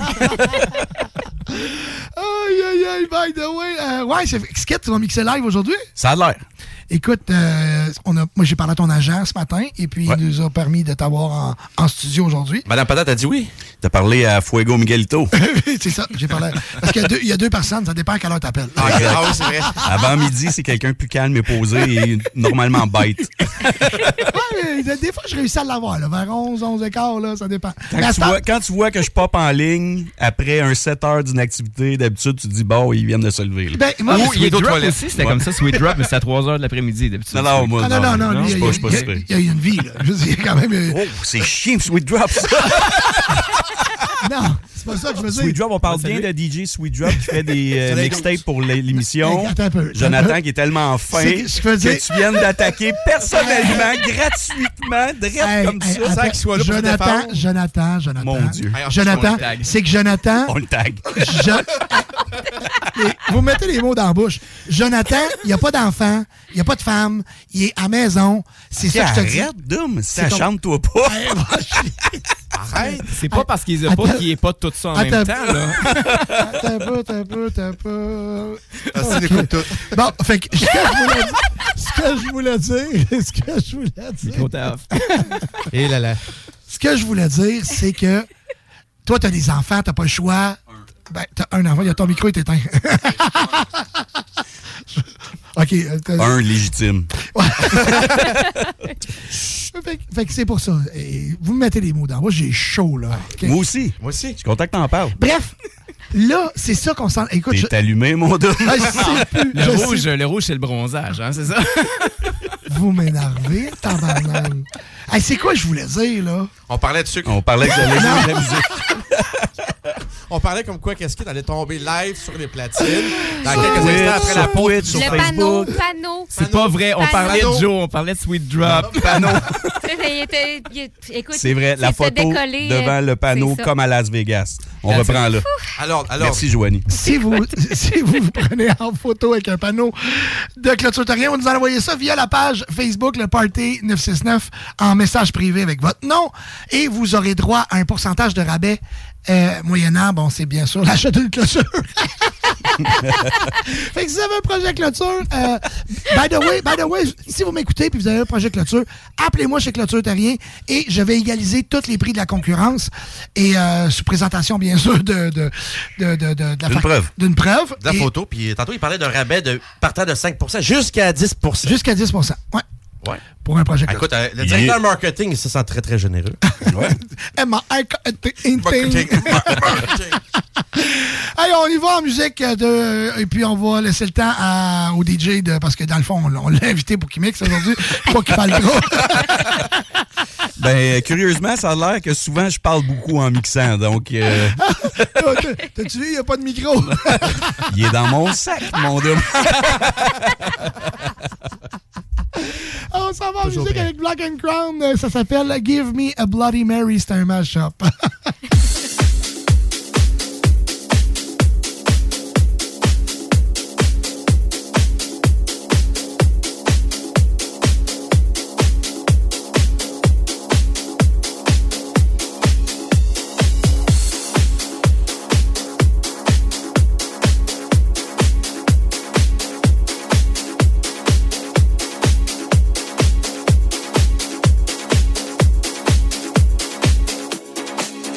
Aïe, aïe, aïe, by the way. Euh, ouais, c'est Skit, tu vas mixer live aujourd'hui? Ça a l'air. Écoute, euh, on a, moi j'ai parlé à ton agent ce matin et puis Ouais. il nous a permis de t'avoir en, en studio aujourd'hui. Madame Patate a dit oui. T'as parlé à Fuego Miguelito. C'est ça, j'ai parlé. Parce qu'il y a deux, il y a deux personnes, ça dépend à quelle heure t'appelles. Ah, ah oui, c'est vrai. Avant midi, c'est quelqu'un de plus calme et posé et normalement bête. Ouais, mais des fois, je réussis à l'avoir, là, vers onze, onze et quart, là, ça dépend. Quand, Mais à tu ce temps- vois, quand tu vois que je pop en ligne après un sept heures d'une activité, d'habitude, tu te dis, bon, ils viennent de se lever. là. Ben, moi, Ou Sweet Sweet Drop toilettes. aussi, c'était Ouais. comme ça, Sweet Drop, mais c'était à trois heures de l'après-midi d'habitude. Non, non, moi, Ah, non, non, non, non, lui, je il suis y a- pas- je suis pas il y a- super. il y a une vie, là. Je veux dire, quand même. euh, Oh, c'est chiant, Sweet Drop, ça! Non, C'est pas ça que je veux dire. Sweet Drop, on parle Ouais, bien de D J Sweet Drop qui fait des euh, Salut. mixtapes pour l'émission. Hey, attends un peu, Jonathan attends un peu. qui est tellement fin C'est que je veux dire- que tu viennes d'attaquer personnellement, gratuitement, direct Hey, comme hey, ça, attends, sans qu'il soit là pour te Jonathan, défendre. Jonathan, Jonathan. Mon Dieu. Jonathan, On le tag. c'est que Jonathan. On le tag. Je- Et vous mettez les mots dans la bouche. Jonathan, il n'y a pas d'enfant, il n'y a pas de femme, il est à la maison. C'est ça que je te dis. Arrête, Dom, si C'est ça ton- chante-toi pas. Arrête. C'est pas parce qu'ils ont pas Attends. qu'il n'y ait pas tout ça en Attends. même temps, là. Attends un peu, attends un peu, attends un peu. Ah, c'est Ok. des coups de tout. Bon, fait que ce que je voulais dire, ce que je voulais dire, ce que je voulais dire. Micro taf. Et là là. Ce que je voulais dire, c'est que toi, t'as des enfants, t'as pas le choix. Ben, t'as un enfant, il y a ton micro est éteint. OK. euh, t'as- Un légitime. fait, que- fait que c'est pour ça. Et vous me mettez les mots dans. Moi, j'ai chaud, là. OK? Moi aussi. Moi aussi. Je suis content que t'en parles. Bref, là, c'est ça qu'on sent. Écoute, je... T'es allumé, mon Dom. Ah, je sais plus. Le je rouge, sais- le rouge, c'est le bronzage, hein, c'est ça? Vous m'énervez, tabarnak. Hey, c'est quoi je voulais dire, là? On parlait de sucre. On parlait que j'allais jouer de la musique. On parlait comme quoi qu'est-ce qui allait tomber live sur les platines dans Sur quelques Twitch, instants après sur la pause. Twitch, sur Le Facebook. panneau, panneau. C'est pas vrai. On Panneau. parlait de Joe, on parlait de Sweet Drop. Panneau. Il était- il- écoute, C'est vrai, la c'était photo décollé, devant euh, le panneau c'est ça. comme à Las Vegas. On That's reprend là. Alors, alors. Merci, Joanie. Si vous, si vous vous prenez en photo avec un panneau de Clôture Terrien, vous nous envoyez ça via la page Facebook, le Party neuf cent soixante-neuf, en message privé avec votre nom. Et vous aurez droit à un pourcentage de rabais euh, moyennant, bon, c'est bien sûr l'achat d'une clôture. Fait que si vous avez un projet clôture, euh, by the way, by the way, si vous m'écoutez puis vous avez un projet clôture, appelez-moi chez Clôture Terrien et je vais égaliser tous les prix de la concurrence et euh, sous présentation, bien sûr, de, de, de, de, de, de la D'une fac- preuve. D'une preuve. De la Et- photo. Puis tantôt, il parlait d'un rabais de partant de cinq pour cent jusqu'à dix pour cent. Jusqu'à dix pour cent. Ouais. Ouais. Pour un projet Ah, clôture. écoute, euh, le directeur marketing, il se sent très, très généreux. Ouais. M A R K T Marketing. Allez, on y va en musique de, et puis on va laisser le temps à, au D J de, parce que dans le fond, on, l'a- on l'a invité pour qu'il mixe aujourd'hui. Pas qu'il parle trop. Ben, curieusement, ça a l'air que souvent, je parle beaucoup en mixant. Donc, euh, T'as-tu vu, il n'y a pas de micro. il est dans mon sac, mon Dom. On s'en va en Toujours musique prêt. avec Black and Crown. Euh, Ça s'appelle Give Me a Bloody Mary. C'est un mash-up. Give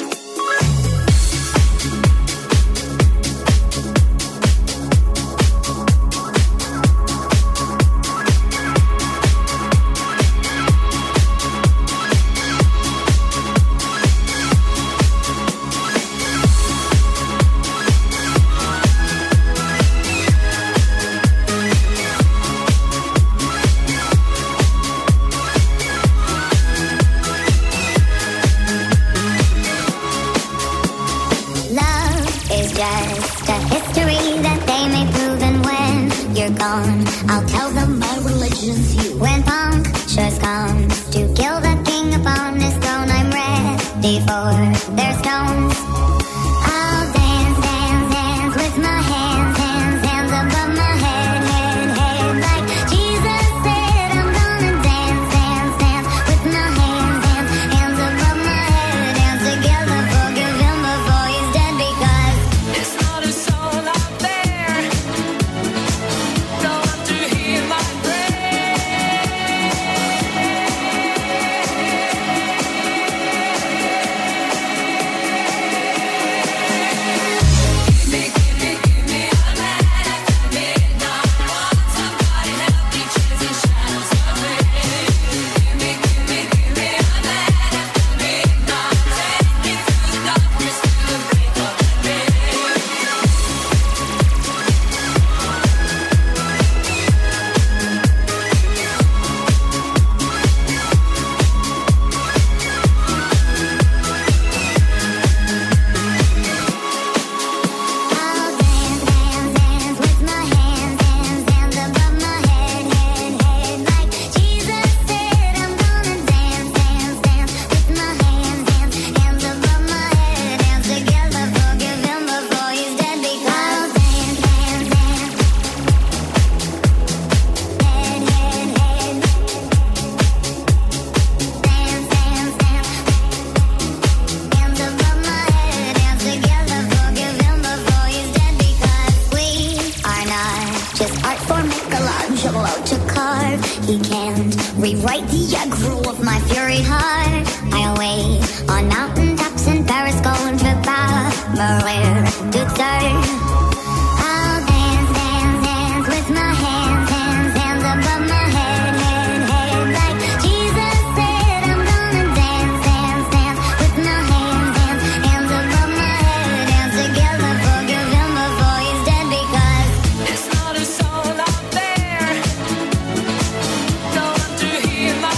and rewrite the aggro of my fury heart. I away on mountain tops in Paris, going to Maria to turn. I'll dance, dance, dance with my hands, hands, hands above my head, head, head. Like Jesus said, I'm gonna dance, dance, dance with my hands, hands, hands above my head. Dance together, forgive him before he's dead, because It's not a soul out there. Don't want to hear my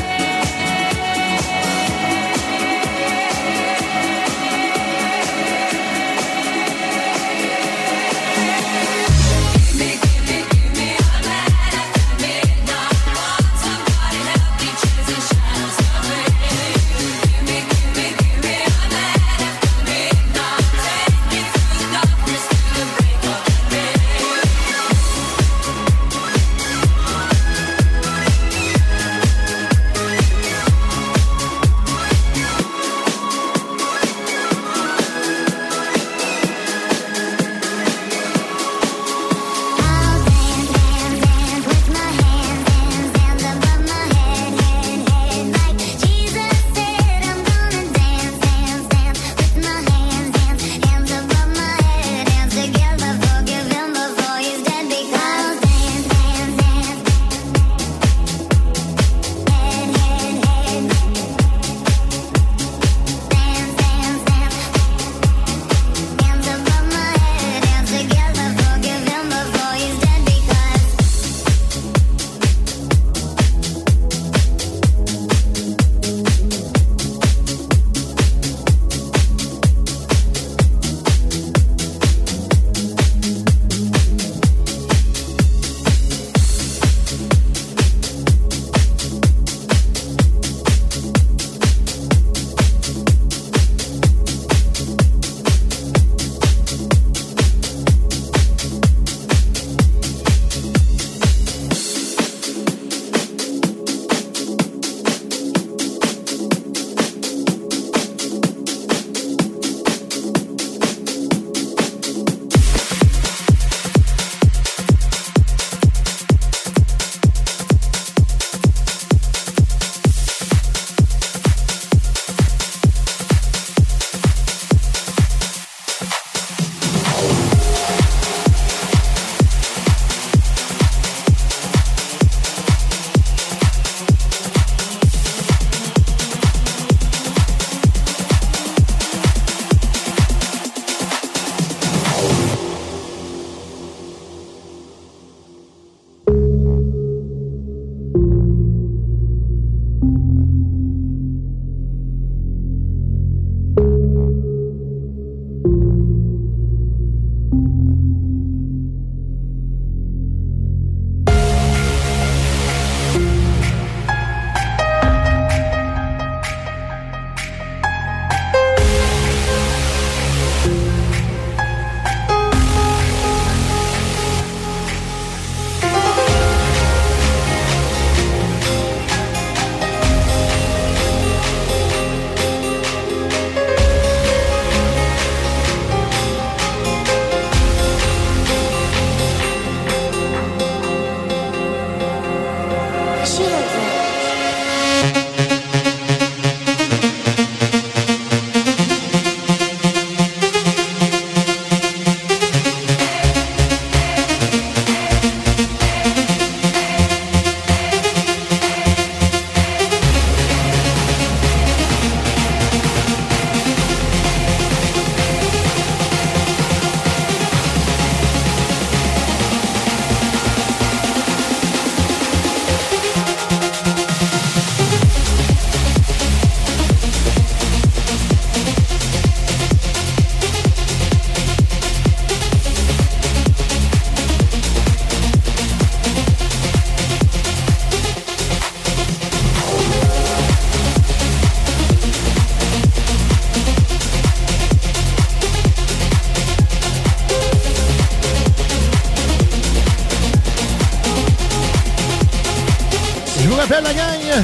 rappelle la gang,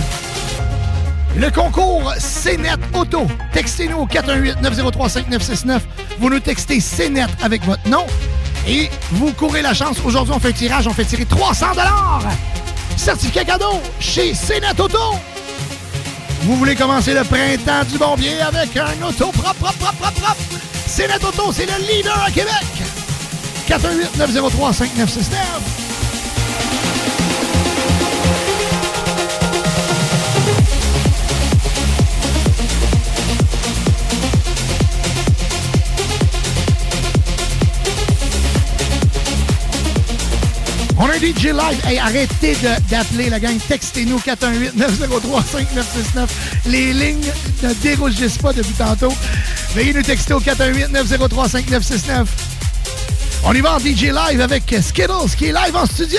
le concours C net Auto. Textez-nous au quatre un huit, neuf zéro trois, cinq neuf six neuf. Vous nous textez C net avec votre nom et vous courez la chance. Aujourd'hui, on fait un tirage, on fait tirer trois cents dollars. Certificat cadeau chez Cénat Auto. Vous voulez commencer le printemps du bon pied avec un auto propre, propre, propre, propre, propre. Cénat Auto, c'est le leader à Québec. quatre un huit neuf zéro trois cinq neuf six neuf. On a un D J live. Hey, arrêtez de, d'appeler la gang. Textez-nous quatre un huit neuf zéro trois cinq neuf six neuf. Les lignes ne dérougissent pas depuis tantôt. Veuillez nous texter au quatre un huit neuf zéro trois cinq neuf six neuf. On y va en D J live avec Skittles qui est live en studio.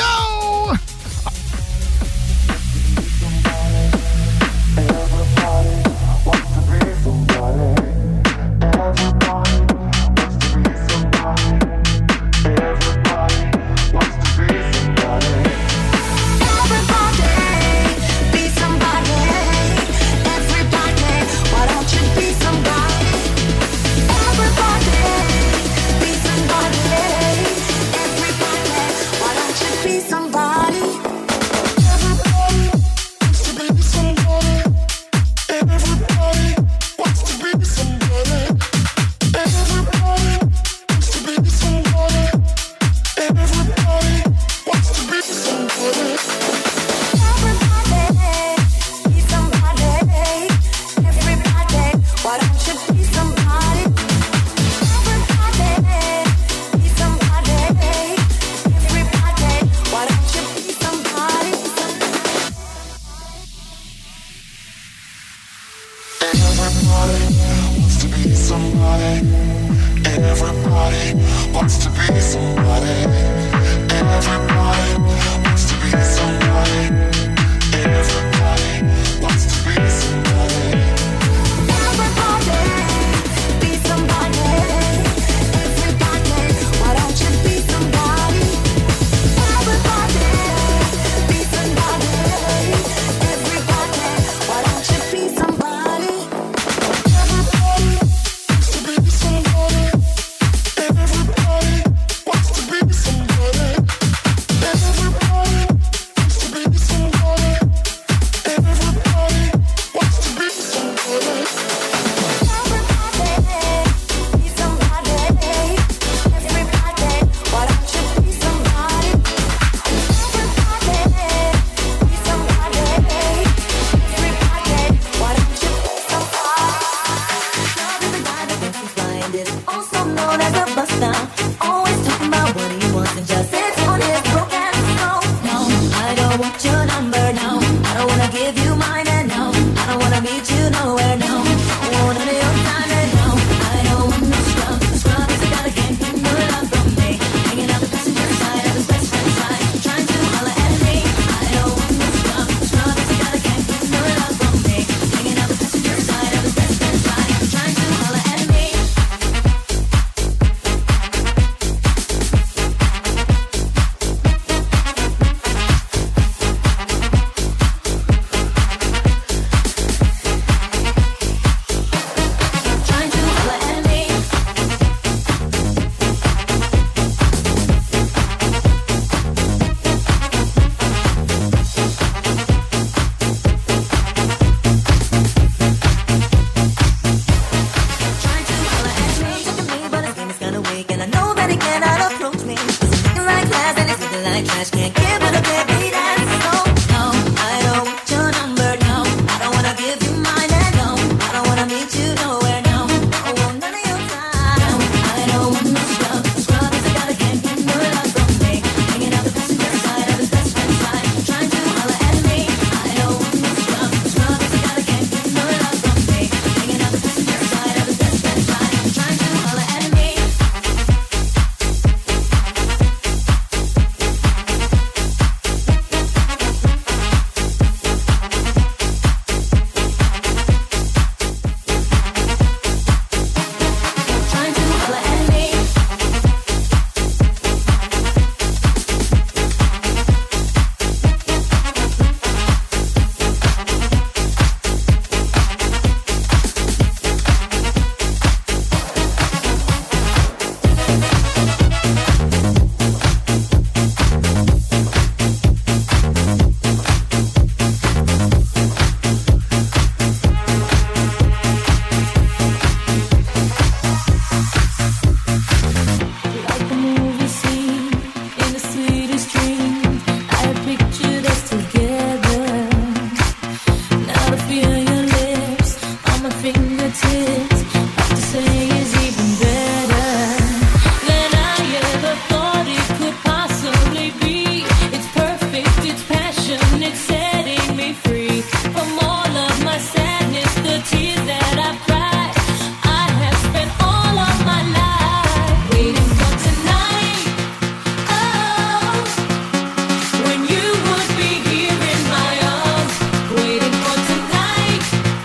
from all of my sadness, the tears that I've cried. I have spent all of my life waiting for tonight. Oh, when you would be here in my arms, waiting for tonight.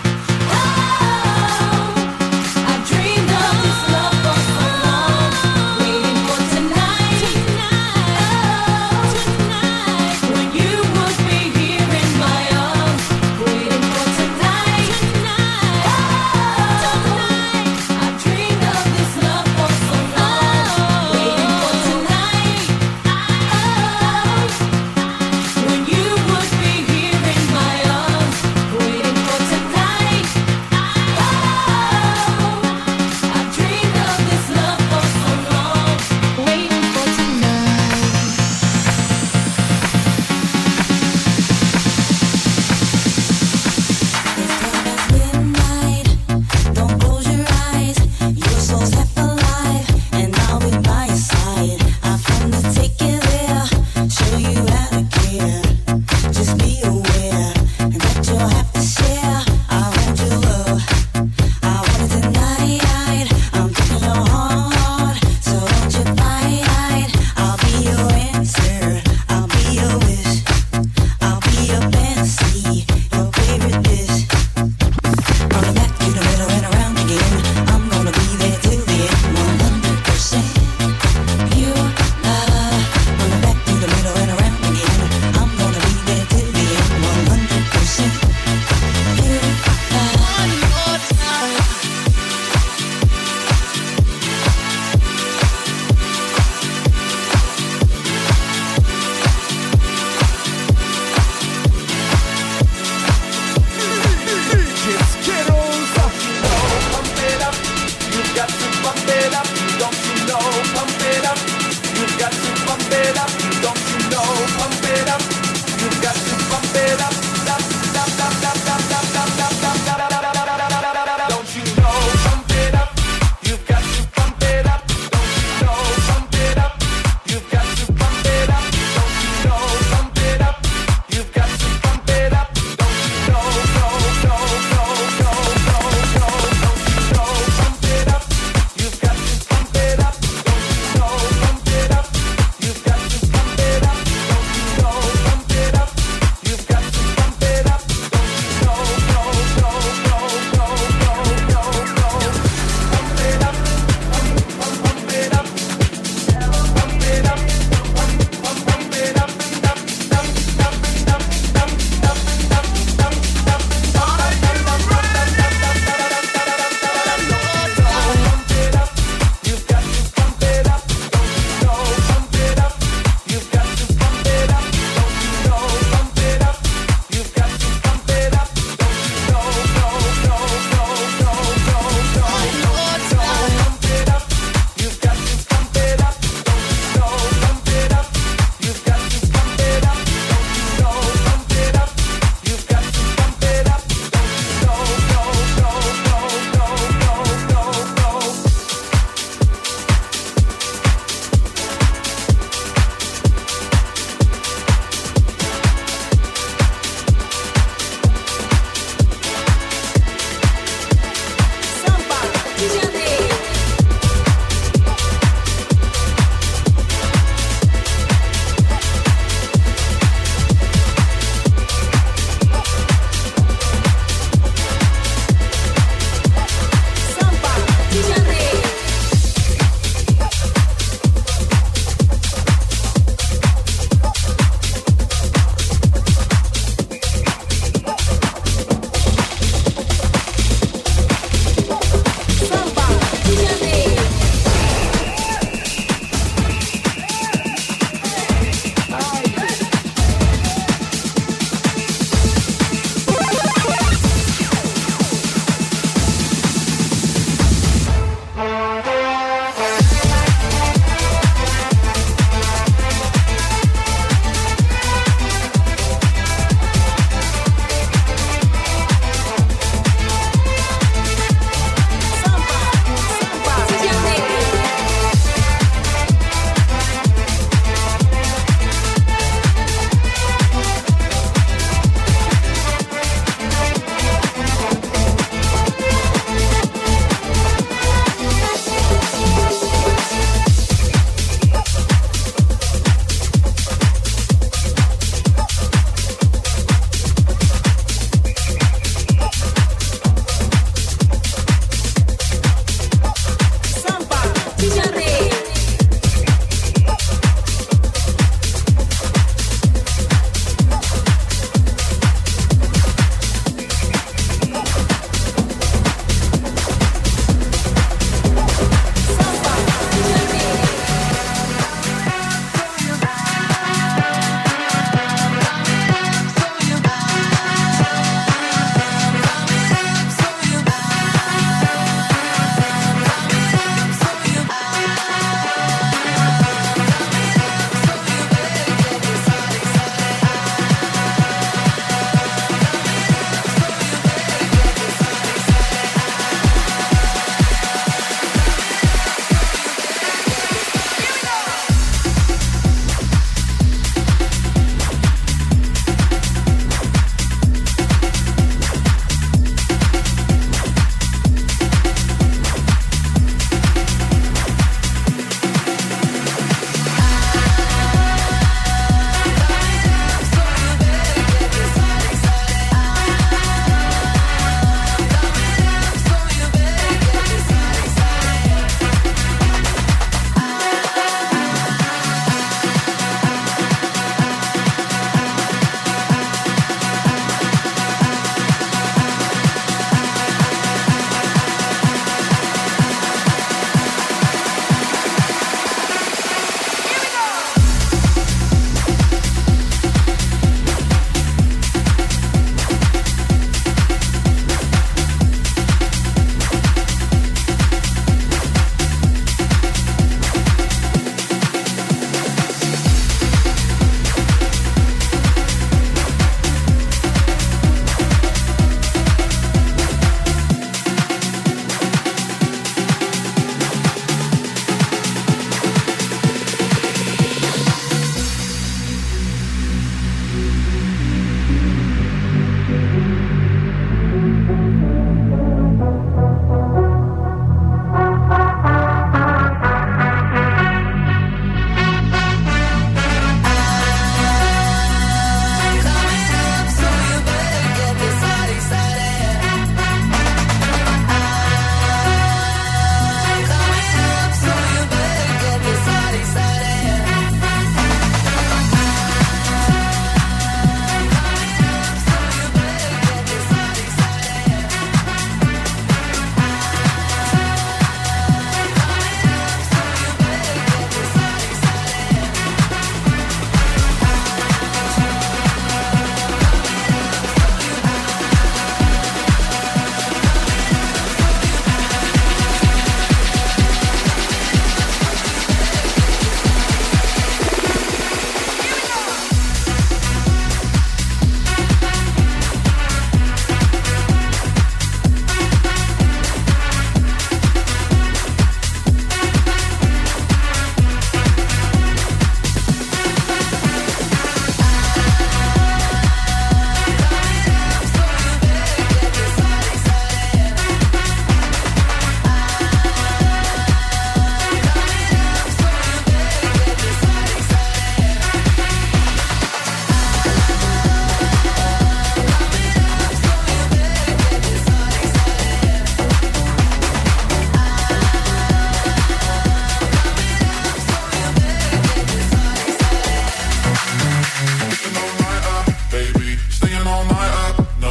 Oh, I've dreamed of this love for so long, waiting for tonight. Oh, tonight, when you would be here in my arms,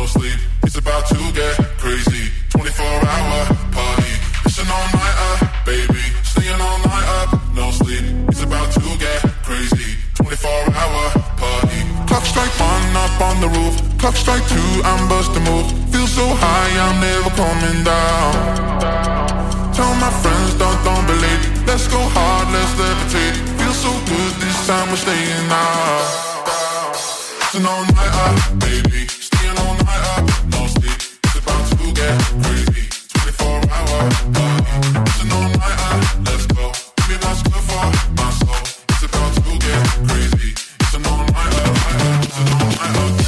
sleep. It's about to get crazy. twenty-four hour party. It's an all-nighter, baby. Staying all night up, no sleep. It's about to get crazy. twenty-four hour party. Clock strike one up on the roof. Clock strike two, I'm busting move. Feel so high, I'm never coming down. Tell my friends, don't, don't believe. Let's go hard, let's levitate. Feel so good, this time we're staying out. It's an all-nighter, baby. Staying all night up, no sleep. It's about to get crazy. twenty-four hour party. It's an all-nighter, let's go. Give me what's good for my soul. It's about to get crazy. It's an all-nighter, it's an all-nighter.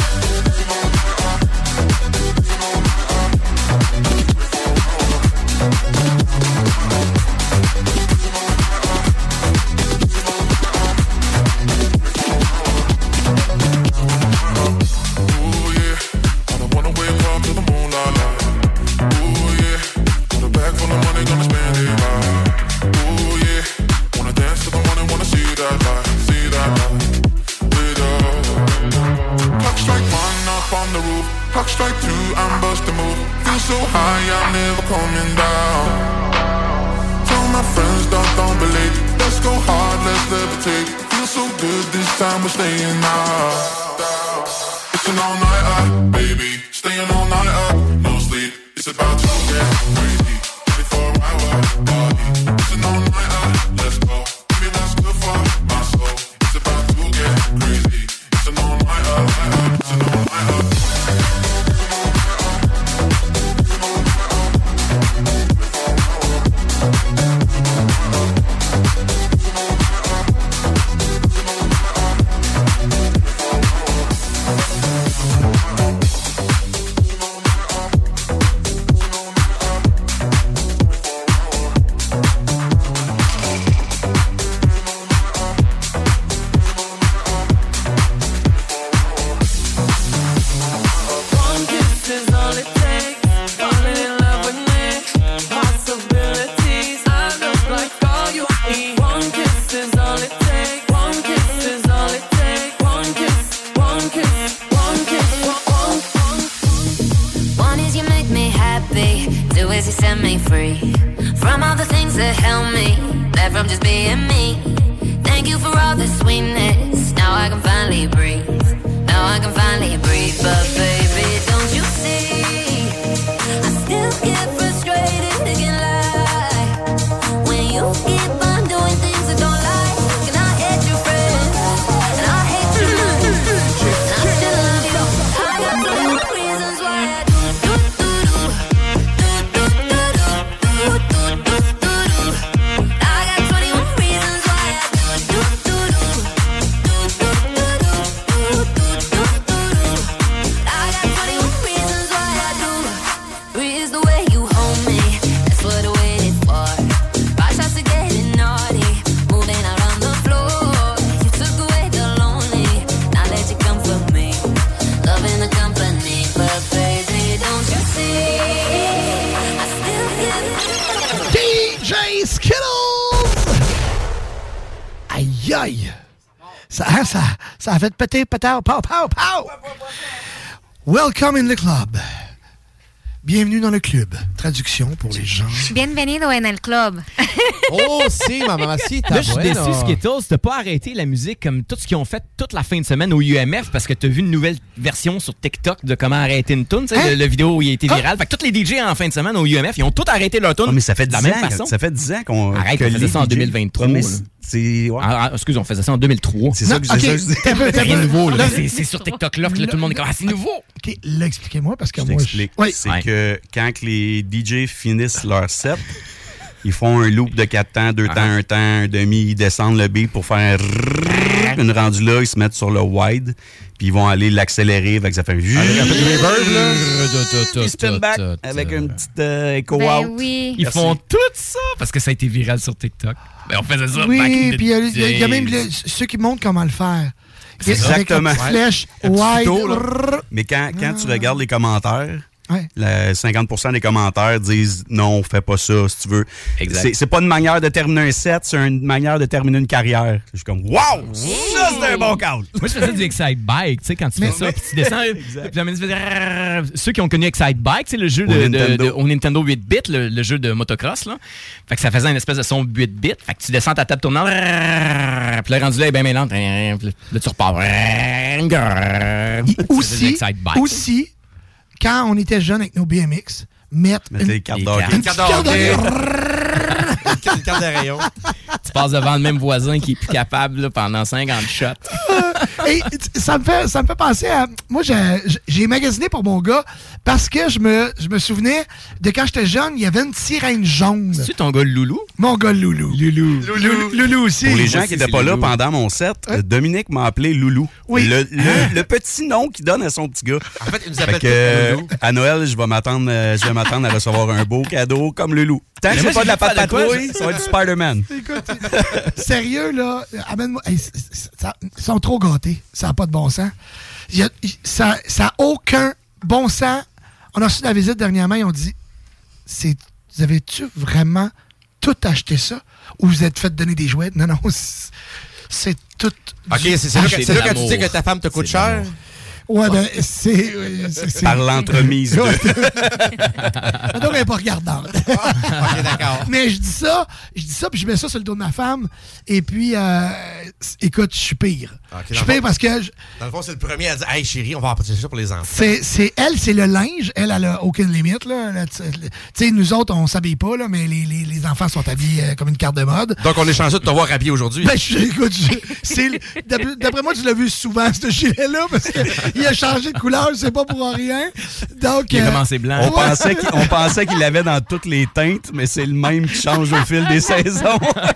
Clock strike two, I'm busting move. Feel so high, I'm never coming down. Tell my friends, don't, don't believe. Let's go hard, let's levitate. Feel so good, this time we're staying out. It's an all-nighter, baby. Staying all night up, no sleep. It's about to get crazy. twenty-four hour party. It's an all-nighter, let's go. Give me what's good for my soul. It's about to get crazy. It's an all-nighter, it's an all-nighter. Ça, ça, ça a fait péter, péter, pow, pow, pow! Welcome in the club. Bienvenue dans le club. Traduction pour les gens. Bienvenido en el club. Oh, si, ma mamacita. Là, je suis déçu, Skittles, t'as pas arrêté la musique comme tout ce qu'ils ont fait toute la fin de semaine au U M F parce que t'as vu une nouvelle version sur TikTok de comment arrêter une tune, hein? le, le vidéo où il a été viral. Ah. Fait que tous les D J en fin de semaine au U M F, ils ont tous arrêté leur tune. Oh, mais ça fait de la dix même ans, façon. Ça fait dix ans qu'on. Arrête, on faisait ça en deux mille vingt-trois. Ouais, c'est. Ouais. Ah, excuse, on faisait ça en deux mille trois. C'est ça que okay. je dis. C'est rien de nouveau. Là. C'est, c'est sur TikTok là que là, tout le monde est comme ah, c'est nouveau. OK, là, expliquez-moi parce que je moi. T'explique. Je... Oui. C'est ouais. que quand les D J finissent leur set, ils font un loop de quatre temps, deux ah. temps, un temps, un demi, ils descendent le beat pour faire une rendue là, ils se mettent sur le wide, puis ils vont aller l'accélérer, avec ça fait avec un peu de reverb là. Ils spin back avec une petite euh, echo ben out. Oui. Ils font tout ça parce que ça a été viral sur TikTok. Ben, on faisait ça. Oui, puis il y, y a même les, ceux qui montrent comment le faire. Exactement. Avec une flèche wide. Tuto, mais quand, quand tu regardes les commentaires, Ouais. Le cinquante pour cent des commentaires disent non, fais pas ça si tu veux. Exact. C'est, c'est pas une manière de terminer un set, c'est une manière de terminer une carrière. Je suis comme, wow! Ça, c'est un bon call! Moi, je faisais du Excite Bike, tu sais, quand tu fais ça, puis tu descends, puis la musique faisait... Ceux qui ont connu Excite Bike, c'est le jeu de, Au de, Nintendo. de- au Nintendo huit bits, le, le jeu de motocross, là. Fait que ça faisait une espèce de son huit bits. Fait que tu descends ta table tournante, puis le rendu là est bien mélange, puis là, tu repars. Aussi, aussi, quand on était jeunes avec nos B M X, mettre Mettez une, les cartes une d'hockey. petite carte d'hockey. Une carte de rayon. Tu passes devant le même voisin qui est plus capable là, pendant cinquante shots. Et ça me fait, ça me fait penser à... Moi, j'ai, j'ai magasiné pour mon gars parce que je me, je me souvenais de quand j'étais jeune, il y avait une sirène jaune. C'est-tu ton gars le Loulou? Mon gars le Loulou. Loulou. Loulou, Loulou aussi. Pour les Moi gens aussi, qui n'étaient c'est pas là Loulou. pendant mon set, Dominique m'a appelé Loulou. Oui. Le, le, le petit nom qu'il donne à son petit gars. En fait, il nous Fait appelle que, euh, Loulou. à Noël, je vais m'attendre, euh, je vais m'attendre à recevoir un beau cadeau comme Loulou. Tant que Mais c'est moi, pas de la j'ai fait pâte de quoi, patrouille, je- ça va être du Spider-Man. Écoute, sérieux, là, amène-moi... Hey, c- c- ça- ils sont trop gâtés. Ça n'a pas de bon sens. Il y a- il- ça n'a aucun bon sens. On a reçu la visite dernièrement, ils ont dit, c'est, vous avez-tu vraiment tout acheté ça? Ou vous êtes fait donner des jouets? Non, non, c'est, c'est tout... OK, du- c'est, c'est là, que, acheté. c'est là que tu dis que ta femme te coûte cher? Ouais, ben, c'est... euh, c'est, c'est Par l'entremise de... Donc, elle n'est pas regardante. OK, d'accord. Mais je dis ça, je dis ça, puis je mets ça sur le dos de ma femme. Et puis, euh, écoute, je suis pire. OK, Je suis dans le pire fond- parce que je- Dans le fond, c'est le premier à dire « Hey, chérie, on va apporter ça pour les enfants. » c'est, c'est elle, c'est le linge. Elle, elle a aucune limite. Là. Là, tu tu sais, nous autres, on s'habille pas, là, mais les, les, les enfants sont habillés euh, comme une carte de mode. Donc, on est chanceux de te voir habillé aujourd'hui. Ben, je, écoute, je- c'est, le- d'après, d'après moi, tu l'as vu souvent, ce gilet-là, parce qu'il a changé de couleur, c'est pas pour rien. Donc, Il a euh, commencé blanc. On pensait qu'il, on pensait qu'il l'avait dans toutes les teintes, mais c'est le même qui change au fil des saisons.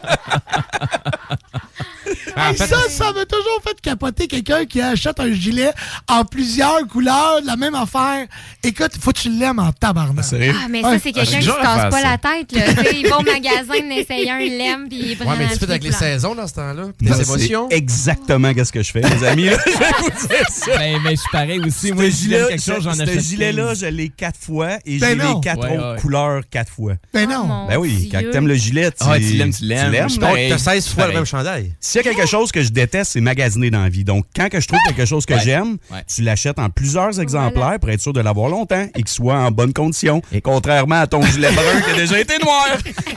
En Hey, fait- ça, ça m'a toujours fait capoter quelqu'un qui achète un gilet en plusieurs couleurs, de la même affaire. Écoute, faut que tu l'aimes en tabarnak. Ah, mais ça, Ouais. c'est quelqu'un j'ai qui se toujours casse fait pas ça. la tête. Là. Tu sais, il va au magasin, il essaye un, il l'aime, puis il prend Ouais, mais tu un fais avec pied les blanc. saisons dans ce temps-là. Puis Non, les c'est émotions. exactement ce que je fais, les amis. Là. Je vais vous dire ça. Ben, ben, je suis pareil aussi. Moi, Ce si j'aime gilet- quelque chose, j'en ce achète gilet-là, quinze. je l'ai quatre fois et Ben j'ai non. les quatre Ouais, autres ouais. couleurs quatre fois. Ben non. Mon Ben oui, quand Dieu. t'aimes le gilet, tu, Ah, tu l'aimes, tu l'aimes. Je suis Donc, pareil. t'as seize fois le Pareil. même chandail. S'il y a quelque chose que je déteste, c'est magasiner dans la vie. Donc, quand que je trouve quelque chose que Ouais. j'aime, Ouais. tu l'achètes en plusieurs exemplaires pour être sûr de l'avoir longtemps et qu'il soit en bonne condition. Et contrairement à ton gilet brun qui a déjà été noir.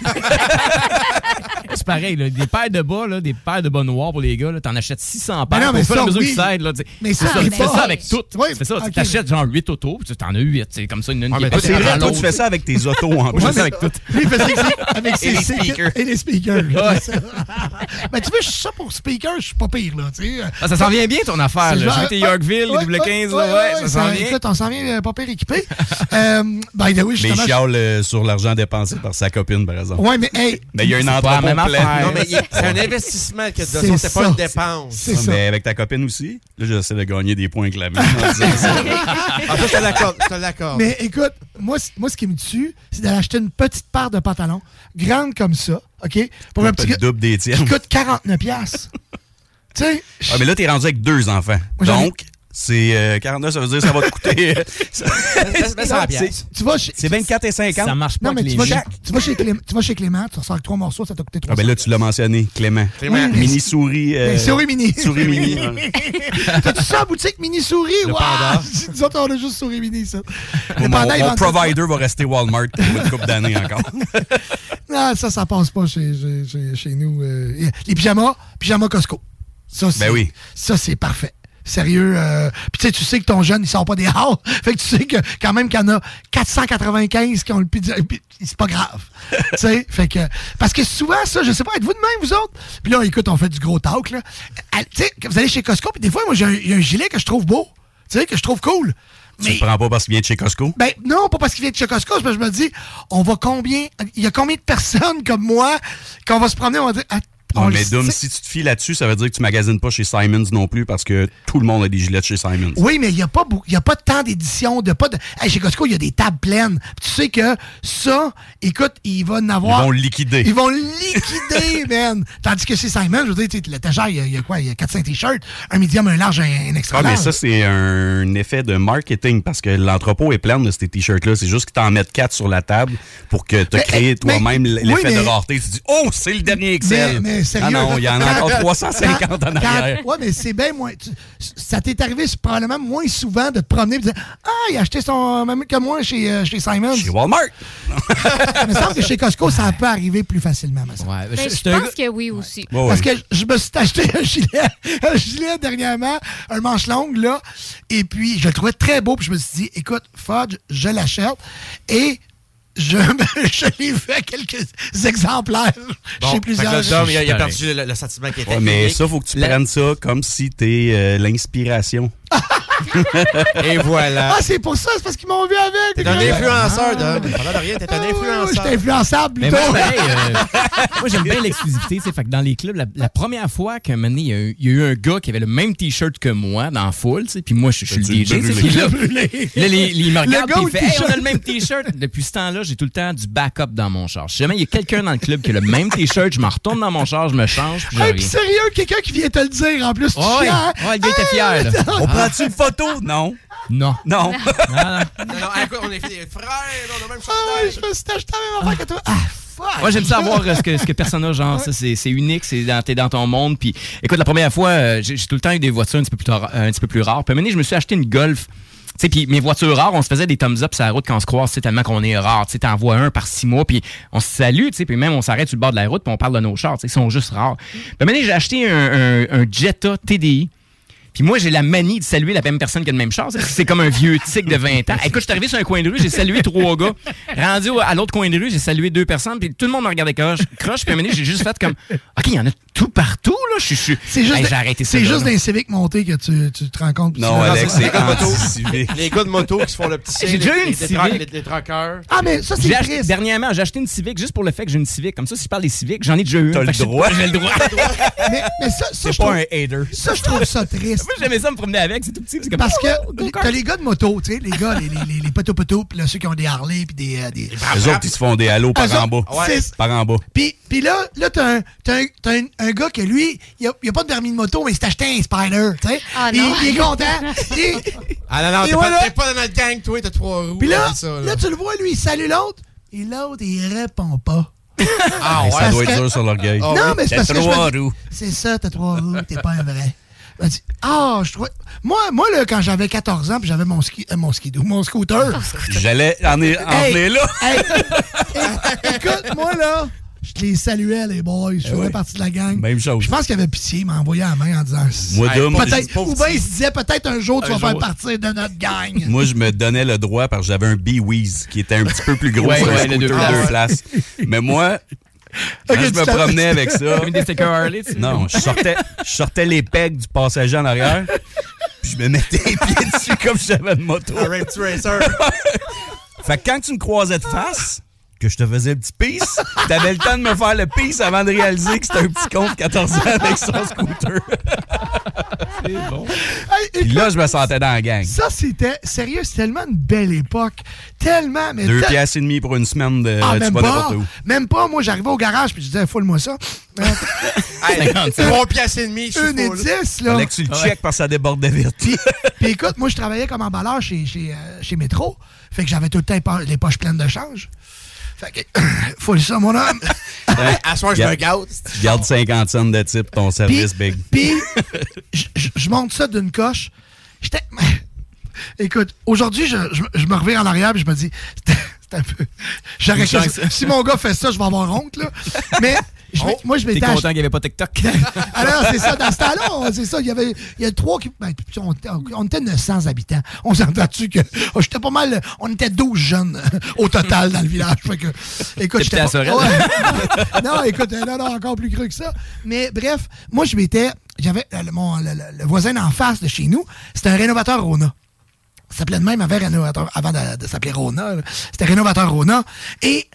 C'est pareil, là, des paires de bas, là, des paires de bas noirs pour les gars, là, t'en achètes six cents Ben paires. non, mais au fur et à ça, mesure oui. qu'ils s'aident, là, tu sais. Mais c'est ça, ça, c'est tu fais pas- ça avec tout. Oui, Tu fais ça, ok. tu t'achètes genre huit autos, puis tu en as huit. C'est comme ça, une, une Ah, qui mais est toi, pas c'est C'est vrai, vrai, toi, tu fais ça avec tes autos en Moi, je plus. fais ça avec tout. Lui, il faisait avec ses, avec ses Et les ses- speakers. Et les speakers. Ouais. C'est ça. Ben, tu vois, je suis ça pour speakers, je suis pas pire, là, tu sais. Ah, ça s'en vient bien ton affaire, C'est là. genre- J'ai été Yorkville, Ouais, les double quinze, ouais, là, ouais, ouais, ça s'en vient. Écoute, on s'en vient euh, pas pire équipé. euh, by the way, Mais il justement... chiale euh, sur l'argent dépensé par sa copine, par exemple. Ouais, mais hey... Mais il y a un C'est pas la entrepôt même plein. affaire. Non, mais il- c'est un investissement que C'est de ça, c'est ça. pas une dépense. C'est Ah, ça. mais avec ta copine aussi, là, j'essaie de gagner des points avec la mienne en disant ça. En fait, je te l'accorde. Je te l'accorde. Mais écoute, moi, c- moi ce qui me tue, c'est d'aller acheter une petite paire de pantalons, grande comme ça, OK? Pour un Pas petit le gars double des tiennes. qui coûte quarante-neuf piastres. Tu sais, Ah, mais là, t'es rendu avec deux enfants. Moi, j'en ai- Donc, c'est euh, quarante-neuf, ça veut dire que ça va te coûter... euh, ça- Mais cent c'est- piastres. tu vas chez... C'est vingt-quatre et cinquante. Ça marche pas Non, mais avec tu les vas, chez, gens. tu, vas chez Clément, tu vas chez Clément, tu ressors avec trois morceaux, ça t'a coûté trois Ah, ben là, tu l'as mentionné, Clément. Clément. Mini souris. euh, Ben, souris mini. Souris mini. ouais. T'as-tu ça en boutique mini souris? Le Wow! panda. Nous autres, on a juste souris mini, ça. Le Mon, panda, il mon vend ça. provider va rester Walmart pour une couple d'années encore. Non, ça, ça passe pas chez, chez, chez, chez nous. euh. Les pyjamas, pyjamas Costco. Ça, c'est, Ben oui. Ça, c'est parfait. Sérieux. Euh, Puis tu sais, tu sais que ton jeune, il sort pas des halls. Fait que tu sais que quand même qu'il y en a quatre cent quatre-vingt-quinze qui ont le pyjama. C'est pas grave. Tu sais, fait que... Parce que souvent, ça, je sais pas, êtes-vous de même, vous autres? Puis là, écoute, on fait du gros talk, là. Ah, tu sais, vous allez chez Costco, puis des fois, moi, j'ai un, il y a un gilet que je trouve beau. Tu sais, que je trouve cool. Tu le prends pas parce qu'il vient de chez Costco? Ben non, pas parce qu'il vient de chez Costco, c'est parce que je me dis, on va combien, il y a combien de personnes comme moi qu'on va se promener, on va dire, ah, Non, on mais le Dom, sait. si tu te fies là-dessus, ça veut dire que tu magasines pas chez Simons non plus parce que tout le monde a des gilets chez Simons. Oui, mais il n'y a pas beaucoup, il y a pas de temps d'édition, de pas de. Hey, chez Costco, il y a des tables pleines. Puis tu sais que ça, écoute, il va en avoir. Ils vont le liquider. Ils vont le liquider, man. Tandis que chez Simon, je veux dire, tu sais, l'étagère, il y, a- il y a quoi? Il y a quatre cinq t-shirts, un médium, un large, un, un extra Ah, mais large. ça, c'est un effet de marketing parce que l'entrepôt est plein de ces t-shirts-là. C'est juste qu'ils t'en mettent quatre sur la table pour que tu Mais, crées mais, toi-même l'effet oui, mais- de rareté. Tu dis, oh, c'est le dernier X L. Mais, mais sérieux. Ah non, il y en a encore trois cent cinquante en arrière. Oui, mais c'est bien moins. tu- ça t'est arrivé probablement moins souvent de te promener et de dire ah, il a acheté son même que moi chez, euh, chez Simons. Chez Walmart. Il me semble que chez Costco, ça peut arriver plus facilement. me semble. Ben, je pense que oui aussi. Parce que je me suis acheté un gilet, un gilet dernièrement, un manche longue, là, et puis je le trouvais très beau, puis je me suis dit, écoute, Fudge, je l'achète, et je, je l'ai fait quelques exemplaires Bon, chez plusieurs fait que là, Dom, il a, il a Correct. perdu le, le sentiment qui était Ouais, mais unique. ça, faut que tu La- prennes ça comme si t'es euh, l'inspiration. Et voilà. Ah, c'est pour ça, c'est parce qu'ils m'ont vu avec. T'es un influenceur, Dom. Parlant de rien, t'es un Ah, influenceur. j'étais influençable, Mais plutôt. moi, pareil, euh, moi, j'aime bien l'exclusivité. tu sais, Fait que dans les clubs, la, la première fois qu'un moment donné, il y, a eu- il y a eu un gars qui avait le même T-shirt que moi dans la foule, tu sais, puis moi, je, je suis le Tu D J. brûlé. tu sais, puis là, Brûlé. là, les- les- il me Le regarde gars et au il fait hey, t-shirt. on a le même T-shirt. Depuis ce temps-là, j'ai tout le temps du backup dans mon char. Si jamais il y a quelqu'un dans le club qui a le même T-shirt, je m'en retourne dans mon char, je me change, puis je Hey, puis reviens. sérieux, quelqu'un qui vient te le dire en plus, tu Ouais, fier. ouais, le gars était fier. Là. Ah, On prend-tu une photo? Non. Non. Non. Non, non. Non, non, écoute, on est fait des frères, on a le même Ah ouais, je me suis acheté la même affaire que toi. Ah, fuck. Moi, j'aime savoir euh, ce que, ce que personne n'a, genre, ça, c'est, c'est unique, c'est dans, t'es dans ton monde. Puis, écoute, la première fois, euh, j'ai, j'ai tout le temps eu des voitures un petit peu plus, tar- un petit peu plus rares. Puis, à un moment donné, je me suis acheté une Golf. Tu sais, puis mes voitures rares, on se faisait des thumbs up sur la route quand on se croise, tu sais, tellement qu'on est rare. Tu sais, t'en vois un par six mois, puis on se salue, tu sais, puis même on s'arrête sur le bord de la route, puis on parle de nos chars, tu sais, ils sont juste rares. Puis, à un moment donné, j'ai acheté un, un, un Jetta T D I. Puis moi, j'ai la manie de saluer la même personne qui a le même char. C'est, c'est comme un vieux tic de vingt ans. Écoute, je suis arrivé sur un coin de rue, j'ai salué trois gars. Rendu au- à l'autre coin de rue, j'ai salué deux personnes. Puis tout le monde me regardait croche. croche puis à un moment donné, j'ai juste fait comme OK, il y en a tout partout, là. Je suis. C'est juste, Hey, de- j'ai arrêté ça. c'est là, juste là. d'un Civic monté que tu, tu te rends compte. Non, Tu- Alex, les c'est gars de moto. anti-civique. Les gars de moto qui se font le petit signe. J'ai déjà les- eu une les- les tra- Civic. Les les traqueurs. Ah, mais ça, c'est J'ai acheté, triste. dernièrement, j'ai acheté une Civic juste pour le fait que j'ai une Civic. Comme ça, si je parle des Civics, j'en ai déjà eu. T'as une. le Fait que droit. J'ai le droit. mais, mais ça, ça, C'est je pas trouve, un hater. ça, je trouve ça triste. Moi, j'aimais ça me promener avec. C'est tout petit. C'est comme, Parce que oh, les- go-kart. t'as les gars de moto, tu sais, les gars, les, les, les, les poteaux-poteaux, puis là, ceux qui ont des Harley, puis des... euh, des... Les autres, ils se font des halos par Eux en autres, bas. c'est- Par en bas. Puis, puis là, là t'as, un, t'as, un, t'as un, un gars que lui, il a, il a pas de permis de moto, mais il s'est acheté un Spider, tu sais. Ah, il, non. il est content. Et- Ah non, non, Et t'es, voilà. pas, t'es pas dans notre gang, toi, t'as trois roues. Puis là, oublie ça, là, tu le vois, lui, il salue l'autre, et l'autre, il répond pas. Ah Hey, ça ouais. doit être que- dur sur l'orgueil. Oh, non, oui. mais c'est T'as parce que je trois me dis, roues. c'est ça, t'as trois roues, t'es pas un vrai. Je me dis, ah, je trouvais... Moi, moi là, quand j'avais quatorze ans, puis j'avais mon ski, euh, mon skidoo, mon scooter. J'allais en, est- en Hey, venir là. hey, é- écoute, moi, là, je les saluais, les boys. Je faisais ouais. partie de la gang. Même chose. Je pense qu'il avait pitié, il m'a envoyé la main en disant... Moi, Hey, Dom, Peut-être, pauvre ou bien petit. il se disait, peut-être un jour, tu Un vas faire jour. partie de notre gang. moi, je me donnais le droit parce que j'avais un B-Weeze qui était un petit peu plus gros Ouais, sur un ouais, le scooter deux deux places. places. Mais moi, quand Ok, je tu me t'as- promenais avec ça, Comme des stickers Harley, tu sais. non, je sortais, je sortais les pegs du passager en arrière, puis je me mettais les pieds dessus comme si j'avais une moto. Un petit racer. Fait que quand tu me croisais de face, que je te faisais le petit peace, t'avais le temps de me faire le peace avant de réaliser que c'était un petit con de quatorze ans avec son scooter. C'est bon. Hey, Puis écoute, là, je me sentais dans la gang. ça, c'était... Sérieux, c'est tellement une belle époque. Tellement, mais... Deux tel- piastres et demi pour une semaine de Ah, tu même vas pas. n'importe où. Même pas. Moi, j'arrivais au garage, puis je disais, foule-moi ça. Hey, cinquante-cinq. trois piastres et demi, je suis Une et full. dix, là. Fallait que tu le checkes parce que ça débordait vite. Puis, puis écoute, moi, je travaillais comme emballeur chez, chez, euh, chez Métro. Fait que j'avais tout le temps les po- les poches pleines de change. Fait que, faut ça, mon homme. À soir, je me gâte. Garde cinquante cents de type ton service, Big. Puis, je- je je monte ça d'une coche. J'étais... Écoute, aujourd'hui, je, je, je me reviens en arrière et je me dis, c'est c'est un peu... J'aurais Une chance. que- si mon gars fait ça, je vais avoir honte, là. Mais je m'ai- moi, je T'es m'étais content acheté... qu'il n'y avait pas TikTok? Alors, c'est ça, dans ce temps-là, on- c'est ça, il y avait, il y a trois qui, ben, on, on était neuf cents habitants. On s'entend-tu que, oh, j'étais pas mal, on était douze jeunes au total dans le village. Fait que, écoute, T'habitais j'étais à pas- Sorel? Ouais. Non, écoute, non, non, encore plus creux que ça. Mais bref, moi, je m'étais, j'avais, euh, le, mon, le, le- le voisin d'en face de chez nous, c'était un rénovateur Rona. Ça s'appelait de même avant, rénovateur, avant de, de s'appeler Rona. là. C'était rénovateur Rona. Et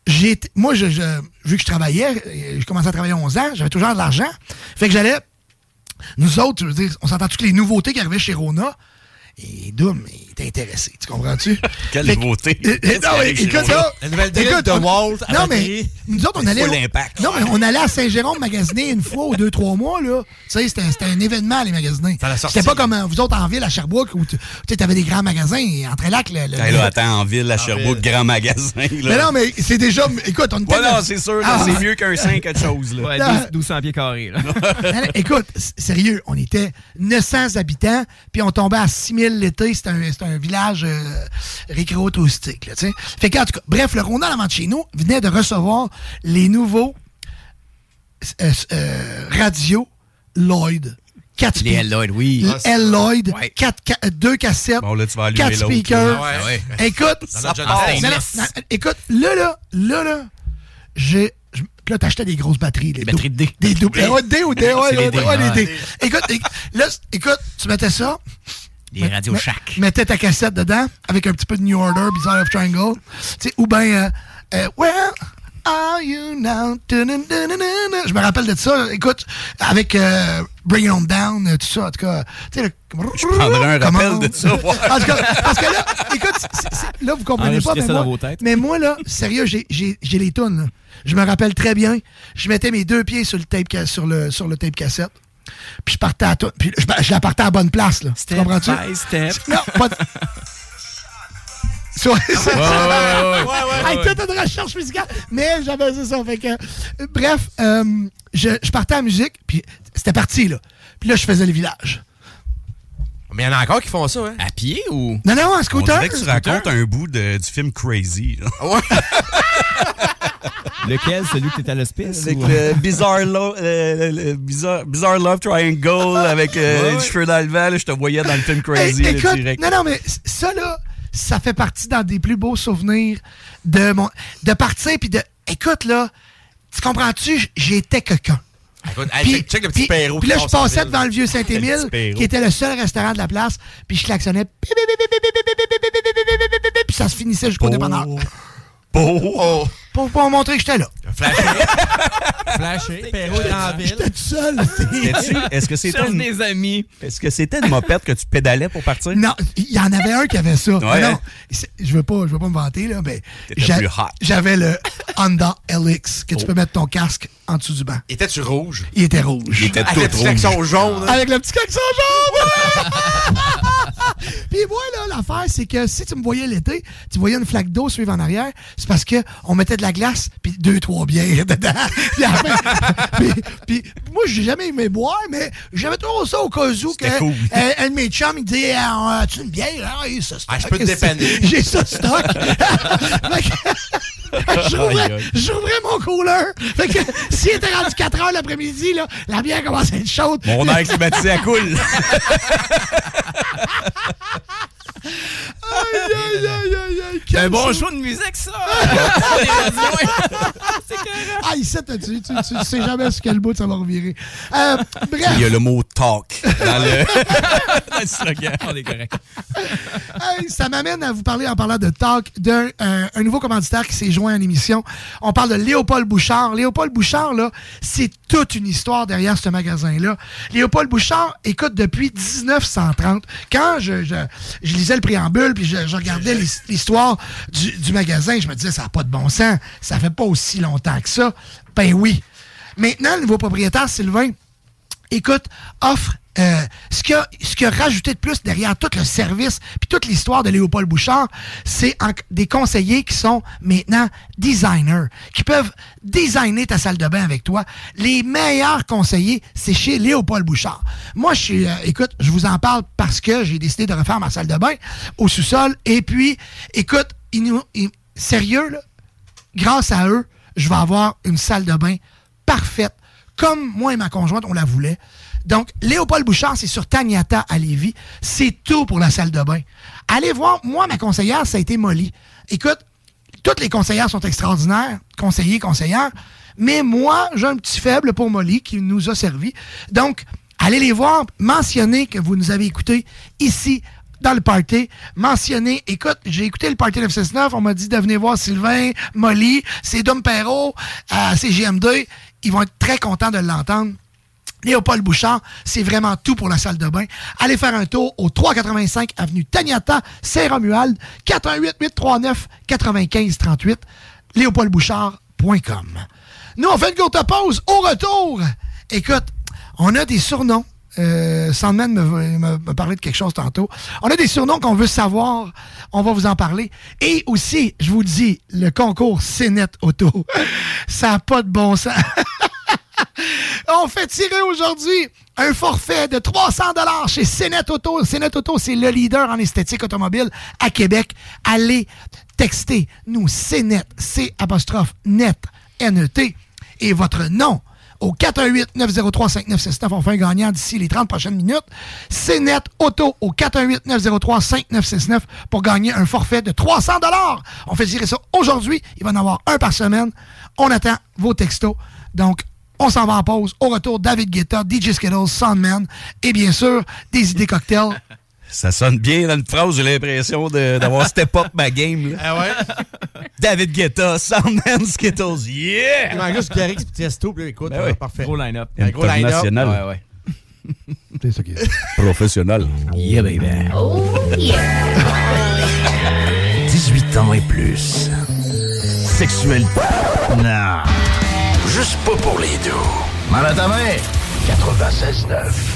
j'ai été- moi, je, je, vu que je travaillais, je commençais à travailler à onze ans, j'avais toujours de l'argent. Fait que j'allais... Nous autres, je veux dire, on s'entend toutes les nouveautés qui arrivaient chez Rona. Et Doom, il était intéressé, tu comprends-tu? Quelle Fait- nouveauté! Euh, euh, non, mais écoute, là, La nouvelle drill écoute, de on- Walt à Non, mais batterie. nous autres, on allait. Full au- impact. Non, mais on allait à Saint-Jérôme magasiner une fois ou deux, trois mois, là. Tu sais, c'était c'était un événement, les magasiner. la sortie. C'était pas comme euh, vous autres en ville, à Sherbrooke, où tu sais, t'avais des grands magasins, et entre lacs, le. le- Hey, là, attends, en ville, à Sherbrooke, grand magasin. Là. Mais non, mais c'est déjà. Écoute, on était. Ouais, non, c'est sûr, là, Ah. c'est mieux qu'un cinq quelque chose. Là. Ouais, Non. douze douze cents pieds carrés. Là. Non, non, écoute, s- sérieux, on était neuf cents habitants, puis on tombait à six mille l'été. C'était un, c'était un village euh, récréo-touristique, là, tu sais. Fait qu'en tout cas, bref, le Rona, avant de chez nous, venait de recevoir les nouveaux euh, euh, radios Lloyd. quatre Les L. Lloyd, oui. Le Ah, c'est- L. Lloyd, Ouais. quatre, ca- deux cassettes, Bon, là, tu vas allumer quatre l'autre, speakers. là. Ah ouais. Écoute, Dans notre ça jeune part. enfance. Non, non, non, écoute, là, là, là, là, j'ai... je- Là, t'achetais des grosses batteries. Les batteries de D. Des doubles. Ouais, D ou D, ouais, C'est les ouais, D, ouais, les ouais. D. Écoute, éc- là, c- écoute, tu mettais ça. Les met- radios met- Shack. Mettais ta cassette dedans avec un petit peu de New Order, Bizarre of Triangle. Tu sais, ou bien, euh, euh, Where are you now? Dun-dun-dun-dun-dun. Je me rappelle de ça. Écoute, avec euh, Bring It On Down, euh, tout ça, en tout cas. Tu sais, le... Je prendrais un rappel de ça. Ouais. En tout cas, parce que là, écoute, c'est- c'est- là, vous comprenez pas, Enregistrez mais ça moi, dans vos têtes. mais moi, là, sérieux, j'ai- j'ai j'ai les tunes, là. Je me rappelle très bien. Je mettais mes deux pieds sur le tape, ca- sur le, sur le tape cassette. Puis je partais à tout. Puis je, je la partais à la bonne place, là. Tu Step comprends-tu? by step. Non, pas de... Soit- ouais, ouais, ouais. Hey, toute une recherche musicale. Mais j'avais c'est ça. Fait que, euh, bref, euh, je, je partais à la musique, puis c'était parti, là. Puis là, je faisais le village. Mais il y en a encore qui font ça, hein? À pied ou? Non, non, en On scooter. dirait que tu racontes un bout de- du film Crazy. là. Lequel? Celui que t'étais à l'hospice? Avec ou- le bizarre, lo- euh, le bizarre, bizarre Love Triangle avec euh, Ouais, les ouais. cheveux dans le vent. là, Je te voyais dans le film Crazy. Hey, là, écoute, direct. non, non, mais c- ça, là, ça fait partie dans des plus beaux souvenirs de mon. De partir, puis de. Écoute, là, tu comprends-tu? J- J'étais quelqu'un. Écoute, hey, Puis, check, check le petit puis- Perrault. puis qui là, je passe en passais ville. devant le vieux Le Saint-Émile, petit Perrault. qui était le seul restaurant de la place, puis je klaxonnais. Puis ça se finissait jusqu'au dépanneur. Oh. Pour, pour montrer que j'étais là. Flashé. Flashé. Perrault est en ville. J'étais tout seul. Sais-tu, Est-ce que c'était Cherche une... des amis. Est-ce que c'était une mopette que tu pédalais pour partir? Non, il y en avait un qui avait ça. Ouais, non, hein? c'est- je veux pas, je veux pas me vanter, là, mais T'étais j'a- plus hot. j'avais le Honda L X que tu Oh. peux mettre ton casque en dessous du banc. Étais-tu rouge? Il était rouge. Il était Avec tout le petit rouge. klaxon jaune. hein? Avec le petit klaxon jaune! Puis moi, là, l'affaire, c'est que si tu me voyais l'été, tu voyais une flaque d'eau suivre en arrière, c'est parce que on mettait de la glace, puis deux, trois bières dedans. Puis, à la fin- puis, puis moi, j'ai jamais aimé boire, mais j'avais toujours ça au cas où que cool. euh, un de mes chums, il dit ah, as-tu une bière? Ah, oui, ça stock. Ah, je peux te dépanner. J'ai ça stock. Fait que- J'ouvrais Aïe, aïe. j'ouvrais mon cooler. Fait que s'il était rendu quatre heures l'après-midi, là, la bière commençait à être chaude. Mon air climatisé à cool. Aïe, aïe, aïe, aïe, aïe. C'est un Quel bon show. show de musique, ça! Les radios, c'est carré. Ah, ici, tu, tu, tu, tu sais jamais sur quel bout ça va revirer. Euh, bref, Il y a le mot talk dans le, dans le slogan. On est correct. hey, ça m'amène à vous parler, en parlant de talk, d'un euh, un nouveau commanditaire qui s'est joint à l'émission. On parle de Léopold Bouchard. Léopold Bouchard, là, c'est toute une histoire derrière ce magasin-là. Léopold Bouchard, écoute, depuis dix-neuf cent trente, quand je, je, je lisais le préambule, puis je, je regardais l'his- l'histoire du, du magasin, je me disais, ça n'a pas de bon sens. Ça fait pas aussi longtemps que ça. Ben oui. Maintenant, le nouveau propriétaire, Sylvain, écoute, offre euh, ce qu'il a, ce qu'il a rajouté de plus derrière tout le service puis toute l'histoire de Léopold Bouchard, c'est en- des conseillers qui sont maintenant designers, qui peuvent designer ta salle de bain avec toi. Les meilleurs conseillers, c'est chez Léopold Bouchard. Moi, je suis, euh, écoute, je vous en parle parce que j'ai décidé de refaire ma salle de bain au sous-sol. Et puis, écoute, ils nous, ils- sérieux, là, grâce à eux, je vais avoir une salle de bain parfaite, comme moi et ma conjointe, on la voulait. Donc, Léopold Bouchard, c'est sur Taniata à Lévis. C'est tout pour la salle de bain. Allez voir, moi, ma conseillère, ça a été Molly. Écoute, toutes les conseillères sont extraordinaires, conseillers, conseillères, mais moi, j'ai un petit faible pour Molly qui nous a servi. Donc, allez les voir, mentionnez que vous nous avez écoutés ici dans le party, mentionnez, écoute, j'ai écouté le party neuf cent soixante-neuf, on m'a dit de venir voir Sylvain, Molly, c'est Dom Perrault à C G M deux. Ils vont être très contents de l'entendre. Léopold Bouchard, c'est vraiment tout pour la salle de bain. Allez faire un tour au trois cent quatre-vingt-cinq avenue Taniata, Saint-Romuald, quatre un huit, huit trois neuf, neuf cinq trois huit, léopold bouchard point com. Nous, on fait une courte pause. Au retour, écoute, on a des surnoms. Euh, Sandman me, me, me parlait de quelque chose tantôt. On a des surnoms qu'on veut savoir. On va vous en parler. Et aussi, je vous le dis, le concours C-Net Auto. Ça n'a pas de bon sens. On fait tirer aujourd'hui un forfait de trois cents dollars chez C-Net Auto. C-Net Auto, c'est le leader en esthétique automobile à Québec. Allez texter nous C-Net, C apostrophe net, N E T, et votre nom au quatre un huit, neuf zéro trois, cinq neuf six neuf. On fait un gagnant d'ici les trente prochaines minutes. C-Net Auto au quatre un huit, neuf zéro trois, cinq neuf six neuf pour gagner un forfait de trois cents dollars. On fait tirer ça aujourd'hui. Il va en avoir un par semaine. On attend vos textos. Donc, on s'en va en pause. Au retour, David Guetta, D J Skittles, Soundman et bien sûr, des idées cocktails. Ça sonne bien dans une phrase, j'ai l'impression de, d'avoir step up ma game. Là. Ah ouais? David Guetta, Soundman, Skittles, yeah! Il manque juste Garrix et Tiesto, puis écoute, ben oui. parfait. Gros line-up. Un gros line-up. International. Ouais, ouais. C'est ça qui est. Professionnel. Yeah, baby. Oh, yeah. dix-huit ans et plus. Sexuel. Non. Juste pas pour les deux. Mal à ta main. quatre-vingt-seize neuf.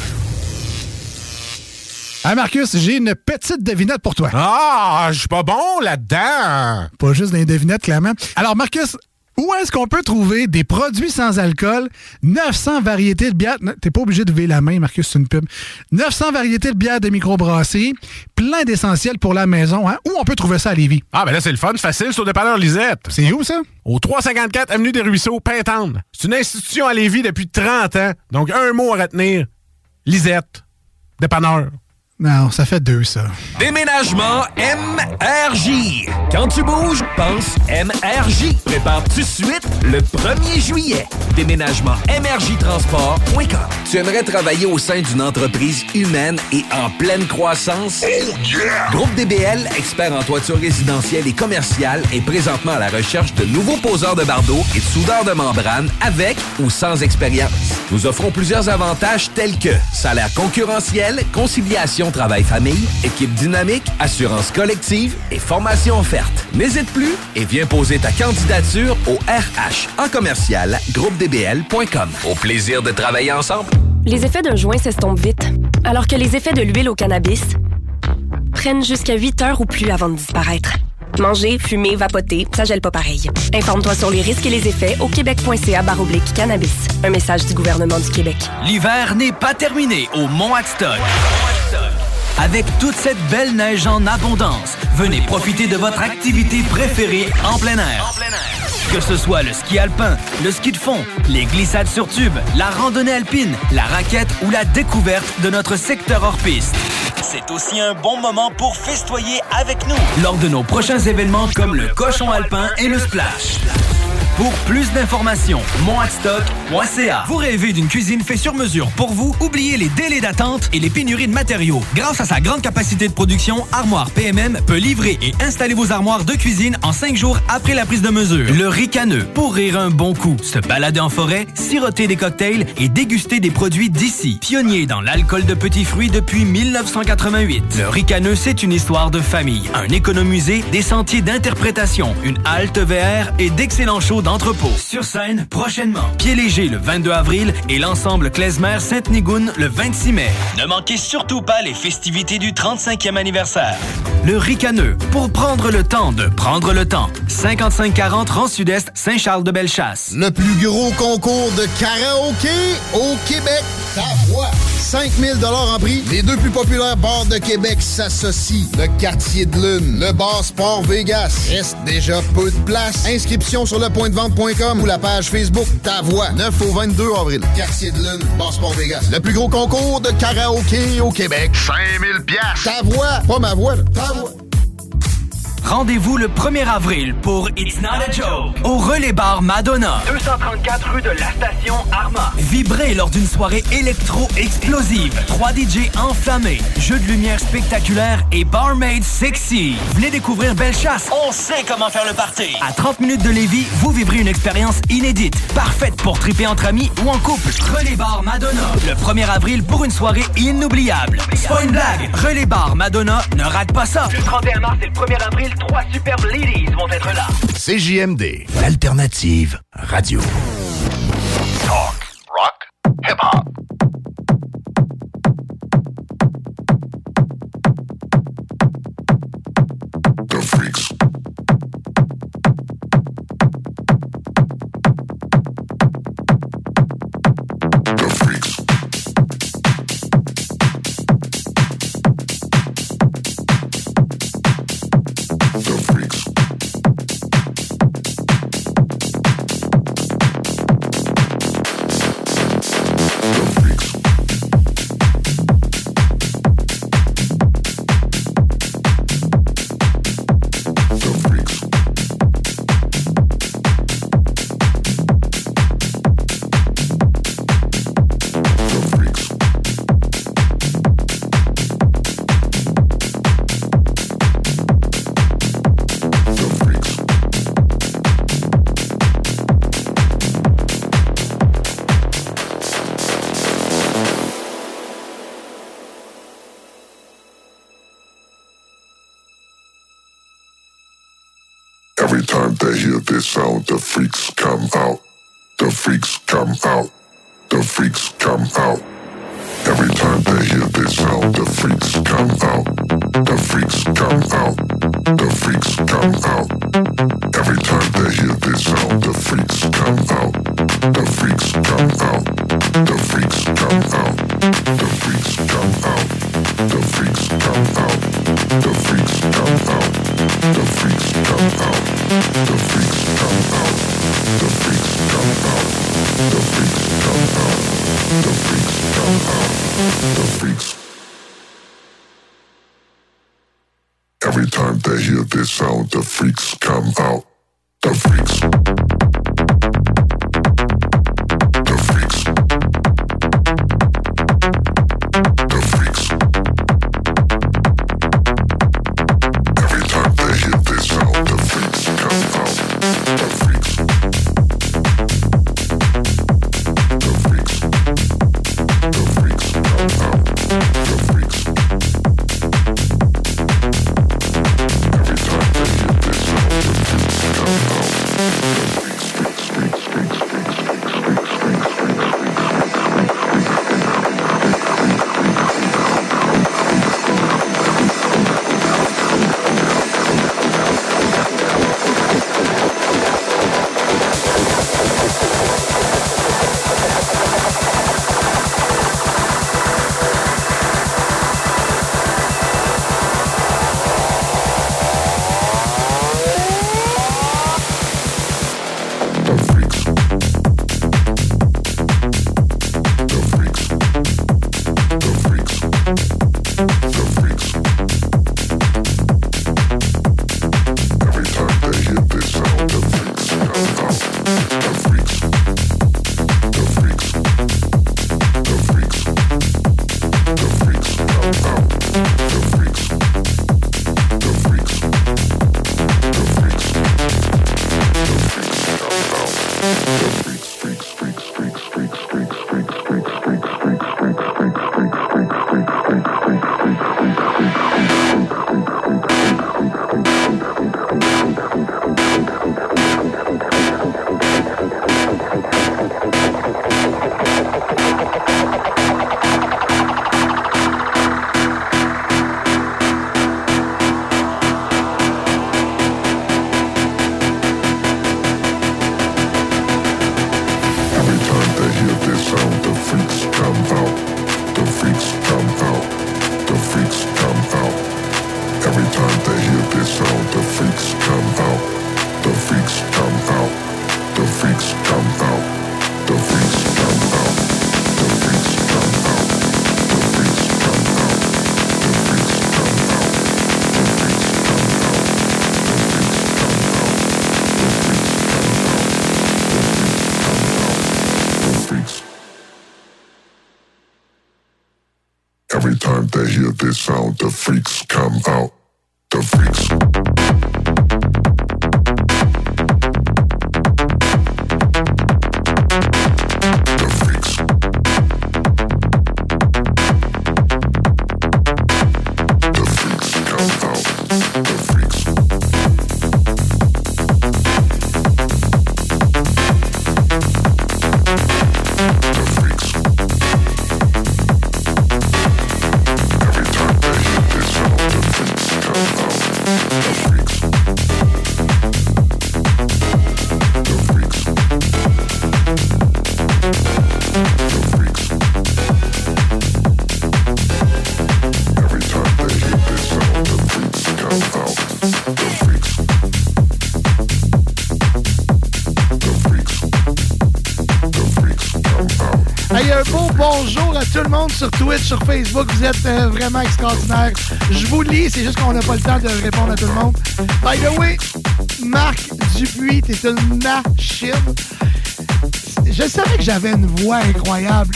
Ah, Marcus, j'ai une petite devinette pour toi. Ah, je suis pas bon là-dedans. Pas juste des devinettes, clairement. Alors, Marcus, où est-ce qu'on peut trouver des produits sans alcool, neuf cents variétés de bières... T'es pas obligé de lever la main, Marcus, c'est une pub. neuf cents variétés de bières de microbrasserie, plein d'essentiels pour la maison. Hein? Où on peut trouver ça à Lévis? Ah, ben là, c'est le fun, facile, c'est au dépanneur Lisette. C'est où, ça? Au trois cent cinquante-quatre Avenue des Ruisseaux, Pintendre. C'est une institution à Lévis depuis trente ans. Donc, un mot à retenir. Lisette. Dépanneur. Non, ça fait deux, ça. Déménagement M R J. Quand tu bouges, pense M R J. Prépare tout de suite le premier juillet. Déménagement M R J transport point com. Tu aimerais travailler au sein d'une entreprise humaine et en pleine croissance? Oh yeah! Groupe D B L, expert en toiture résidentielle et commerciale, est présentement à la recherche de nouveaux poseurs de bardeaux et de soudeurs de membrane avec ou sans expérience. Nous offrons plusieurs avantages tels que salaire concurrentiel, conciliation travail-famille, équipe dynamique, assurance collective et formation offerte. N'hésite plus et viens poser ta candidature au R H en commercial groupe d b l point com. Au plaisir de travailler ensemble. Les effets d'un joint s'estompent vite, alors que les effets de l'huile au cannabis prennent jusqu'à huit heures ou plus avant de disparaître. Manger, fumer, vapoter, ça gèle pas pareil. Informe-toi sur les risques et les effets au québec.ca barre oblique cannabis. Un message du gouvernement du Québec. L'hiver n'est pas terminé au Mont-Adstock. Avec toute cette belle neige en abondance, venez profiter de votre activité préférée en plein air. Que ce soit le ski alpin, le ski de fond, les glissades sur tube, la randonnée alpine, la raquette ou la découverte de notre secteur hors-piste. C'est aussi un bon moment pour festoyer avec nous lors de nos prochains événements comme le cochon alpin et le splash. Pour plus d'informations, mont adstock point c a. Vous rêvez d'une cuisine faite sur mesure pour vous? Oubliez les délais d'attente et les pénuries de matériaux. Grâce à sa grande capacité de production, Armoire P M M peut livrer et installer vos armoires de cuisine en cinq jours après la prise de mesure. Le ricaneux, pour rire un bon coup, se balader en forêt, siroter des cocktails et déguster des produits d'ici. Pionnier dans l'alcool de petits fruits depuis mille neuf cent quatre-vingt-huit. Le ricaneux, c'est une histoire de famille, un économusée, des sentiers d'interprétation, une halte V R et d'excellents shows d'entrepôt. Sur scène, prochainement. Pied léger le vingt-deux avril et l'ensemble Klezmer Sainte-Nigoune le vingt-six mai. Ne manquez surtout pas les festivités du trente-cinquième anniversaire. Le ricaneux, pour prendre le temps de prendre le temps. cinquante-cinq quarante Rang Sud-Est, Saint-Charles-de-Bellechasse. Le plus gros concours de karaoké au Québec. Ta voix. cinq mille dollars en prix. Les deux plus populaires bars de Québec s'associent. Le Quartier de Lune, le bar Sport Vegas. Reste déjà peu de place. Inscription sur le point de vente point com ou la page Facebook Ta Voix. neuf au vingt-deux avril. Quartier de Lune, bar Sport Vegas. Le plus gros concours de karaoké au Québec. cinq mille piastres. Ta voix, pas ma voix, là. Ta voix. Rendez-vous le premier avril pour It's Not a Joke au Relais Bar Madonna. deux cent trente-quatre rue de la station Arma. Vibrez lors d'une soirée électro-explosive. trois D J enflammés, jeux de lumière spectaculaires et barmaid sexy. Venez découvrir Bellechasse. On sait comment faire le party. À trente minutes de Lévis, vous vivrez une expérience inédite, parfaite pour triper entre amis ou en couple. Relais Bar Madonna, le premier avril pour une soirée inoubliable. C'est pas une blague. Relais Bar Madonna, ne rate pas ça. Le trente et un mars et le premier avril, trois superbes ladies vont être là. C J M D, l'alternative radio. Talk, rock, hip-hop. The Freaks. The Freaks. The Freaks. Every time they hear this sound, the freaks come out. The freaks come out. The freaks come out. Every time they hear this sound, the freaks come out. The freaks come out. The freaks come out. Every time they hear this sound, the freaks come out. The freaks come out. The freaks come out. The freaks come out. The freaks come out. The freaks come out. The freaks come out. The freaks come out. The freaks come out. The freaks come out. The freaks come out. The freaks. Every time they hear this sound, the freaks come out. The freaks. The freaks. The freaks. Every time they hear this sound, the freaks come out. The freaks. The freaks. The freaks come out. The freaks. Every time they hear this sound, the freaks come out. The freaks. this sound, the freaks come out. The freaks. Bonjour à tout le monde sur Twitch, sur Facebook. Vous êtes euh, vraiment extraordinaires. Je vous lis, c'est juste qu'on n'a pas le temps de répondre à tout le monde. By the way, Marc Dupuis, t'es une machine. Je savais que j'avais une voix incroyable.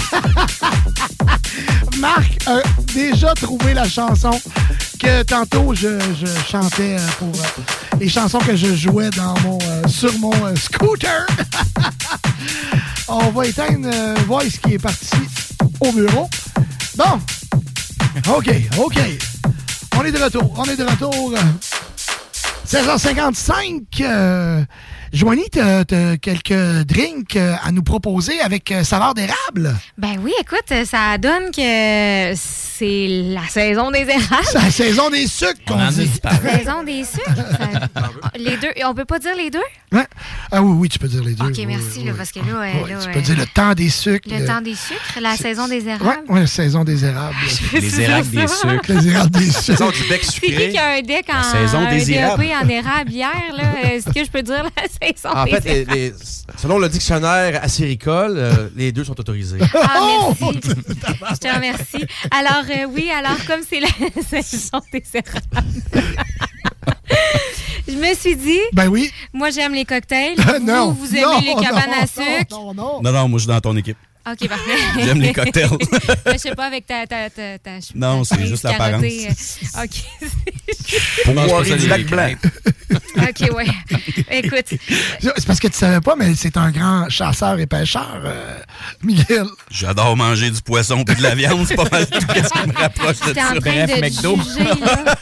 Marc a déjà trouvé la chanson que tantôt je, je chantais pour euh, les chansons que je jouais dans mon, euh, sur mon euh, scooter. On va éteindre euh, Voice qui est parti au bureau. Bon. OK, OK. On est de retour. On est de retour. seize heures cinquante-cinq. Euh, Joanie, t'as, t'as quelques drinks à nous proposer avec saveur d'érable? Ben oui, écoute, ça donne que c'est la saison des érables. C'est la saison des sucres, qu'on dit. La saison des sucres. Ça... Les deux. On peut pas dire les deux? Ouais. Ah oui, oui, tu peux dire les deux. OK, oui, merci, oui, là, oui. parce que là... Ouais, ouais, là tu ouais. peux dire le temps des sucres. Le, le temps des sucres, la saison des érables. Oui, ouais, la saison des érables. Les érables des sucres. Les érables des sucres. Saison du bec C'est sucré. qui qui a un deck en, La saison un des D E P érables. en érable hier, là? Est-ce que je peux dire la saison En des fait, les, érables? les, selon le dictionnaire acéricole, euh, les deux sont autorisés. Ah, merci. Je te remercie. Alors, euh, oui, alors, comme c'est la saison des érables, je me suis dit... Ben oui. Moi, j'aime les cocktails. Non. Vous, vous aimez Non, les non, cabanes à non, sucre. Non, non. Non, non, moi, je suis dans ton équipe. OK, parfait. J'aime les cocktails. Je sais pas, avec ta... ta, ta, ta Non, ta c'est juste chemise l'apparence. carottée, euh, OK. Pour moi, Boire c'est du du lac lac blanc. OK, ouais. Écoute. C'est parce que tu savais pas, mais c'est un grand chasseur et pêcheur, euh, Miguel. J'adore manger du poisson et de la viande. C'est pas mal tout ce qui me rapproche de J'étais en ça. train de McDo. juger, là.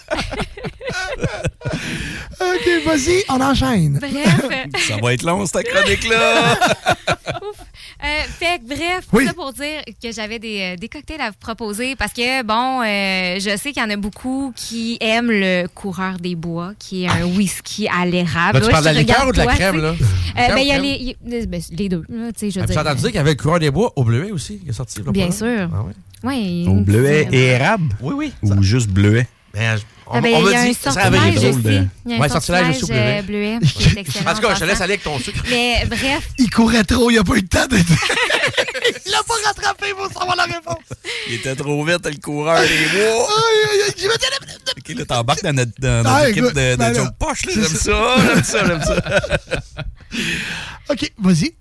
OK, vas-y, on enchaîne. Bref. Ça va être long, cette chronique-là. Ouf. Euh, fait que bref, Oui. ça pour dire que j'avais des, euh, des cocktails à vous proposer parce que, bon, euh, je sais qu'il y en a beaucoup qui aiment le coureur des bois, qui est un whisky à l'érable. Là, tu Ouais, parles de je la liqueur regarde ou de la toi, crème, tu sais. là? Euh, Liqueur ben, ou il y a crème? les, y- ben, les deux, là, tu sais, je veux Ah, dire. j'ai entendu dire qu'il y avait le coureur des bois au bleuet aussi, qui est sorti. là, Bien pas sûr. loin. Ah, ouais. Oui. Au bleuet et érable? Oui, oui. Ou juste bleuet? Ben, je- on Ah, ben, on il y m'a a dit un que ça sortilège avait aussi. drôle de- Il y a un Ouais, sortilège aussi au sortilège, bleuet. euh, bleuet, qui est excellent En tout cas, je te passant. laisse aller avec ton sucre. Mais bref, Il courait trop, il a pas eu le temps de... Il l'a pas rattrapé, il faut savoir la réponse. Il était trop vite, le coureur des bois. OK, là, t'embarques dans notre, dans notre Ah, équipe écoute, de, de ben Joe là, Poche, là. c'est J'aime ça. ça, j'aime ça, j'aime ça. OK, vas-y.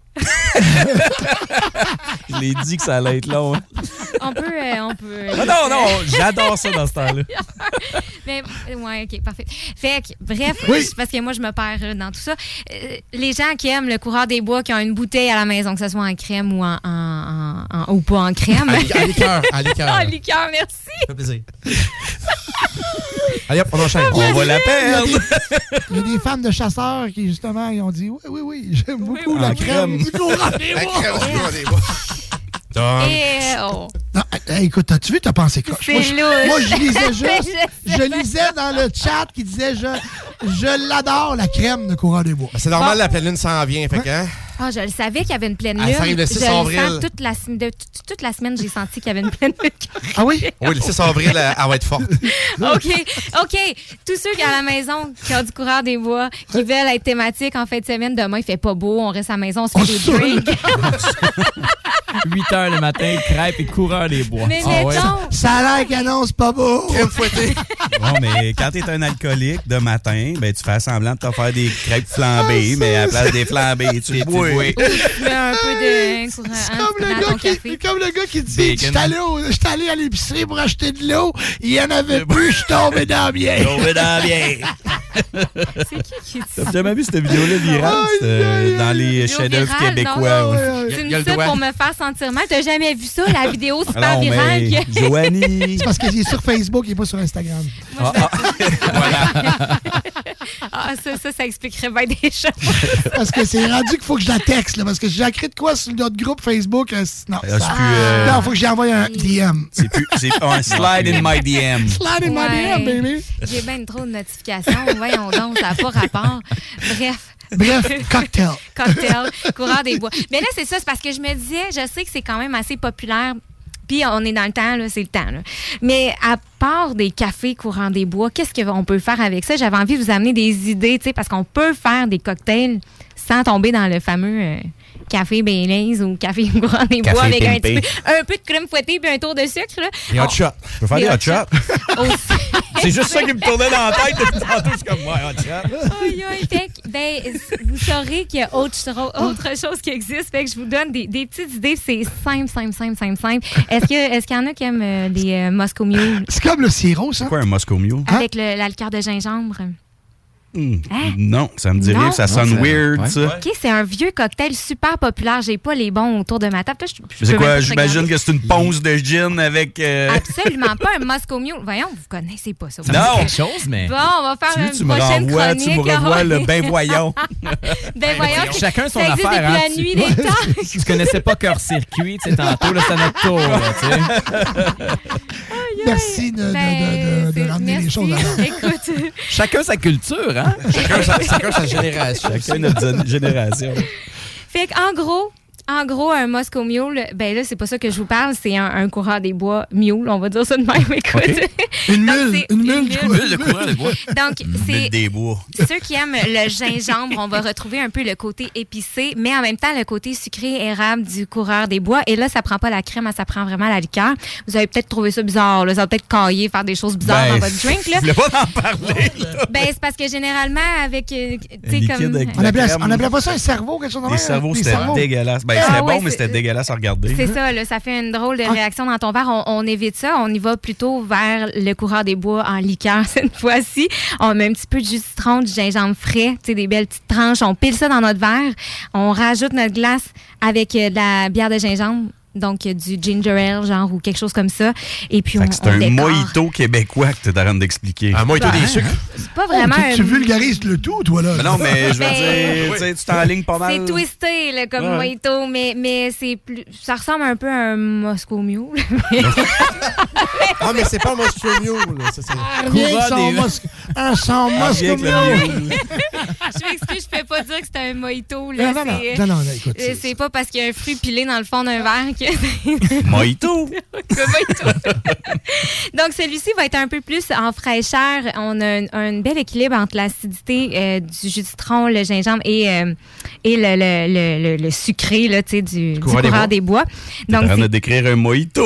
Je l'ai dit que ça allait être long. Hein. on peut... euh, on peut Ah non, non, j'adore ça dans ce temps-là. Mais, ouais, OK, parfait. Fait que, bref, Oui. c'est parce que moi, je me perds euh, dans tout ça. Euh, les gens qui aiment le coureur des bois, qui ont une bouteille à la maison, que ce soit en crème ou en... en, en, en- ou pas en crème. En li- en liqueur, en liqueur. En liqueur, merci. Ça fait plaisir. Allez hop, on enchaîne. On va la perdre. Il y a des fans de chasseurs qui, justement, ils ont dit « Oui, oui, oui, j'aime beaucoup la En crème crème. du coureur des La bois. crème du coureur des bois. Donc, Et, oh. Non, hey, écoute, as-tu vu, t'as pensé croche? C'est Moi, je- louche. moi, je lisais juste, Je sais je bien. lisais dans le chat qui disait je, je l'adore, la crème de coureur des bois. c'est normal, la pleine lune s'en vient. Fait que, hein? Ah, je le savais qu'il y avait une pleine Ah, lune. ça arrive le six je le avril. sens toute la, sem- de- toute- toute la semaine, j'ai senti qu'il y avait une pleine lune. Ah oui? Oui, le six avril, elle, elle va être forte. OK, OK. Tous ceux qui à la maison, qui ont du coureur des bois, qui veulent être thématiques en fin de semaine, demain, il fait pas beau, on reste à la maison, on se fait On des saoule. drinks. huit heures le matin, crêpes et coureur des bois. Mais Ah ouais. mettons, Ça a l'air qu'annonce pas beau. Crème fouettée. Bon, mais quand t'es un alcoolique de matin, ben tu fais semblant de te faire des crêpes flambées, mais à la place des flambées, tu bois. tu mets un peu de courant C'est hein, comme, le dans gars ton qui, café. c'est comme le gars qui dit Bacon. J'étais allé, au- j'étais allé à l'épicerie pour acheter de l'eau, il y en avait plus, je suis tombé dans la bière. Tombé dans la bière. C'est qui qui dit ça? T'as jamais vu cette vidéo-là virale? Aïe, C'est, euh, dans les Vidéo chefs-d'œuvre virale, québécois. non, ouais. non, Tu Y a- me y a le dis ça doigt. pour me faire sentir mal. T'as jamais vu ça, la vidéo super Ah non, virale? mais que- Joanie. C'est parce qu'il est sur Facebook, il est pas sur Instagram. Moi, je vais- Ah, ça, ça, ça expliquerait bien des choses. Parce que c'est rendu qu'il faut que je la texte, là, parce que si j'ai écrit de quoi sur notre groupe Facebook, euh, non. Ah, c'est ça- plus, euh, Non, faut que j'ai envoyé un D M. C'est plus. C'est pas un slide in my D M. Slide in my Ouais. D M, baby. J'ai bien trop de notifications. Voyons donc, ça n'a pas rapport. Bref. Bref, cocktail. Cocktail, coureur des bois. Mais là, c'est ça, c'est parce que je me disais, je sais que c'est quand même assez populaire. Puis on est dans le temps, là, c'est le temps. Là. Mais à part des cafés courant des bois, qu'est-ce qu'on peut faire avec ça? J'avais envie de vous amener des idées, tu sais, parce qu'on peut faire des cocktails sans tomber dans le fameux euh, café Baileys ou café courant des Café bois avec un, pimpé. petit peu, un peu de crème fouettée puis un tour de sucre. Là. Et hot On- shot. Je peux faire Des des hot hot shots. Aussi. C'est juste ça qui me tournait dans la tête depuis tantôt. Je suis comme, ouais, hot shot. Aïe, aïe, fait que, ben, vous saurez qu'il y a autre, cho- autre chose qui existe. Fait que je vous donne des, des petites idées. C'est simple, simple, simple, simple, simple. Est-ce que, est-ce qu'il y en a qui aiment euh, des euh, Moscow Mule C'est comme le sirop, ça. Quoi, un Moscow Mule? avec le, la liqueur de gingembre? Hmm. Hein? Non, ça me dit Non? rien, ça sonne Non, c'est- weird, ouais. ça. OK, c'est un vieux cocktail super populaire. J'ai pas les bons autour de ma table. Là, je- je C'est peux quoi, même pas j'imagine regarder. que c'est une ponce de gin avec... euh, Absolument pas un Moscow Mule. Voyons, vous connaissez pas ça. Ça me dit Non. quelque chose, mais. Bon, on va faire Tu, une tu me prochaine renvoies, chronique. tu me revois le ben voyons. Ben voyons, c'est- Chacun son ça existe affaire. depuis hein. la Tu- nuit des temps. Tu connaissais pas Cœur Circuit, tu sais, tantôt, là, c'est à notre tour, là, tu sais. Merci de, de, de, de, de Ben, c'est- ramener les merci. choses à l'heure. Écoute, Chacun sa culture, hein? Chacun sa, chacun sa génération. Chacun notre zone- génération. fait qu'en gros, en gros, un Moscow Mule, ben là, c'est pas ça que je vous parle, c'est un, un coureur des bois mule, on va dire ça de même, écoute. OK. Une Donc, mule, c'est une mule, du coup. Mule de coureur des bois. Donc, c'est Mille des bois. ceux qui aiment le gingembre, on va retrouver un peu le côté épicé, mais en même temps, le côté sucré érable du coureur des bois. Et là, ça prend pas la crème, ça prend vraiment la liqueur. Vous avez peut-être trouvé ça bizarre, là. Ça va peut-être cailler, faire des choses bizarres Ben, dans votre drink, là. Je voulais pas en parler, là. Ben, c'est parce que généralement, avec, euh, tu sais, liquide comme... avec On appelait, crème. on appelait pas ça un cerveau, quelque chose de Les même? cerveaux, Des c'était cerveaux. dégueulasse. Ben, Ah c'était ouais, bon, mais c'est- c'était dégueulasse à regarder. C'est ça, là, ça fait une drôle de réaction dans ton verre. On, on évite ça. On y va plutôt vers le coureur des bois en liqueur cette fois-ci. On met un petit peu de jus de citron, du gingembre frais, tu sais, des belles petites tranches. On pile ça dans notre verre. On rajoute notre glace avec euh, de la bière de gingembre. Donc, euh, du ginger ale, genre, ou quelque chose comme ça. Et puis, Fait on, que c'est on un décore. mojito québécois que t'es en train d'expliquer. Un mojito des sucres. C'est pas vraiment Oh, tu, tu un- vulgarises le tout, toi, là. Mais non, mais je veux Ben, dire, tu sais, tu t'enlignes pas mal. C'est twisté, là, comme Ouais. mojito, mais, mais c'est plus... Ça ressemble un peu à un Moscow Mule. Ah, mais c'est pas un Moscow Mule. là. Ça, c'est- Rien Courant que son des- mos- un son Rien Moscow que le Mule. mule. Je m'excuse, je peux pas dire que c'est un mojito. Là. Non, non, non, C'est- non, non, non, écoute, euh, c'est- C'est pas parce qu'il y a un fruit pilé dans le fond d'un verre que Mojito. que mojito. Donc, celui-ci va être un peu plus en fraîcheur. On a un, un bel équilibre entre l'acidité euh, du jus de citron, le gingembre et, euh, et le, le, le, le, le sucré là, tu sais, du, du coureur des coureur bois. des bois. T'es en Donc, train c'est- de décrire un mojito.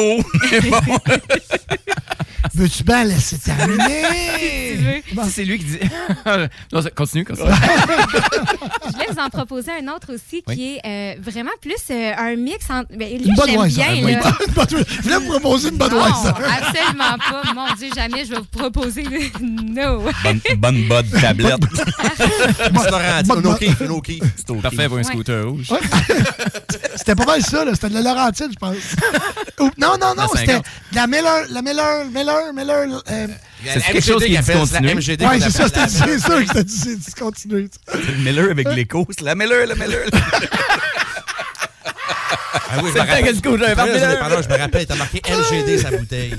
Veux-tu bien laisser tu terminer? veux. C'est lui qui dit. Non, ça- continue, continue. Je voulais vous en proposer un autre aussi qui Oui. est euh, vraiment plus euh, un mix entre... Ben, lui, Une je l'aime Budweiser. bien. Un là. Budweiser. Je voulais vous proposer une Non, Budweiser. absolument pas. Mon Dieu, jamais je vais vous proposer. No. Bonne, bonne bode tablette. C'est Laurenti. Un O'Keefe, un O'Keefe. C'est OK. Parfait pour un Ouais. scooter rouge. C'était pas mal ça, là. C'était de la Laurentide, je pense. Ou- non, non, non, La c'était cinquante. de la Miller, la Miller, Miller, Miller. euh, C'est quelque chose qui est discontinué. M G D. ouais, qu'on c'est ça, appelle c'était la- c'est sûr que c'était c'est discontinué. Le Miller avec l'écho. C'est la Miller, le Miller. Ah oui, je C'est me le temps rappelle. que tu couches un Pardon, Miller. pardon, je me rappelle, t'as marqué M G D sa bouteille.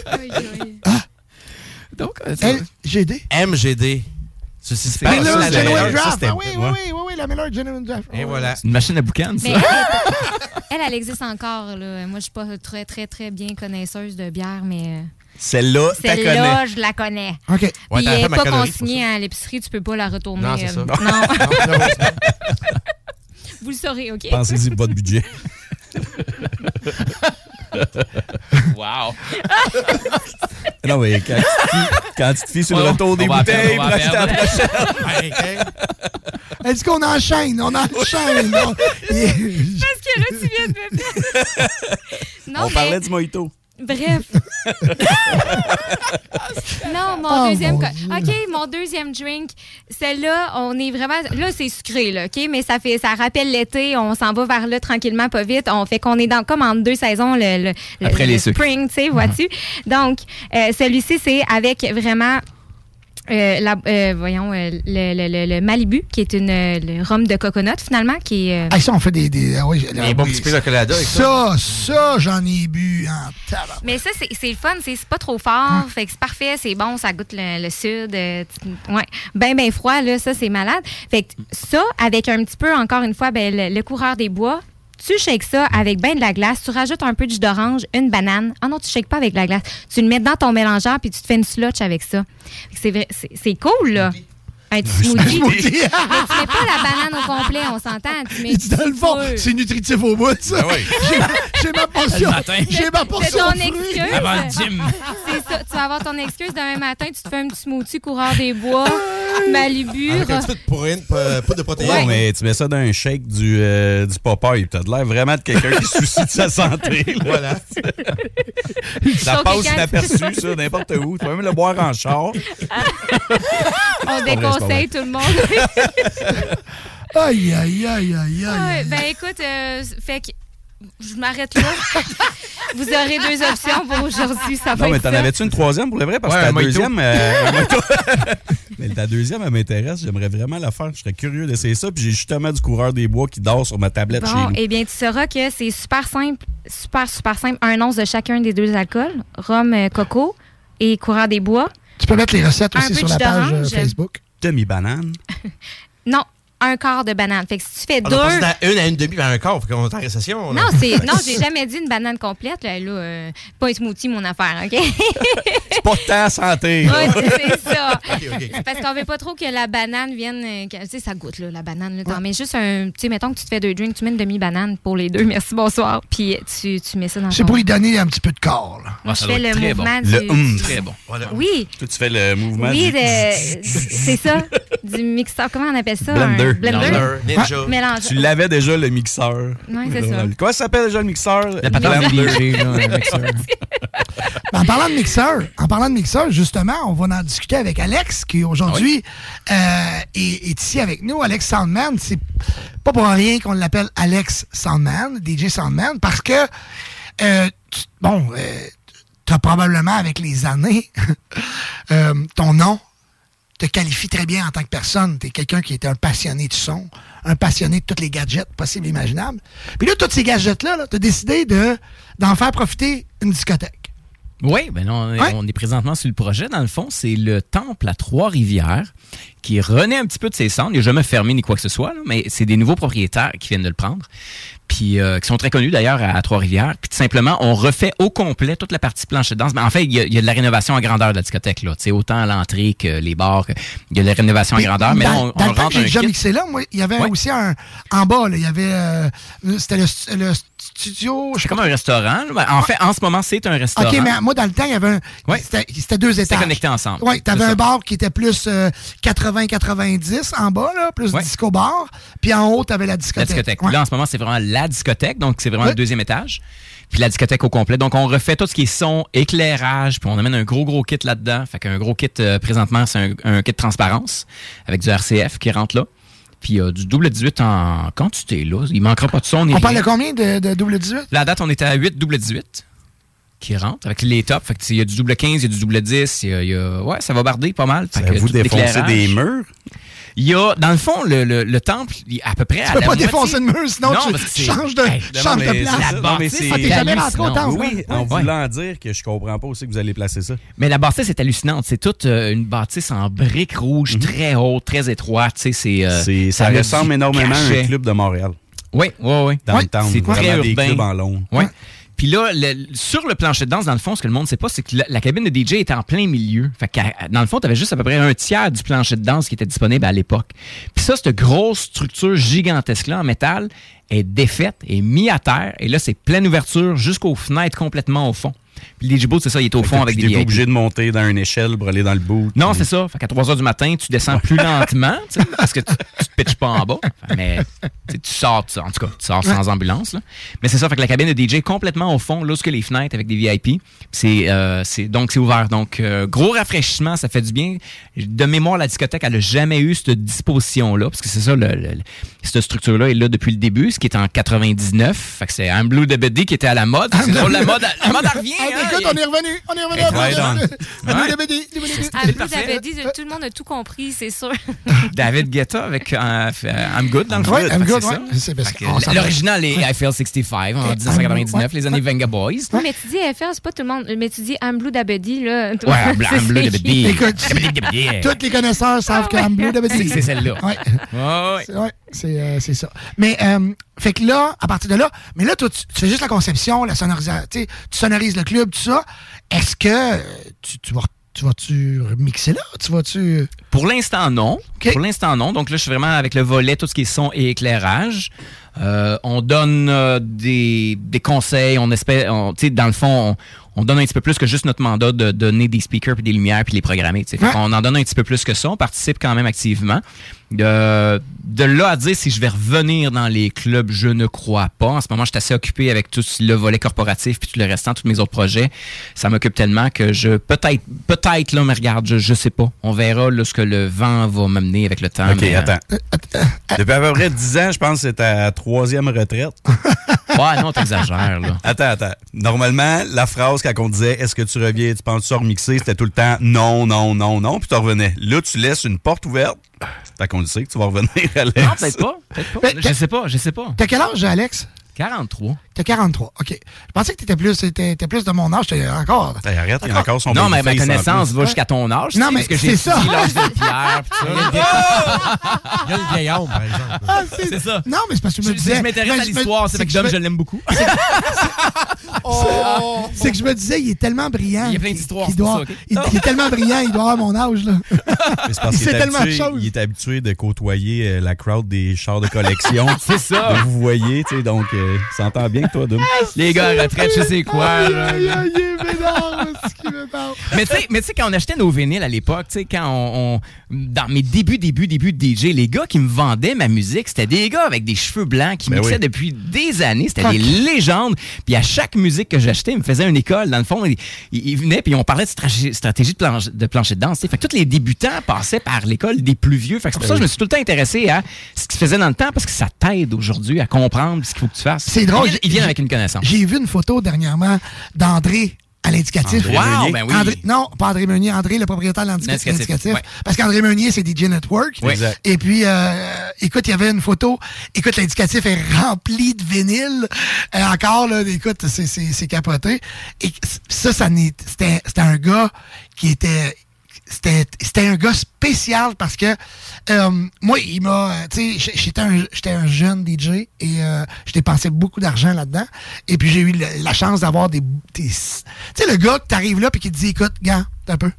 Donc, euh, ça- L G D. M G D. Ceci, c'est Ah, Miller ça, la c'est- Genuine ça, Draft. c'était- Ah oui, oui, ouais. oui, oui, oui, la Miller Genuine Draft. Et voilà. c'est une machine à boucan, ça. Mais elle, elle, elle existe encore. Là. Moi, je suis pas très, très, très bien connaisseuse de bière, mais euh, Celle-là, t'as connais. celle-là, je la connais. OK. Puis Ouais, elle t'as n'est fait ma pas calorie, consignée à l'épicerie, tu peux pas la retourner. Non, c'est ça. euh, Non. non. Non, non, Vous le saurez, OK? Pensez-y, votre budget. Wow! Non, mais quand tu te fies, quand tu te fies sur le Ouais, retour des on va bouteilles, perdre, on va reste à la perdre. prochaine. Est-ce qu'on enchaîne? On enchaîne. non? Parce que là, tu viens de me faire. Non, On mais- parlait du mojito. Bref. Non, mon Oh, deuxième. mon co- Dieu. OK, mon deuxième drink. Celle-là, on est vraiment. Là, c'est sucré, là, OK? Mais ça fait ça rappelle l'été. On s'en va vers là tranquillement, pas vite. On fait qu'on est dans comme en deux saisons, le, le, le- Après le les sucres. spring, tu sais, vois-tu? Donc, euh, celui-ci, c'est avec vraiment. Euh, la, euh, voyons, euh, le, le, le, le Malibu, qui est une, euh, le rhum de coconut, finalement, qui est. euh, Ah, ça, on fait des. des ah oui, Un bon petit pina colada avec ça. Ça, ça, j'en ai bu en tabac. Mais ça, c'est c'est le fun, c'est c'est pas trop fort, fait que c'est parfait, c'est bon, ça goûte le, le sud. euh, tu- ouais, ben, ben froid, là, ça, c'est malade. Fait que ça, avec un petit peu, encore une fois, ben, le, le coureur des bois, tu shakes ça avec ben de la glace, tu rajoutes un peu de jus d'orange, une banane. Ah non, tu shakes pas avec de la glace. Tu le mets dans ton mélangeur, puis tu te fais une slotch avec ça. Fait que c'est vrai- c'est c'est cool, là. Un petit smoothie. smoothie. Mais tu mets pas la banane au complet, on s'entend. Tu mets Il dit, dans le fond, c'est nutritif au bout, ça. Ben oui. J'ai ma- J'ai ma portion. Le matin. J'ai ma C'est portion. ton fruits. excuse. Avant le gym. C'est ça. Tu vas avoir ton excuse demain matin, tu te fais un petit smoothie coureur des bois, Malibu. Avec un petit peu de poudre, pas- pas de protéines. Non, mais tu mets ça dans un shake du, euh, du Popeye. T'as de l'air vraiment de quelqu'un qui se soucie de sa santé. là. Voilà. Ça Sauf passe que quand- inaperçu, ça, n'importe où. Tu peux même le boire en char. On déconseille tout le monde. Aïe, aïe, aïe, aïe, aïe. Ouais, ben écoute, euh, fait que je m'arrête là. Vous aurez deux options pour aujourd'hui. Ça va Non, mais être t'en ça. avais-tu une troisième pour le vrai? Parce Ouais, que un ta mojito. deuxième. euh, un mojito. Mais ta deuxième, elle m'intéresse. J'aimerais vraiment la faire. Je serais curieux d'essayer ça. Puis j'ai justement du coureur des bois qui dort sur ma tablette chez Bon, nous. eh bien, tu sauras que c'est super simple, super, super simple. Un once de chacun des deux alcools, rhum, euh, coco et coureur des bois. Tu peux mettre les recettes Un aussi peu sur de la jus page euh, d'orange. Facebook. Demi-banane. Non, un quart de banane. Fait que si tu fais On deux... a passé à une à une demi, puis à un quart. Fait qu'on est en récession. là. Non, c'est non, j'ai jamais dit une banane complète. Là, là euh, pas un smoothie, mon affaire, OK? C'est pas tant santé. Oui, c'est ça. OK, OK. Parce qu'on veut pas trop que la banane vienne... euh, que- tu sais, ça goûte, là, la banane. Là, t'en mets juste un... Tu sais, mettons que tu te fais deux drinks, tu mets une demi-banane pour les deux. Merci, bonsoir. Puis tu, tu mets ça dans C'est ton... pour y donner un petit peu de corps. Là. Moi, ça je fais doit être le très mouvement bon. du... Le hum. Très bon. Voilà. Oui, Toi, tu fais le mouvement oui, du... de- c'est ça. Du mixeur. Comment on appelle ça? Blender. Un blender. Blender, Ninja. Mélange. Tu l'avais déjà, le mixeur. Oui, c'est ça. Comment ça s'appelle déjà, le mixeur? La patente Blender. D J, là, un mixeur. Ben, en parlant de mixeur, en parlant de mixeur, justement, on va en discuter avec Alex, qui aujourd'hui euh, est, est ici avec nous. Alex Soundman, c'est pas pour rien qu'on l'appelle Alex Soundman, D J Soundman, parce que, euh, tu- bon, euh, t'as probablement, avec les années, euh, ton nom te qualifie très bien en tant que personne. T'es quelqu'un qui était un passionné de son, un passionné de tous les gadgets possibles et imaginables. Puis là, tous ces gadgets-là, là, t'as décidé de, d'en faire profiter une discothèque. Oui, ben non, on, est, Ouais. on est présentement sur le projet. Dans le fond, c'est le temple à Trois-Rivières qui renaît un petit peu de ses cendres. Il n'a jamais fermé ni quoi que ce soit, là, mais c'est des nouveaux propriétaires qui viennent de le prendre, puis euh, qui sont très connus d'ailleurs à, à Trois-Rivières. Puis tout simplement, on refait au complet toute la partie planche de danse. Mais en fait, il y, a, il y a de la rénovation à grandeur de la discothèque, là. Tu sais, autant à l'entrée que les bars. que- Il y a de la rénovation à grandeur. Mais là, dans, on, dans on le temps rentre que j'ai un déjà kit. mixé là, moi, il y avait Ouais. aussi un en bas, là, il y avait euh, c'était le, le studio. C'est comme un restaurant. là. En fait, en ce moment, c'est un restaurant. OK, mais moi dans le temps, il y avait un Ouais. c'était, c'était deux étages. C'était connecté ensemble. Oui, tu avais C'est un ça. bar qui était plus euh, quatre-vingts quatre-vingt-dix en bas là, plus Ouais. disco bar, puis en haut tu avais la La discothèque. discothèque. Ouais. Là, en ce moment, c'est vraiment la discothèque. Donc, c'est vraiment Ouais. le deuxième étage. Puis la discothèque au complet. Donc, on refait tout ce qui est son, éclairage. Puis on amène un gros, gros kit là-dedans. Fait qu'un gros kit, euh, présentement, c'est un, un kit de transparence avec du R C F qui rentre là. Puis euh, du double dix-huit en quantité, là. Il manquera pas de son. ni On parle rien. de combien de, de double dix-huit? La date, on était à huit double dix-huit qui rentre avec les tops. Fait que, il y a du double quinze, il y a du double dix. Il y a, il y a- ouais, ça va barder pas mal. Fait que, Vous tout défoncez l'éclairage. des murs? Il y a, dans le fond, le, le, le temple, il est à peu près à Tu peux la pas moitié. défoncer de mur, sinon Non, tu parce que c'est- changes de, Hey, non, changes mais de c'est place. ça. Non, mais bâtisse, c'est- Ah, t'es jamais rentré au hallucinant. temple. Oui, hein? en Ouais. voulant dire que je comprends pas aussi que vous allez placer ça. Mais la bâtisse est hallucinante. C'est toute euh, une bâtisse en briques rouges, très haute, très étroite. Tu sais, c'est, euh, C'est- ça a du ressemble énormément à cachet. un club de Montréal. Oui, oui, oui. Downtown, C'est vraiment très des urbain. clubs en long. Oui. Puis là, le, sur le plancher de danse, dans le fond, ce que le monde ne sait pas, c'est que la, la cabine de D J était en plein milieu. Fait que, dans le fond, tu avais juste à peu près un tiers du plancher de danse qui était disponible à l'époque. Puis ça, cette grosse structure gigantesque-là en métal est défaite, est mise à terre. Et là, c'est pleine ouverture jusqu'aux fenêtres complètement au fond. Puis le D J booth, c'est ça, il est au fond avec des V I P. Tu n'es pas V I P. obligé de monter dans une échelle pour aller dans le boot. Non, c'est ça. Fait qu'à trois heures du matin, tu descends plus lentement, tu sais, parce que tu, tu te pitches pas en bas. Mais tu sors, tu, en tout cas, tu sors sans ambulance. Là. Mais c'est ça, fait que la cabine de D J est complètement au fond, là où les fenêtres avec des V I P. C'est, euh, c'est, donc, c'est ouvert. Donc, euh, gros rafraîchissement, ça fait du bien. De mémoire, la discothèque, elle n'a jamais eu cette disposition-là, parce que c'est ça, le, le, cette structure-là est là depuis le début, ce qui est en quatre-vingt-dix-neuf. Fait que c'est I'm Blue de Buddy qui était à la mode. C'est drôle, la mode, la mode elle revient. Hey, hein, écoute, on est revenu. On est revenu à Right on. Blue de Buddy. À Blue d'Abedi, tout le monde a tout compris, c'est sûr. David Guetta avec euh, I'm Good dans le fond. Ouais, I'm Good, c'est ouais. ça. C'est parce Fait que qu'on s'en l'original est I Feel soixante-quinze en dix-neuf cent quatre-vingt-dix-neuf, les années Venga Boys. Oui, mais tu dis F L, c'est pas tout le monde. Mais tu dis I'm Blue d'Abedi, là. Ouais, I'm Blue- I'm Blue d'Abedi. Écoute, tous les connaisseurs savent que I'm Blue d'Abedi. C'est celle-là. Ouais. Ouais. C'est, ouais, c'est, euh, c'est ça. Mais, euh, fait que là, à partir de là, mais là, toi, tu, tu fais juste la conception, la sonorisation, tu sais, tu sonorises le club, tout ça. Est-ce que euh, tu, tu vas Tu vas-tu remixer là? Tu vas-tu... Pour l'instant, non. Okay. Pour l'instant, non. Donc là, je suis vraiment avec le volet, tout ce qui est son et éclairage. Euh, on donne euh, des, des conseils. On espère... Tu sais, dans le fond, on, on donne un petit peu plus que juste notre mandat de donner des speakers puis des lumières puis les programmer. Ouais. On en donne un petit peu plus que ça. On participe quand même activement. De, de là à dire si je vais revenir dans les clubs, je ne crois pas. En ce moment, je suis assez occupé avec tout le volet corporatif puis tout le restant, tous mes autres projets. Ça m'occupe tellement que je... Peut-être, peut-être là, mais regarde, je, je sais pas. On verra là, ce que le vent va m'amener avec le temps. OK, mais, attends. Euh, Depuis à peu près dix ans, je pense que c'est ta troisième retraite. Ouais, non, t'exagères, là. Attends, attends. Normalement, la phrase quand on disait « Est-ce que tu reviens, tu penses-tu remixer? » C'était tout le temps « Non, non, non, non », puis tu revenais. Là, tu laisses une porte ouverte. Fait qu'on le sait que tu vas revenir, Alex. Non, peut-être pas. Peut-être pas. Mais, je sais pas, je sais pas. T'as quel âge, Alex? quarante-trois. T'as quarante-trois, OK. Je pensais que t'étais plus, t'étais, t'étais plus de mon âge, t'es encore. Hey, arrête, il y a encore son Non, mais ma connaissance va jusqu'à ton âge. Non, mais que c'est ça. L'âge de Pierre, pis ça. Il y a le vieil homme, par exemple. Ah, c'est... c'est ça. Non, mais c'est parce que je me je, disais... Je m'intéresse à l'histoire, c'est, c'est que Dom, je l'aime beaucoup. Oh, c'est que je me disais, il est tellement brillant. Il y a plein d'histoires. Il, doit, ça, okay? il, il est tellement brillant, il doit avoir mon âge, là. Mais c'est parce il qu'il sait est tellement habitué, de choses. il est habitué de côtoyer euh, la crowd des chars de collection. C'est ça. Vous voyez, tu sais, donc, euh, s'entend bien que toi, Dom. Les gars à retraite, je sais quoi. Aïe, aïe, aïe, il est m'énerve, c'est qu'il m'énerve. Mais tu sais, mais tu sais, quand on achetait nos vinyles à l'époque, tu sais, quand on, on, dans mes débuts, débuts, débuts de D J, les gars qui me vendaient ma musique, c'était des gars avec des cheveux blancs qui ben mixaient oui. depuis des années. C'était des légendes. Puis à chaque musique que j'achetais, ils me faisaient une école. Dans le fond, ils, ils venaient puis on parlait de stratégie, stratégie de, planche, de plancher de danse. T'sais. Fait que tous les débutants passaient par l'école des plus vieux. Fait que c'est pour ça que je me suis tout le temps intéressé à ce qu'ils faisaient dans le temps parce que ça t'aide aujourd'hui à comprendre ce qu'il faut que tu fasses. C'est drôle. Ils viennent, ils viennent avec une connaissance. J'ai vu une photo dernièrement d'André à l'indicatif. André wow, ben oui. André, non, pas André Meunier, André, le propriétaire de l'indicatif. l'indicatif ouais. Parce qu'André Meunier, c'est D J Network. Oui. Et puis, euh, écoute, il y avait une photo. Écoute, l'indicatif est rempli de vinyle. Euh, encore, là, écoute, c'est, c'est, c'est capoté. Et ça, ça n'est, c'était, c'était un gars qui était... C'était, c'était un gars spécial parce que euh, moi, il m'a... Tu sais, j'étais un, j'étais un jeune D J et euh, je dépensais beaucoup d'argent là-dedans. Et puis, j'ai eu la, la chance d'avoir des... des tu sais, le gars que t'arrives là et qui te dit, écoute, gars, un peu.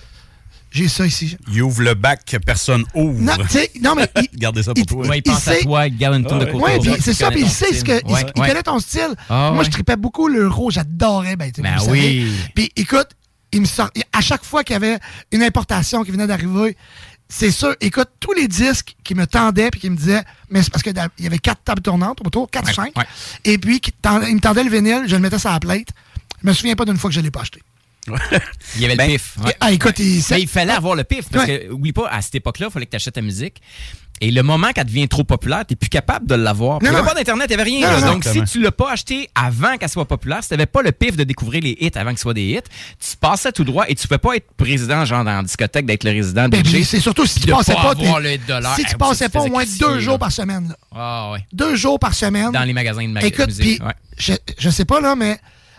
J'ai ça ici. Il ouvre le bac que personne ouvre. Non, tu sais, non, mais... Il, Gardez ça pour il, toi. Ouais, il pense il à sait, toi, il garde une tour ah, de côté. Oui, puis c'est ça, puis il sait ce que... Ouais, il, ouais. il connaît ton style. Ah, moi, ouais. je tripais beaucoup l'euro, j'adorais. Ben, ben vous oui. savez. Puis écoute, il me sort, à chaque fois qu'il y avait une importation qui venait d'arriver, c'est sûr, écoute, tous les disques qui me tendaient puis qui me disaient, mais c'est parce qu'il y avait quatre tables tournantes autour, quatre ou cinq, ouais. et puis il me tendait le vinyle, je le mettais sur la plate. Je me souviens pas d'une fois que je l'ai pas acheté. Il y avait ben, le pif. Ouais. Ah, écoute, il, mais il fallait avoir le pif. Parce ouais. que, oublie pas, à cette époque-là, il fallait que tu achètes ta musique. Et le moment qu'elle devient trop populaire, tu n'es plus capable de l'avoir. Il n'y avait pas d'Internet, il n'y avait rien. Non, non, donc, non, si tu ne l'as pas acheté avant qu'elle soit populaire, si tu n'avais pas le pif de découvrir les hits avant qu'ils soient des hits, tu passais tout droit et tu ne pouvais pas être président, genre dans la discothèque, d'être le résident de ben, D J. C'est surtout si tu passais pas, pas le dollar. Si tu passais pas au moins deux là. jours par semaine. Là. Ah, ouais. Deux jours par semaine. Dans les magasins de magasin. Écoute, puis, ouais. je, je sais pas, là, mais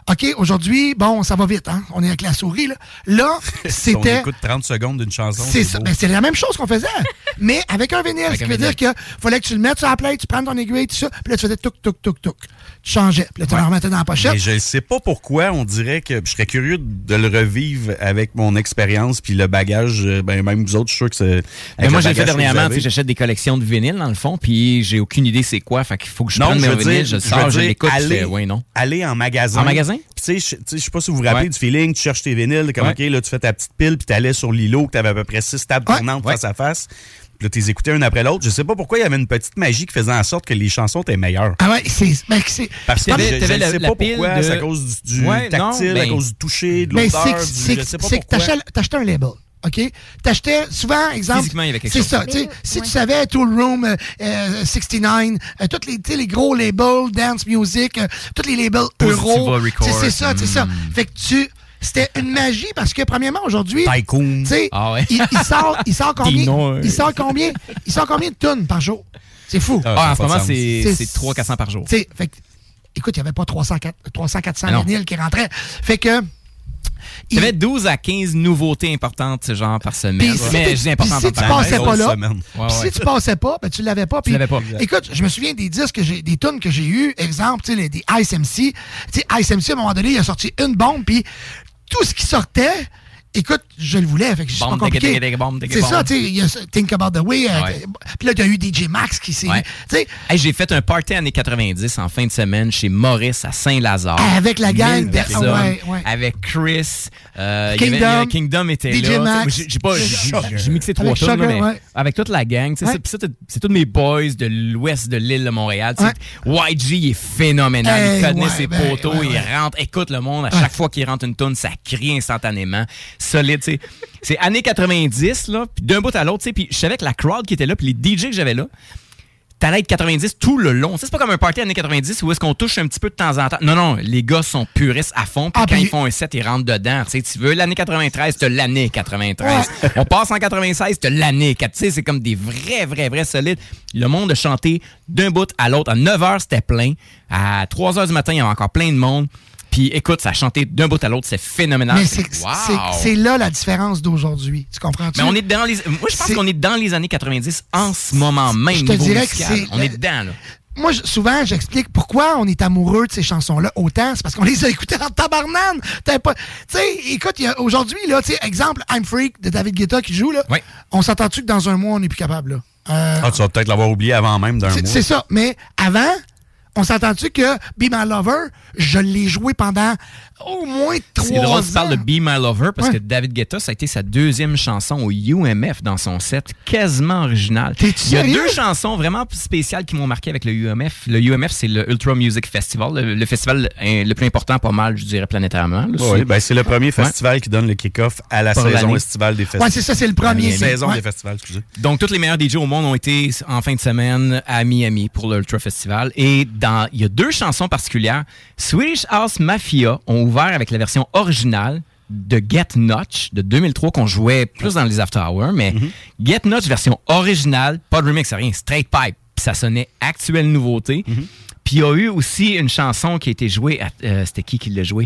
OK, aujourd'hui, bon, ça va vite, hein? On est avec la souris, là. Là, c'était... On écoute trente secondes d'une chanson. C'est ça. Ben, c'est la même chose qu'on faisait, mais avec un vinyle. Ce qui veut dire qu'il fallait que tu le mettes sur la plate, tu prennes ton aiguille, tout ça, puis là, tu faisais touc, touc, touc, touc. Tu changeais, puis là, tu Ouais. le remettais dans la pochette. Mais je ne sais pas pourquoi, on dirait que je serais curieux de le revivre avec mon expérience puis le bagage. Ben, même vous autres, je suis sûr que c'est... Ben moi, j'ai fait dernièrement, tu sais, j'achète des collections de vinyles, dans le fond, puis j'ai aucune idée c'est quoi. Fait qu'il faut que je Non, prenne je mes veux vinyles, dire, je le je sors, veux je dire, l'écoute, je aller- fais, oui, non. Aller en magasin. En magasin? Puis tu sais, je je sais pas si vous vous rappelez Ouais. du feeling, tu cherches tes vinyles, comme Ouais. OK, là, tu fais ta petite pile, puis tu allais sur l'îlot, que tu avais à peu près six tables tournantes Ouais. face à face. Puis là, tu les écoutais un après l'autre. Je sais pas pourquoi il y avait une petite magie qui faisait en sorte que les chansons étaient meilleures. Ah ouais, c'est... Ben, c'est... Parce que T'avais- je, je t'avais ne la- sais la pas pile pourquoi, de- c'est à cause du, du Ouais, non, tactile, ben- à cause du toucher, de Ben, l'odeur, c'est du- que- c'est je que- sais pas c'est que pourquoi. t'achetais t'achetais un label. OK? T'achetais souvent, exemple. Physiquement, il y avait quelque c'est chose. ça. tu sais, Mais, si ouais. tu savais Tool Room, euh, euh, soixante-neuf, euh, tous les, tu sais, les gros labels, Dance Music, euh, tous les labels Positiva Euro. Records. tu sais, C'est ça, c'est ça. Mm. Fait que tu. C'était une magie parce que, premièrement, aujourd'hui. Tycoon. Tu sais, Ah ouais. il, il sort, il sort combien? Dino, euh. Il sort combien? Il sort combien de tonnes par jour? C'est fou. Ah, Ah, en ça ce a pas moment, de c'est sens. c'est trois cents à quatre cents par jour. Tu sais, fait que, écoute, il n'y avait pas trois cents à quatre cents Ah non. vinyles qui rentraient. Fait que. Il y avait douze à quinze nouveautés importantes, ce genre, par semaine. Puis si Mais t'es- je dis importantes puis si tu par passais semaine. pas là, semaine. Ouais, Puis ouais. si tu passais pas, ben tu l'avais pas. Puis, l'avais pas. Écoute, je me souviens des disques, que j'ai, des tunes que j'ai eu, exemple, tu sais, les- des Ice M C. Tu sais, Ice M C, à un moment donné, il a sorti une bombe, puis tout ce qui sortait, écoute, je le voulais, fait que c'est pas Bombe, compliqué. digga, digga, bombe, digga, C'est ça, bombe. tu sais, il y a ce Think About the Way. euh, Ouais. Puis là, tu as eu D J Max qui s'est... Ouais. Tu sais, Hey, j'ai fait un party années quatre-vingt-dix en fin de semaine chez Maurice à Saint-Lazare. Avec la gang mille de- personnes, ouais, ouais. Avec Chris. euh, il y avait- Kingdom, il y avait Kingdom était D J là. Max, Moi, J'ai j'ai pas- j'ai- j'ai mixé trois Avec tunes, là, Sugar, mais ouais. avec toute la gang. tu sais, Ouais. c'est- puis ça, c'est- c'est tous mes boys de l'ouest de l'île de Montréal. tu sais. Y G il est phénoménal. Hey, il connaît ouais, ses ben, poteaux. ouais, ouais. Il rentre. Écoute le monde. À Ouais. chaque fois qu'il rentre une tune, ça crie instantanément. Solide. tu sais. C'est années quatre-vingt-dix, là. Puis d'un bout à l'autre, tu sais. Puis je savais que la crowd qui était là, puis les D J que j'avais là, t'allais être quatre-vingt-dix tout le long. Tu sais, c'est pas comme un party années quatre-vingt-dix où est-ce qu'on touche un petit peu de temps en temps. Non, non, les gars sont puristes à fond. Puis Ah, quand puis- ils font un set, ils rentrent dedans. Tu sais, tu veux l'année quatre-vingt-treize, t'as l'année quatre-vingt-treize. On passe en quatre-vingt-seize, t'as l'année. Tu sais, c'est comme des vrais, vrais, vrais solides. Le monde a chanté d'un bout à l'autre. À neuf heures, c'était plein. À trois heures du matin, il y avait encore plein de monde. Puis écoute, ça a chanté d'un bout à l'autre. C'est phénoménal. mais c'est, Wow. c'est, c'est là la différence d'aujourd'hui. Tu comprends-tu? Mais on est dans les. Moi, je pense C'est- qu'on est dans les années quatre-vingt-dix en ce moment même. Je te niveau dirais que musical. c'est- On est dedans, là. Moi, je- souvent, j'explique pourquoi on est amoureux de ces chansons-là autant. C'est parce qu'on les a écoutées en tabarnane. T'as pas... Tu sais, écoute, il y a- aujourd'hui, là, tu sais, exemple, I'm Freak de David Guetta qui joue, là. Oui. On s'entend-tu que dans un mois, on n'est plus capable, là? Euh, Ah, tu vas peut-être l'avoir oublié avant même d'un c'est, mois. c'est ça. Mais avant, on s'entend-tu que Be My Lover, je l'ai joué pendant au moins trois ans. C'est drôle que tu parles de Be My Lover parce Ouais. que David Guetta, ça a été sa deuxième chanson au U M F dans son set, quasiment original. T'es-tu Il y a sérieux? deux chansons vraiment spéciales qui m'ont marqué avec le U M F. Le U M F, c'est le Ultra Music Festival, le, le festival euh, le plus important, pas mal, je dirais, planétairement. là. Oui, C'est- ben c'est le premier festival qui donne le kick-off à la Pour saison l'année. estivale des festivals. Ouais, c'est ça, c'est le premier. La saison Ouais. des festivals, excusez. Donc, tous les meilleurs D J au monde ont été en fin de semaine à Miami pour l'Ultra Festival. Et dans, il y a deux chansons particulières. Swedish House Mafia ont ouvert avec la version originale de Get Notch de deux mille trois qu'on jouait plus dans les After Hours, mais Get Notch version originale, pas de remix, rien, straight pipe. Puis ça sonnait actuelle nouveauté. Puis il y a eu aussi une chanson qui a été jouée. à- euh, C'était qui qui l'a jouée?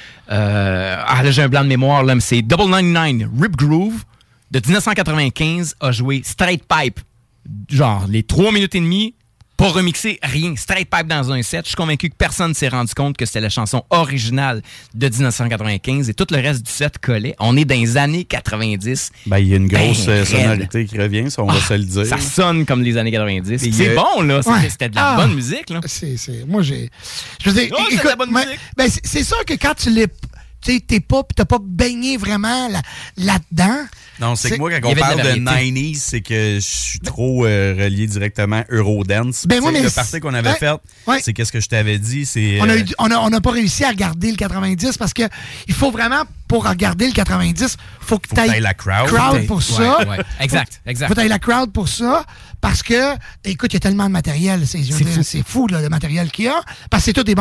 Euh, ah là, j'ai un blanc de mémoire, là, mais c'est Double ninety-nine Rip Groove de dix-neuf cent quatre-vingt-quinze a joué straight pipe. Genre, les trois minutes et demie, pas remixé, rien. Straight pipe dans un set. Je suis convaincu que personne ne s'est rendu compte que c'était la chanson originale de dix-neuf cent quatre-vingt-quinze et tout le reste du set collait. On est dans les années quatre-vingt-dix. Ben, il y a une grosse Ben, euh, raide. sonorité qui revient, ça, on va Ah, se le dire. Ça sonne comme les années quatre-vingt-dix. Et C'est euh, bon, là. C'était Ouais. c'était de la Ah. bonne musique, là. C'est, c'est, moi, j'ai. Je veux dire, Oh, c'est de la bonne mais- musique. ben, c'est, c'est sûr que quand tu l'es. Tu sais, t'es pas, t'as pas baigné vraiment là, là-dedans. Non, c'est que moi, il y quand on avait de la parle de variété. nineties, c'est que je suis trop euh, relié directement Eurodance. Ben Tu oui, sais, mais le c'est- party qu'on avait ouais, fait, ouais. c'est qu'est-ce que je t'avais dit, c'est... On a euh, eu- on a- on n'a pas réussi à regarder le quatre-vingt-dix parce que il faut vraiment, pour regarder le quatre-vingt-dix, faut que Faut que tu t'ailles la crowd. pour Ouais, ça. ouais. Exact, exact. Faut que t'ailles la crowd pour ça parce que, écoute, il y a tellement de matériel. C'est, je veux C'est dire, fou. c'est fou là, le matériel qu'il y a parce que c'est tout des bombes.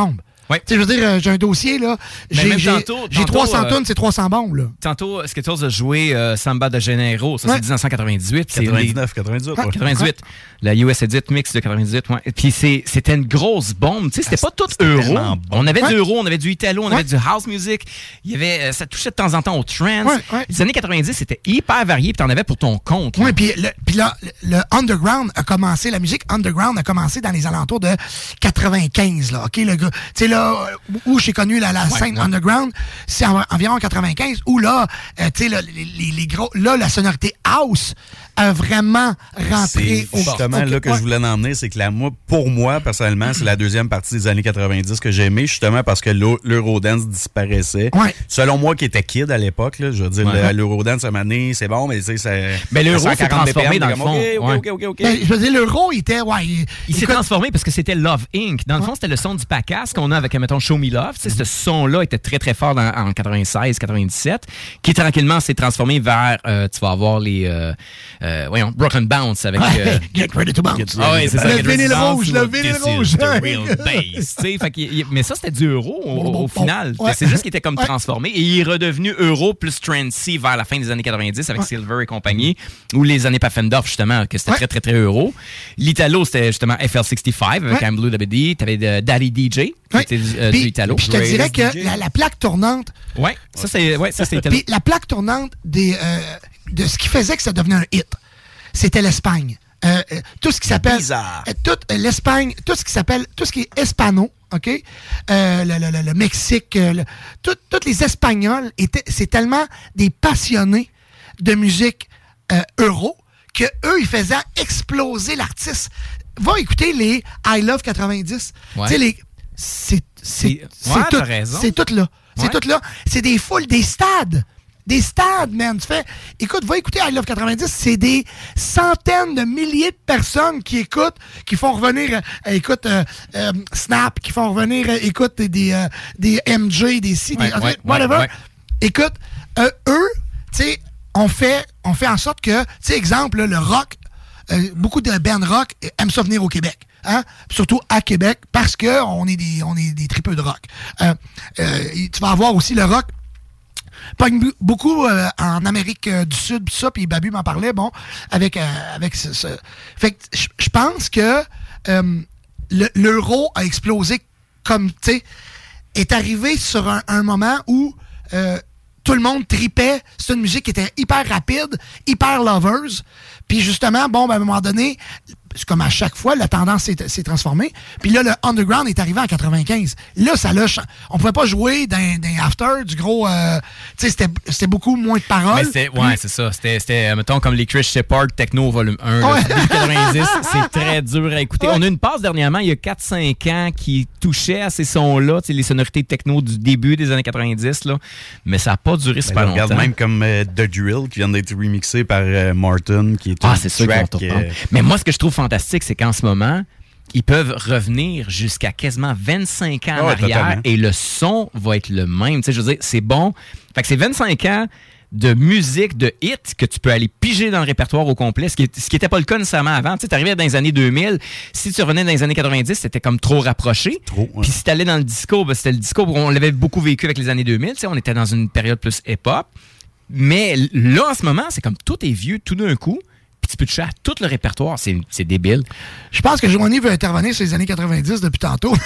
Ouais. Tu sais, je veux dire, euh, j'ai un dossier, là. Mais J'ai même j'ai- tantôt- j'ai tantôt, trois cents euh, tonnes, c'est trois cents bombes, là. Tantôt, Skittles a joué euh, Samba de Janeiro. Ça, Ouais. c'est dix-neuf cent quatre-vingt-dix-huit. C'est quatre-vingt-dix-neuf, quatre-vingt-dix-huit. les- ouais. quatre-vingt-dix-huit. La U S Edit Mix de quatre-vingt-dix-huit. Ouais. Puis c'est- c'était une grosse bombe. Tu sais, c'était Ah, pas tout c'était euro. tellement bon. On avait Ouais. du euro, on avait du italo, on Ouais. avait du house music. Il y avait, euh, ça touchait de temps en temps au trance. Ouais, ouais. Les années quatre-vingt-dix, c'était hyper varié. Puis t'en avais pour ton compte. Oui, puis le, puis là, le, le underground a commencé, la musique underground a commencé dans les alentours de quatre-vingt-quinze, là, OK, le gars. Tu sais, là, où j'ai connu la, la Ouais, scène ouais. underground, c'est en- environ quatre-vingt-quinze, où là, euh, tu sais, là, les, les- les gros, là, la sonorité house a vraiment rentré C'est au justement OK, là que ouais. je voulais en emmener, c'est que la, moi, pour moi, personnellement, c'est la deuxième partie des années quatre-vingt-dix que j'ai aimé, justement parce que l'euro- l'Eurodance disparaissait. Ouais. Selon moi, qui était kid à l'époque, là, je veux dire, Ouais. le- l'Eurodance, à un moment donné, c'est bon, mais tu sais, ça. Mais l'euro cent s'est quarante transformé B P M, dans le comme, fond. OK, Ouais. OK, OK, OK. Ben, je veux dire, l'euro, il était, ouais. Il, Il s'est écoute, transformé parce que c'était Love Incorporated. Dans le fond, c'était le son du Pacas qu'on a avec, mettons, Show Me Love. Tu sais, ce son-là était très, très fort dans- en quatre-vingt-seize quatre-vingt-dix-sept, qui tranquillement s'est transformé vers, euh, tu vas avoir les, euh, euh, voyons, Broken Bounce avec... euh, Get ready to bounce. Ah oui, c'est ça. Le Get Ready vinyle to Bounce rouge, ou le vinyle This rouge. is the real bass. Tu sais, fait qu'il- il- mais ça, c'était du euro au, au final. Ouais. C'est juste qu'il était comme Ouais. transformé. Et il est redevenu euro plus trancy vers la fin des années quatre-vingt-dix avec Silver et compagnie, ou les années Pfaffendorf, justement, que c'était Ouais. très, très, très euro. L'Italo, c'était justement F L soixante-cinq avec Ouais. I'm Blue W D. T'avais de Daddy D J, qui Ouais. était euh, Puis- du Italo. puis je te dirais que la, la plaque tournante, Ouais, ça, c'est ouais, ça, c'est Italo. puis la plaque tournante des, euh, de ce qui faisait que ça devenait un hit, c'était l'Espagne. Euh, euh, tout ce qui s'appelle Bizarre. euh, tout euh, l'Espagne, tout ce qui s'appelle tout ce qui est hispano, OK? Euh, le, le- le- le Mexique, euh, le- tout- tous les Espagnols étaient c'est tellement des passionnés de musique euh, euro que eux ils faisaient exploser l'artiste. Va écouter les I Love quatre-vingt-dix. Ouais. Tu sais les c'est c'est Et- c'est ouais, tout t'as raison. c'est tout là. C'est Ouais. tout là. C'est des foules, des stades. Des stades, man. Tu fais, écoute, va écouter I Love quatre-vingt-dix. C'est des centaines de milliers de personnes qui écoutent, qui font revenir, euh, écoute, euh, euh, Snap, qui font revenir, euh, écoute, des, des, euh, des M J, des C, Ouais, des ouais, whatever. ouais, ouais. Écoute, euh, eux, tu sais, on fait, on fait en sorte que, tu sais, exemple, là, le rock, euh, beaucoup de bands rock aiment ça venir au Québec. Hein? Surtout à Québec, parce qu'on est des, on est des tripeux de rock. Euh, euh, tu vas avoir aussi le rock pogne bu- beaucoup euh, en Amérique euh, du Sud, pis ça, puis Babu m'en parlait, bon, avec, euh, avec ce... ce- Fait que je je pense que euh, le- l'euro a explosé comme, tu sais, est arrivé sur un, un moment où euh, tout le monde tripait. C'est une musique qui était hyper rapide, hyper lovers. Puis justement, bon, ben, à un moment donné, c'est comme à chaque fois, la tendance s'est s'est transformée. Puis là, le underground est arrivé en quatre-vingt-quinze. Là, ça l'a... cha- On pouvait pas jouer dans, dans after, du gros... euh, tu sais, c'était- c'était beaucoup moins de paroles. Mais c'était, ouais, Puis- c'est ça. C'était, c'était, euh, mettons, comme les Chris Shepard Techno Volume un, là, Ouais. début quatre-vingt-dix. C'est très dur à écouter. Ouais. On a une passe dernièrement, il y a quatre cinq ans, qui touchait à ces sons-là, tu sais, les sonorités techno du début des années quatre-vingt-dix, là. Mais ça n'a pas duré Ben super là, regarde longtemps. même comme euh, The Drill qui vient d'être remixé par euh, Martin, qui est Ah, un c'est sûr qu'ils vont track, tout reprendre. euh, Mais moi, ce que je trouve fantastique, c'est qu'en ce moment, ils peuvent revenir jusqu'à quasiment vingt-cinq ans en Ah ouais, arrière totalement. et le son va être le même. Tu sais, je veux dire, c'est bon. Fait que c'est vingt-cinq ans de musique, de hits que tu peux aller piger dans le répertoire au complet, ce qui ce qui n'était pas le cas nécessairement avant. Tu sais, t'arrivais dans les années deux mille, si tu revenais dans les années quatre-vingt-dix, c'était comme trop rapproché. Trop, ouais. Puis si t'allais dans le disco, ben, c'était le disco, on l'avait beaucoup vécu avec les années deux mille, tu sais, on était dans une période plus hip-hop. Mais là, en ce moment, c'est comme tout est vieux tout d'un coup, puis tu peux toucher à tout le répertoire. C'est c'est débile. Je pense que Joanie veut intervenir sur les années quatre-vingt-dix depuis tantôt.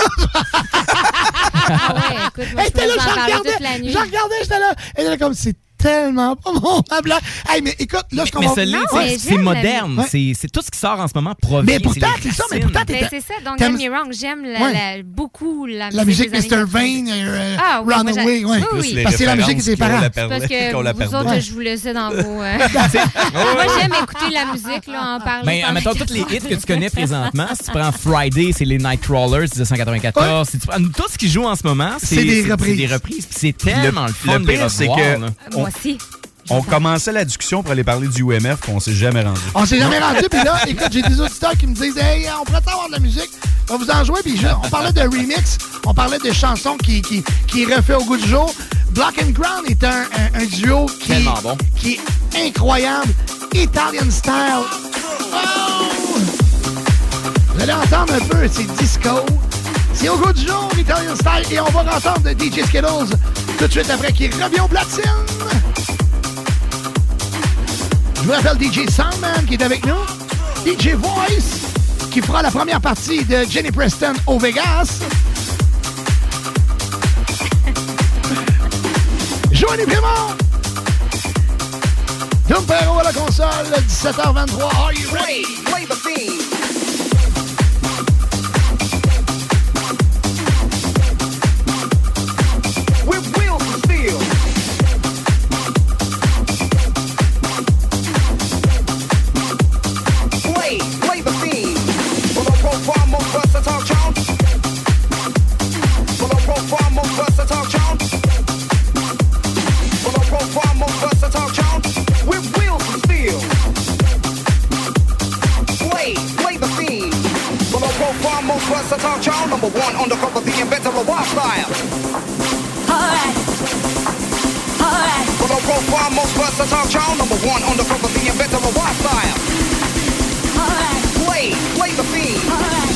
Ah ouais, écoute, moi, Elle je peux était là, vous en je parler regardais, toute la nuit. je regardais, j'étais là. Elle était là comme, c'est tellement pas mon ma blague. Hey, mais écoute, là, je Mais comprends. ça l'est, Non, c'est- mais c'est j'aime la moderne. musique. C'est c'est tout ce qui sort en ce moment provient. Mais pourtant, les c'est ça, mais racines. pourtant, t'es- Ben, c'est ça, don't T'aimes- get me wrong, j'aime la- Ouais. la- beaucoup la, La musique des années mister quatre-vingt-dix. Vane, euh, Ah, oui, moi, Runaway, j'ai- ouais. oui, plus oui. les Parce que c'est la musique de références ses qu'on parents. la Parce perdait- que qu'on la vous perdait. autres, Ouais. je vous laissais dans vos... euh, Moi, j'aime écouter la musique, là, en parler. Ben, pendant admettons, quatre tous les heures. hits que tu connais présentement, si tu prends Friday, c'est les Nightcrawlers dix-neuf cent quatre-vingt-quatorze. Si tu prends tout ce qui joue en ce moment, c'est C'est des c'est- reprises. c'est des reprises. Puis c'est tellement le, fun le de les pire, c'est revoir, que- là. On- Moi aussi. On commençait la discussion pour aller parler du U M F, puis on s'est jamais rendu. On s'est jamais rendu, puis là, écoute, j'ai des auditeurs qui me disent, hey, on pourrait avoir de la musique, on va vous en jouer, puis je- on parlait de remix, on parlait de chansons qui, qui, qui refait au goût du jour. Black and Crown est un, un, un duo qui, Tellement bon. qui est incroyable, Italian style. Oh! Vous allez entendre un peu, c'est disco, C'est au goût du jour, Italian Style, et on va entendre D J Skittles tout de suite après qu'il revient au platine. Je vous rappelle D J Soundman qui est avec nous, D J Voice qui fera la première partie de Jenny Preston au Vegas. Joanie Brimont, Dumpero à la console, dix-sept heures vingt-trois. Are you ready? Play the theme. Talk show number one undercover, the inventor of wild style. Alright, alright. For the profile, most buster talk show number one undercover, the inventor of wild style. Alright, play, play the theme. Alright.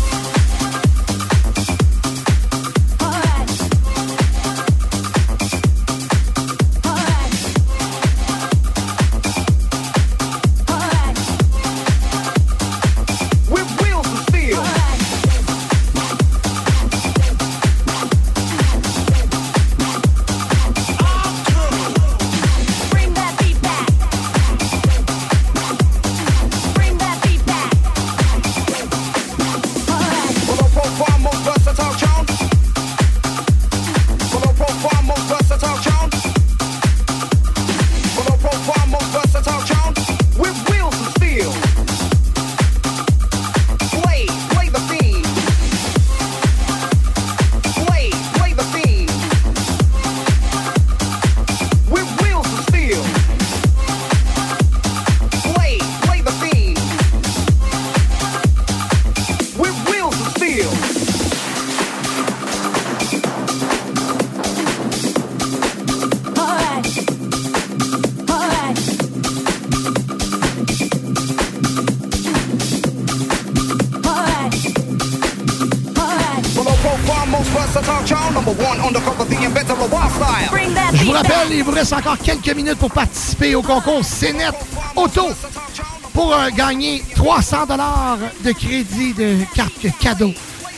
Je vous rappelle, il vous reste encore quelques minutes pour participer au concours C net Auto pour euh, gagner trois cents dollars de crédit de carte cadeau.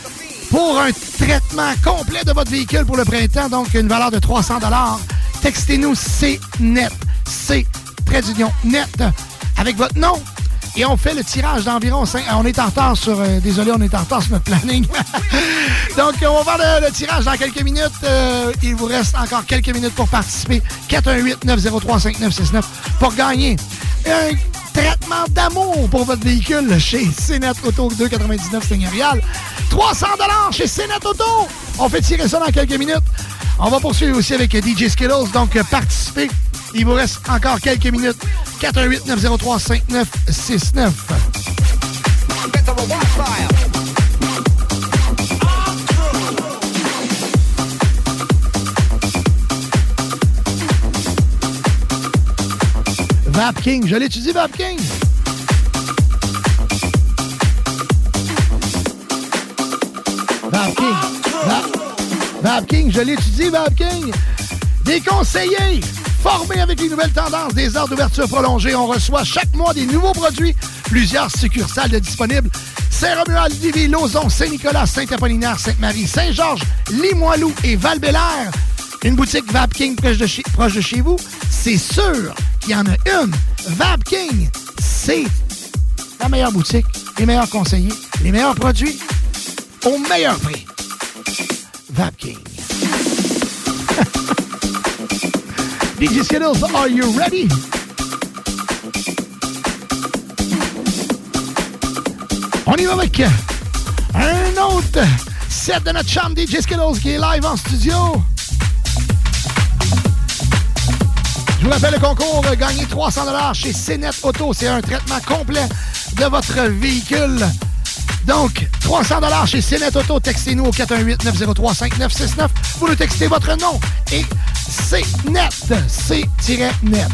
Pour un traitement complet de votre véhicule pour le printemps, donc une valeur de trois cents dollars, textez-nous C net, C, trait d'union, net, avec votre nom. Et on fait le tirage d'environ cinq... On est en retard sur... Euh, désolé, on est en retard sur notre planning. Donc, on va faire le, le tirage dans quelques minutes. Euh, il vous reste encore quelques minutes pour participer. quatre un huit, neuf zéro trois, cinq neuf six neuf pour gagner un traitement d'amour pour votre véhicule chez C net Auto deux quatre-vingt-dix-neuf Seigneurial. trois cents dollars chez C net Auto. On fait tirer ça dans quelques minutes. On va poursuivre aussi avec D J Skittles. Donc, euh, participez. Il vous reste encore quelques minutes. quatre un huit, neuf zéro trois, cinq neuf six neuf. Vap King, je l'étudie, Vap King. Vap King. Vap, Vap King, je l'étudie, Vap King. Des conseillers formés avec les nouvelles tendances des heures d'ouverture prolongées. On reçoit chaque mois des nouveaux produits. Plusieurs succursales de disponibles. Saint-Romuald, Lévis, Lauson, Saint-Nicolas, Saint-Apollinaire, Sainte-Marie, Saint-Georges, Limoilou et Val-Bélair. Une boutique Vap King proche de chez, proche de chez vous. C'est sûr qu'il y en a une. Vap King, c'est la meilleure boutique, les meilleurs conseillers, les meilleurs produits au meilleur prix. Vap King. D J Skittles, are you ready? On y va avec un autre set de notre chambre D J Skittles qui est live en studio. Je vous rappelle le concours, gagner trois cents dollars chez C net Auto. C'est un traitement complet de votre véhicule. Donc, trois cents dollars chez C net Auto. Textez-nous au quatre un huit, neuf zéro trois, cinq neuf six neuf. Vous nous textez votre nom et C net, C-net.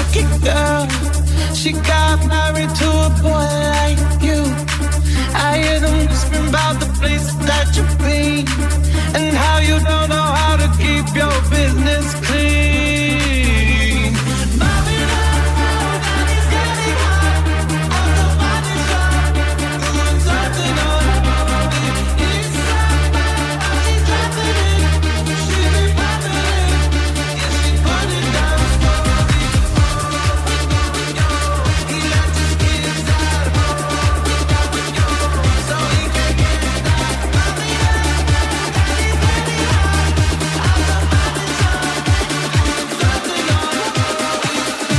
lucky girl. She got married to a boy like you. I hear them whispering about the places that you've been and how you don't know how to keep your business clean. Bobby, love, love, and he's getting hot. On the body shop, doing something on the body. He's somebody, she's dropping it. She be popping it. Yeah, she put it down slowly. He lets his kids out home. So he can get that Bobby, love, love, and he's getting hot. On the body shop, doing something on the body.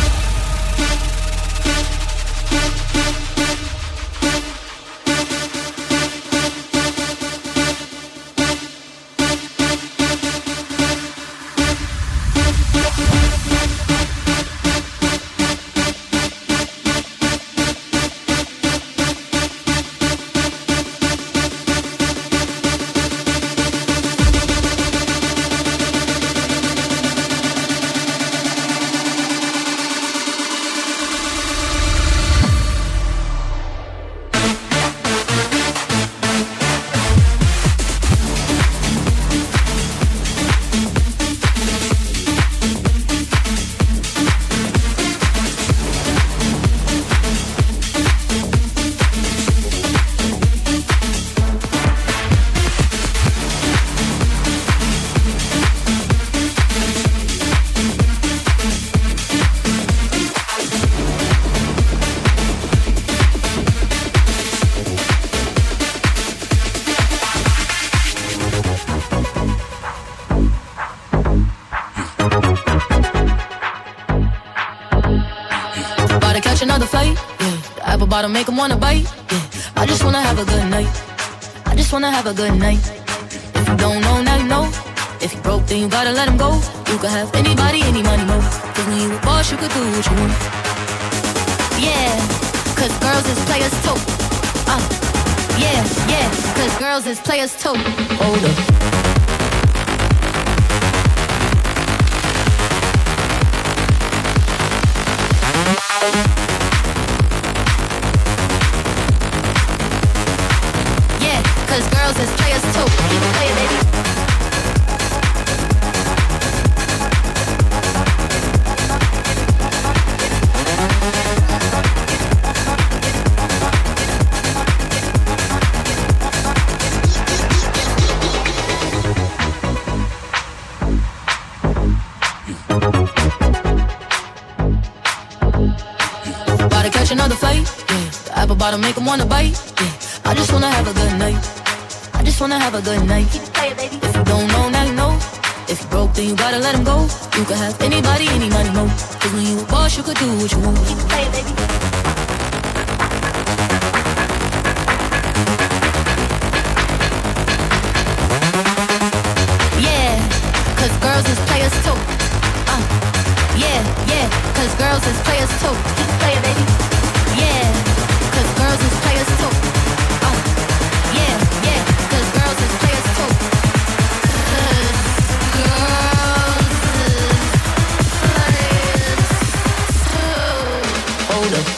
About to catch another fight, yeah. The apple bottom make 'em wanna bite, yeah. I just wanna have a good night. I just wanna have a good night. If you don't know, now you know. If you broke, then you gotta let him go. You could have anybody, any money, mo. Cause when you a boss, you could do what you want. Yeah, cause girls is players too. Uh, yeah, yeah, cause girls is players too. Hold up. Yeah, cause girls is players too. Keep it playing, baby. About to catch another fight, yeah. The apple bottom make 'em wanna bite, yeah. I just wanna have a good night. I just wanna have a good night. Keep it playing, baby. If you don't know, now you know. If you broke, then you gotta let him go. You could have anybody, any money, mo. Cause when you a boss, you could do what you want. Keep it playing, baby. Yeah, cause girls is players too. Uh, yeah, yeah, cause girls is players too. Keep it playing, baby. Yeah, cause girls is players too. Uh, yeah, yeah, cause girls is players too. Cause girls is players too. Hold up.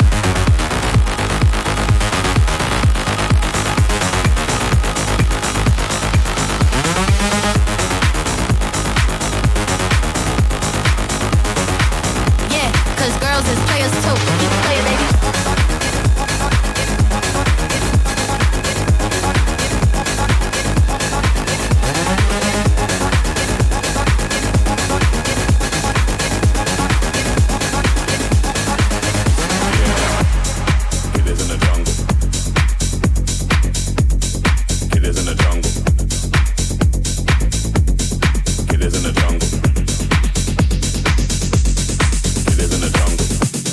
Yeah, cause girls is players too. Keep it playing, baby. Kid is in the jungle. Kid is in the jungle. Kid is in the jungle. Kid is in the jungle.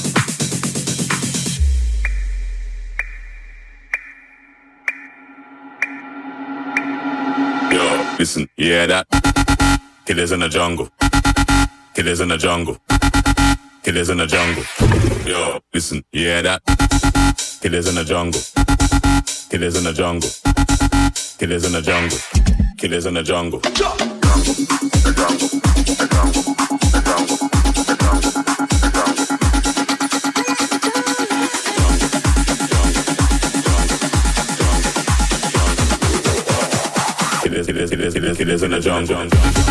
Yo, listen, you hear that? Kid is in the jungle. Kid is in the jungle. Kid is in the jungle. Yo, listen, you hear that? Kid is in the jungle. Kid is in the jungle. Kid is in the jungle. Kid is in the jungle. Killers, killers, killers, killers in the jungle.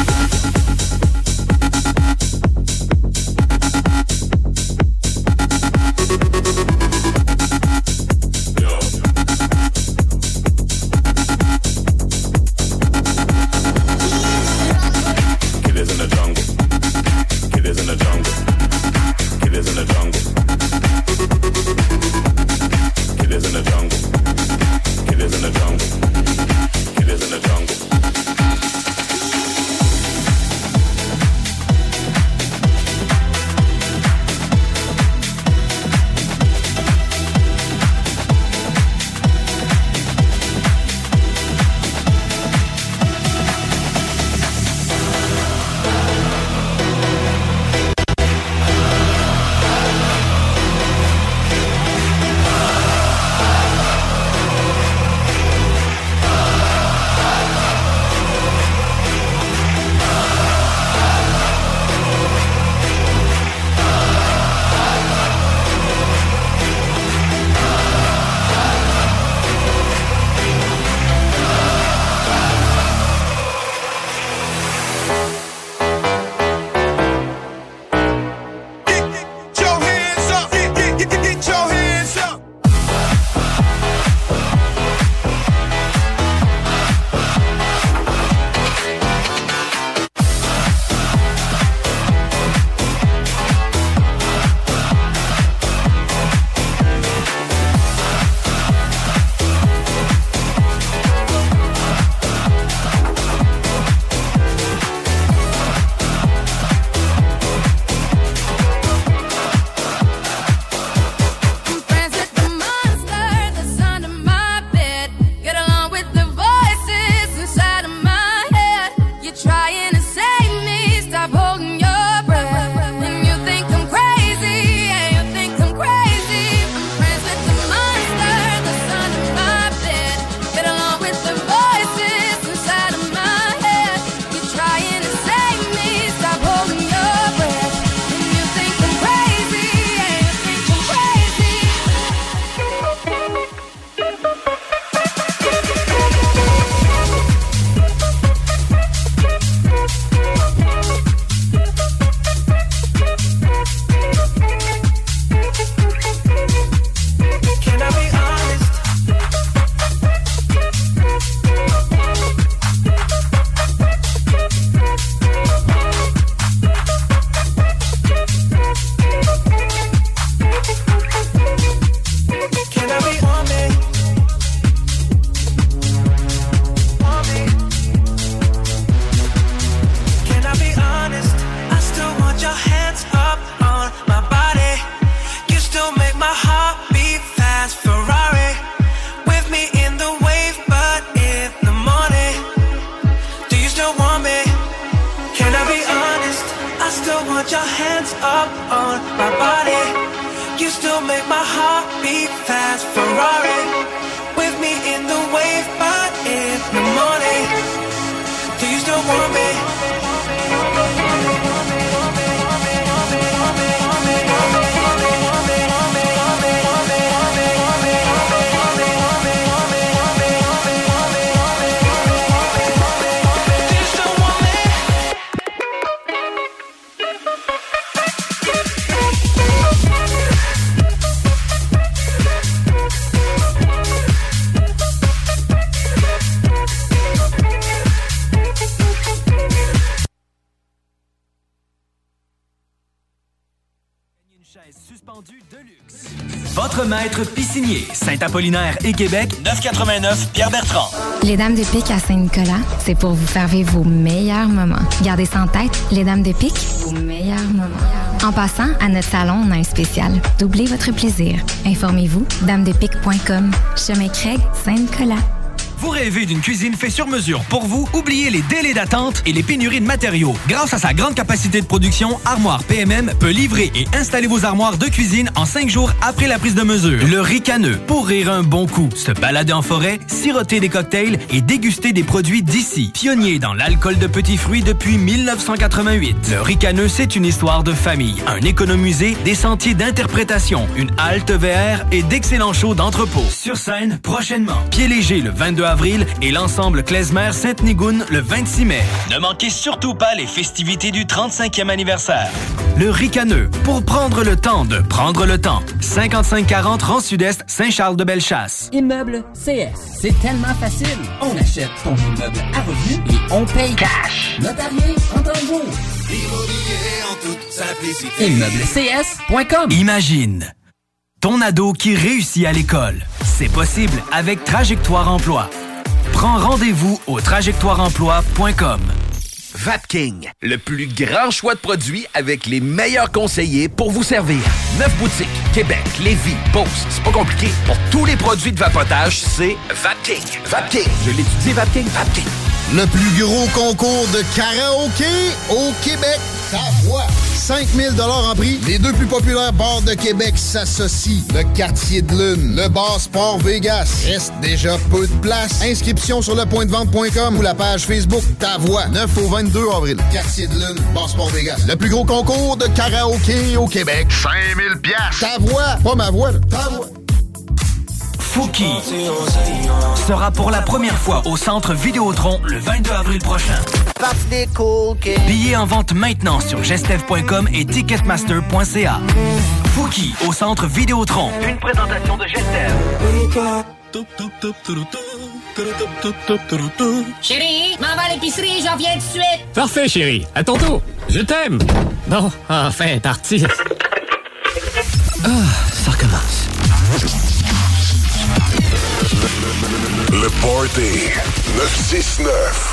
Votre maître piscinier, Saint-Apollinaire et Québec, neuf cent quatre-vingt-neuf Pierre-Bertrand. Les Dames de Pique à Saint-Nicolas, c'est pour vous faire vivre vos meilleurs moments. Gardez ça en tête, les Dames de Pique, vos meilleurs moments. En passant, à notre salon, on a un spécial. Doublez votre plaisir. Informez-vous, dames de pique point com. Chemin Craig, Saint-Nicolas. Vous rêvez d'une cuisine faite sur mesure pour vous? Oubliez les délais d'attente et les pénuries de matériaux. Grâce à sa grande capacité de production, Armoire P M M peut livrer et installer vos armoires de cuisine en cinq jours après la prise de mesure. Le ricaneux, pour rire un bon coup, se balader en forêt, siroter des cocktails et déguster des produits d'ici. Pionnier dans l'alcool de petits fruits depuis mille neuf cent quatre-vingt-huit. Le ricaneux, c'est une histoire de famille, un économusée, des sentiers d'interprétation, une halte V R et d'excellents shows d'entrepôt. Sur scène, prochainement. Pied léger le vingt-deux avril et l'ensemble Klezmer Sainte-Nigoune le vingt-six mai. Ne manquez surtout pas les festivités du trente-cinquième anniversaire. Le Ricaneux, pour prendre le temps de prendre le temps. cinquante-cinq quarante Rang Sud-Est, Saint-Charles-de-Bellechasse. Immeuble C S. C'est tellement facile. On achète ton immeuble à revenu et on paye cash. Notarié en temps de jour. L'immobilier en toute simplicité. immeuble c s point com. Imagine ton ado qui réussit à l'école. C'est possible avec Trajectoire Emploi. Prends rendez-vous au trajectoire emploi point com. Vapking, le plus grand choix de produits avec les meilleurs conseillers pour vous servir. Neuf boutiques, Québec, Lévis, Beauce, c'est pas compliqué. Pour tous les produits de vapotage, c'est Vapking. Vapking, je l'étudie, Vapking, Vapking. Le plus gros concours de karaoké au Québec. Ta voix. cinq mille dollars en prix. Les deux plus populaires bars de Québec s'associent. Le Quartier de Lune, le bar Sport Vegas. Reste déjà peu de place. Inscription sur le point de vente point com ou la page Facebook Ta Voix. neuf au vingt-deux avril. Quartier de Lune, bar Sport Vegas. Le plus gros concours de karaoké au Québec. cinq mille piastres. Ta voix. Pas ma voix, là. Ta voix. Fouki sera pour la première fois au Centre Vidéotron le vingt-deux avril prochain. Billets en vente maintenant sur gestev point com et ticketmaster point c a. Fouki au Centre Vidéotron. Une présentation de Gestev. Chérie, m'en va à l'épicerie, j'en viens tout de suite. Parfait, chérie. À ton tour. Je t'aime. Bon, enfin, parti. Ah, ça recommence. Le Party neuf six neuf.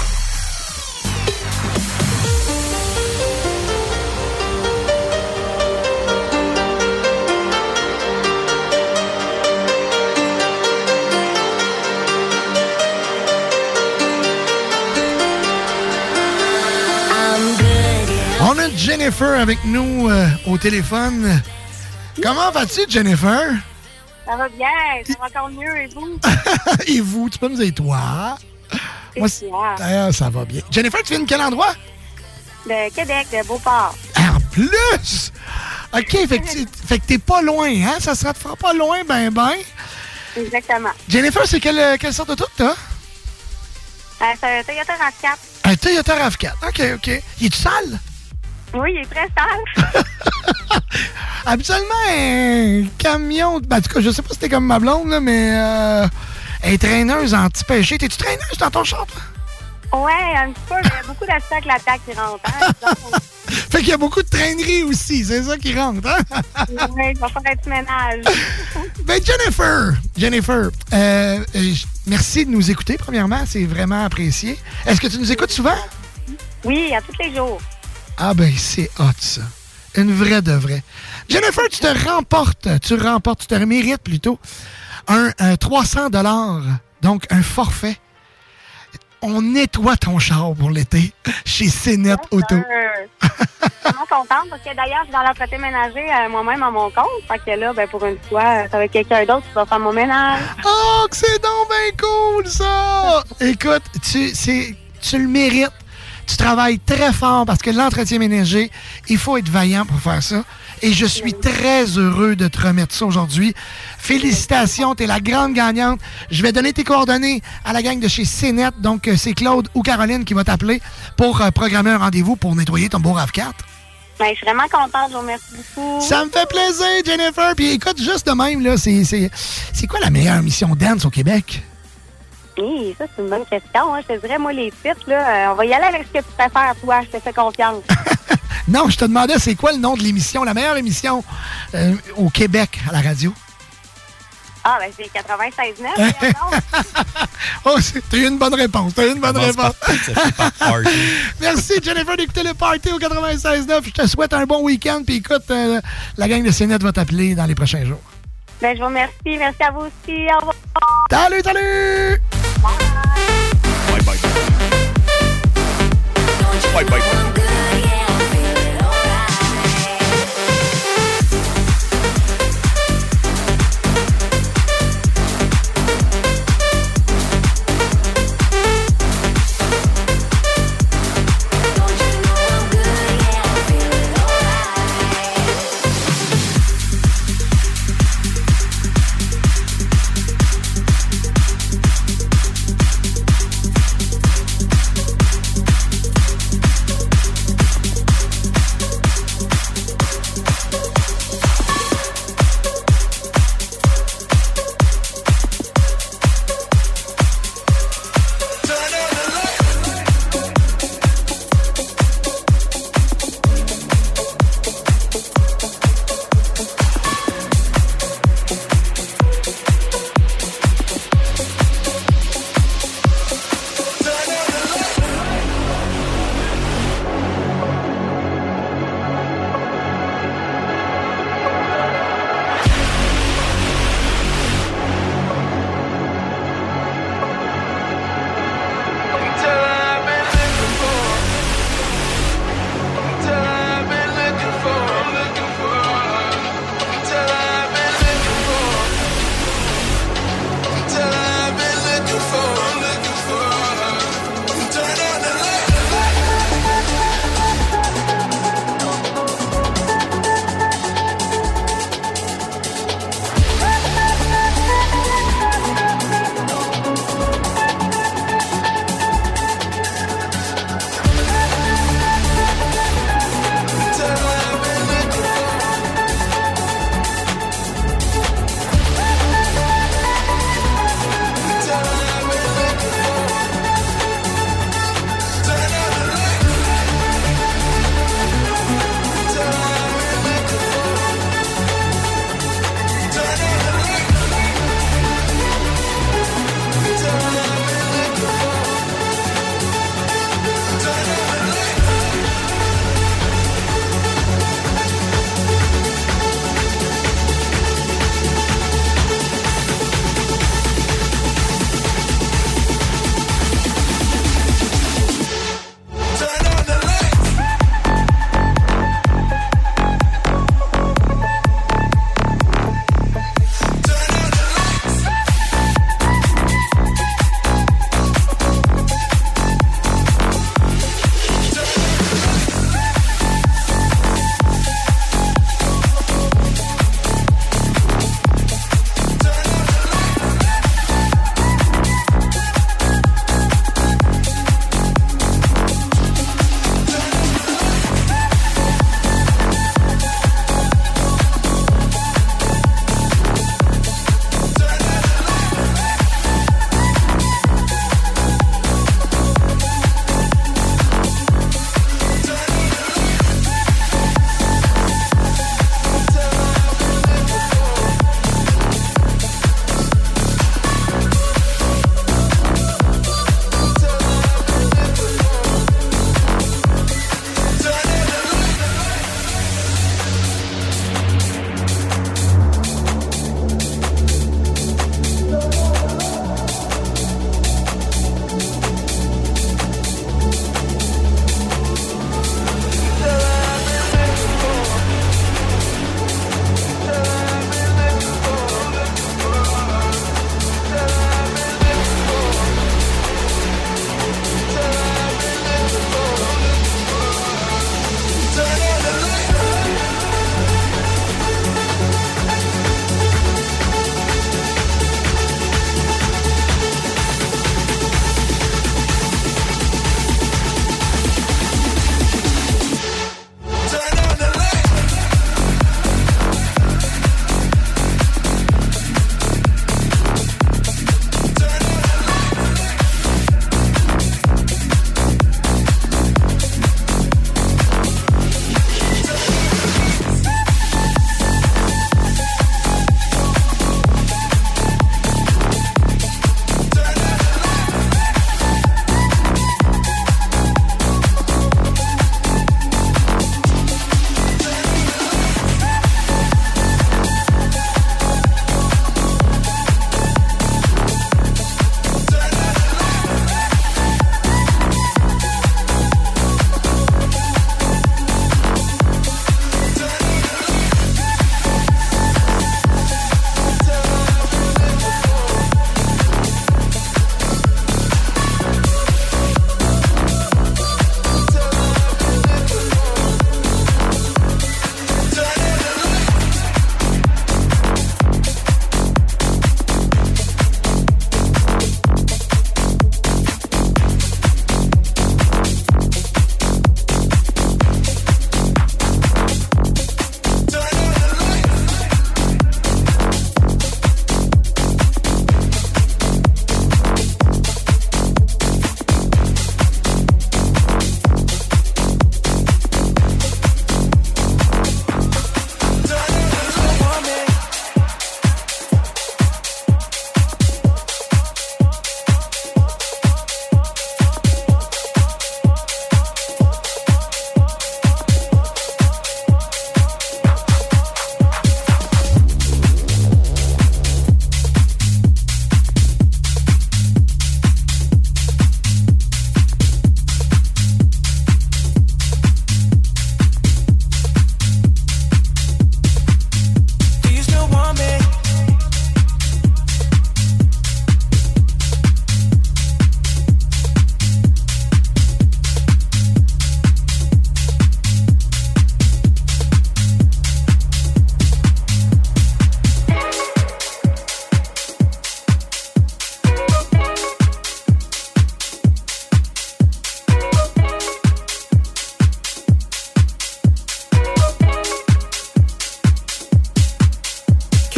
On a Jennifer avec nous euh, au téléphone. Comment vas-tu, Jennifer? Ça va bien, ça va encore mieux, et vous? Et vous, tu peux me dire toi? Moi, c'est- Ah, ça va bien. Jennifer, tu viens de quel endroit? De Québec, de Beauport. En plus! OK, fait que, tu- fait que t'es pas loin, hein? Ça sera te fera pas loin, ben ben. Exactement. Jennifer, c'est quelle, quelle sorte de truc, t'as? Euh, c'est un Toyota RAV quatre. Un Toyota RAV quatre. OK, OK. Il est-tu sale? Oui, il est très sale. Habituellement, un camion... Ben, en tout cas, je sais pas si t'es comme ma blonde, là, mais... Euh, elle est traîneuse anti-péché. T'es-tu traîneuse dans ton char, toi? Ouais, un petit peu, mais il y a beaucoup d'obstacles à l'attaque qui rentrent. Hein, disons. Fait qu'il y a beaucoup de traîneries aussi, c'est ça qui rentre, hein? Oui, je vais faire un petit ménage. Ben Jennifer, Jennifer, euh, euh, merci de nous écouter, premièrement, c'est vraiment apprécié. Est-ce que tu nous écoutes souvent? Oui, à tous les jours. Ah ben, c'est hot, ça. Une vraie de vraie. Jennifer, tu te remportes, tu remportes, tu te mérites plutôt, un, un trois cents dollars, donc un forfait. On nettoie ton char pour l'été chez Cénet Auto. Euh, je suis vraiment contente parce que d'ailleurs, je suis dans l'entretien ménager euh, moi-même à mon compte. Fait que là, ben, pour une fois, euh, ça va être quelqu'un d'autre qui va faire mon ménage. Oh, que c'est donc bien cool, ça! Écoute, tu, c'est, tu le mérites. Tu travailles très fort parce que l'entretien ménager, il faut être vaillant pour faire ça. Et je suis très heureux de te remettre ça aujourd'hui. Félicitations, tu es la grande gagnante. Je vais donner tes coordonnées à la gang de chez Cénet. Donc, euh, c'est Claude ou Caroline qui va t'appeler pour euh, programmer un rendez-vous pour nettoyer ton beau RAV quatre. Ben, je suis vraiment contente, je vous remercie beaucoup. Ça me fait plaisir, Jennifer. Puis écoute, juste de même, là, c'est, c'est, c'est quoi la meilleure émission dance au Québec? Oui, ça, c'est une bonne question. Hein. Je te dirais, moi, les titres, là, euh, on va y aller avec ce que tu préfères, toi. Je te fais confiance. Non, je te demandais, c'est quoi le nom de l'émission, la meilleure émission euh, au Québec à la radio? Ah, ben, c'est quatre-vingt-seize neuf. Oh, c'est- t'as eu une bonne réponse. T'as eu une bonne Commence réponse. par- ça finit par party. Merci, Jennifer, d'écouter le party au quatre-vingt-seize neuf. Je te souhaite un bon week-end. Puis écoute, euh, la gang de Cénet va t'appeler dans les prochains jours. Ben, je vous remercie. Merci à vous aussi. Au revoir. Salut, salut! Bye bye. Bye bye.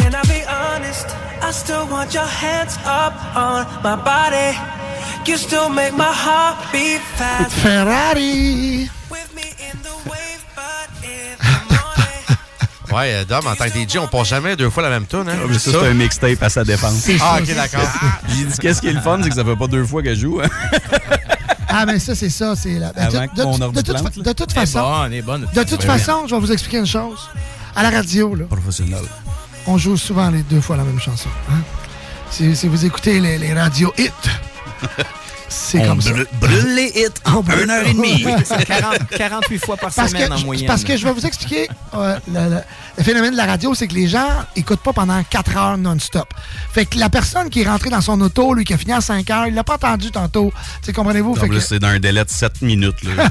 Can I be honest? I still want your hands up on my body. You still make my heart beat fast. Ferrari. Ouais, euh, Dom, en tant que D J, on passe jamais deux fois la même tune. Hein? Ah, ça, c'est un mixtape à sa défense. Ah, ok, d'accord. J'ai dit, qu'est-ce qui est le fun, c'est que ça fait pas deux fois que je joue. Hein? Ah, mais ça, c'est ça. C'est la... Avant de, que de, mon de, ordi de, toute, plante, fa- de toute façon, bonne, elle est bonne. de toute Oui, façon, je vais vous expliquer une chose. À la radio, là, professionnel, on joue souvent les deux fois la même chanson. Hein? Si, si vous écoutez les, les radios hits, c'est on comme brûle, ça. brûle les hits en brûle- une heure et demie. C'est quarante, quarante-huit fois par Parce semaine que, en je- moyenne. Parce que je vais vous expliquer, euh, le, le- le phénomène de la radio, c'est que les gens n'écoutent pas pendant quatre heures non-stop. Fait que la personne qui est rentrée dans son auto, lui, qui a fini à cinq heures, il l'a pas entendu tantôt. Tu sais, comprenez-vous? En Fait plus, que... c'est dans un délai de sept minutes. Là.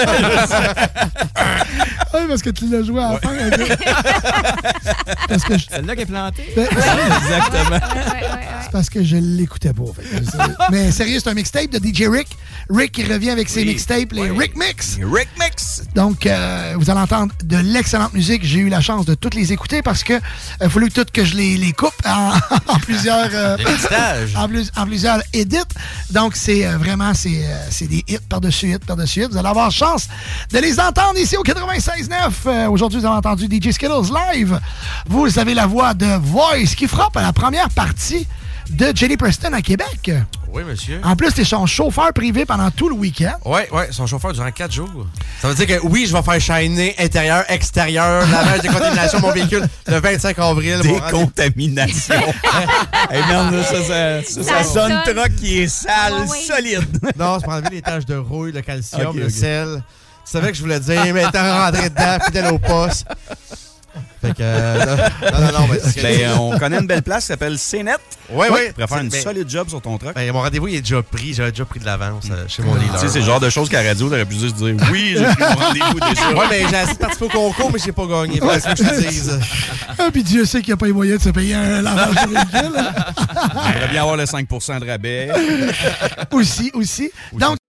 Oui, parce que tu l'as joué à la fin. Parce que je... Celle-là qui est plantée. Ben, Exactement. C'est parce que je l'écoutais pas. Fait que c'est- Mais sérieux, c'est un mixtape de D J Rick. Rick qui revient avec ses Oui, mixtapes, les oui. Rick Mix. Rick Mix. Donc, euh, vous allez entendre de l'excellente musique. J'ai eu la chance de toutes les écouter parce que il fallu toutes que je les, les coupe en, en plusieurs euh, Des mixages. en, plus- en plusieurs edits. Donc, c'est euh, vraiment c'est, euh, c'est des hits par-dessus hits par-dessus hits. Vous allez avoir chance de les entendre ici au quatre-vingt-seize neuf. Euh, aujourd'hui, vous avez entendu D J Skittles live. Vous avez la voix de Voice qui frappe à la première partie de Jenny Preston à Québec. Oui, monsieur. En plus, t'es son chauffeur privé pendant tout le week-end. Oui, oui, son chauffeur durant quatre jours. Ça veut dire que oui, je vais faire shiner intérieur, extérieur, lavage, décontamination de mon véhicule le vingt-cinq avril. Décontamination. Hey, merde, là, ça, ça, ça, ça sonne truck qui est sale, Oh, oui. solide. Non, c'est pour enlever les taches de rouille, le calcium, Ok, le ok. sel. Tu savais que je voulais dire, mais t'es rentré dedans, fidèle au poste. Fait que. euh, non, non, non, mais c'est- Ben, euh, on connaît une belle place qui s'appelle C net. Oui, oui. Tu pourrais faire une Ben, solide job sur ton truck. Ben, mon rendez-vous, il est déjà pris. J'avais déjà pris de l'avance euh, chez mon dealer. Tu sais, c'est le genre de choses qu'à la radio, t'aurais pu juste dire oui, j'ai pris mon rendez-vous déjà. Ouais, mais j'ai assez de participer au concours, mais j'ai pas gagné. Voilà ce que je te dise. Ah, puis Dieu sait qu'il n'y a pas les moyens de se payer un lavage de véhicule. J'aimerais bien avoir le cinq pour cent de rabais. aussi, aussi. Donc,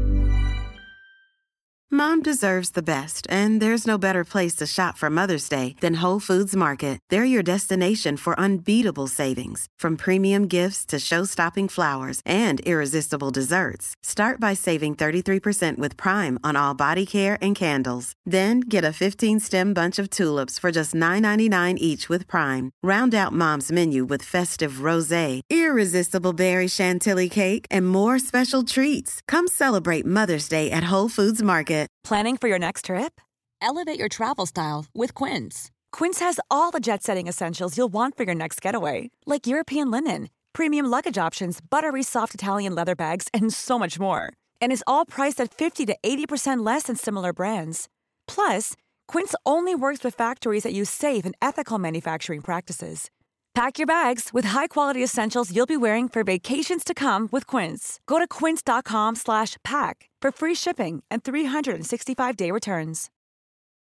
Mom deserves the best, and there's no better place to shop for Mother's Day than Whole Foods Market. They're your destination for unbeatable savings, from premium gifts to show-stopping flowers and irresistible desserts. Start by saving thirty-three percent with Prime on all body care and candles. Then get a fifteen-stem bunch of tulips for just nine ninety-nine each with Prime. Round out Mom's menu with festive rosé, irresistible berry chantilly cake, and more special treats. Come celebrate Mother's Day at Whole Foods Market. Planning for your next trip? Elevate your travel style with Quince. Quince has all the jet-setting essentials you'll want for your next getaway, like European linen, premium luggage options, buttery soft Italian leather bags, and so much more. And is all priced at fifty to eighty percent less than similar brands. Plus, Quince only works with factories that use safe and ethical manufacturing practices. Pack your bags with high-quality essentials you'll be wearing for vacations to come with Quince. Go to quince.com slash pack for free shipping and three sixty-five day returns.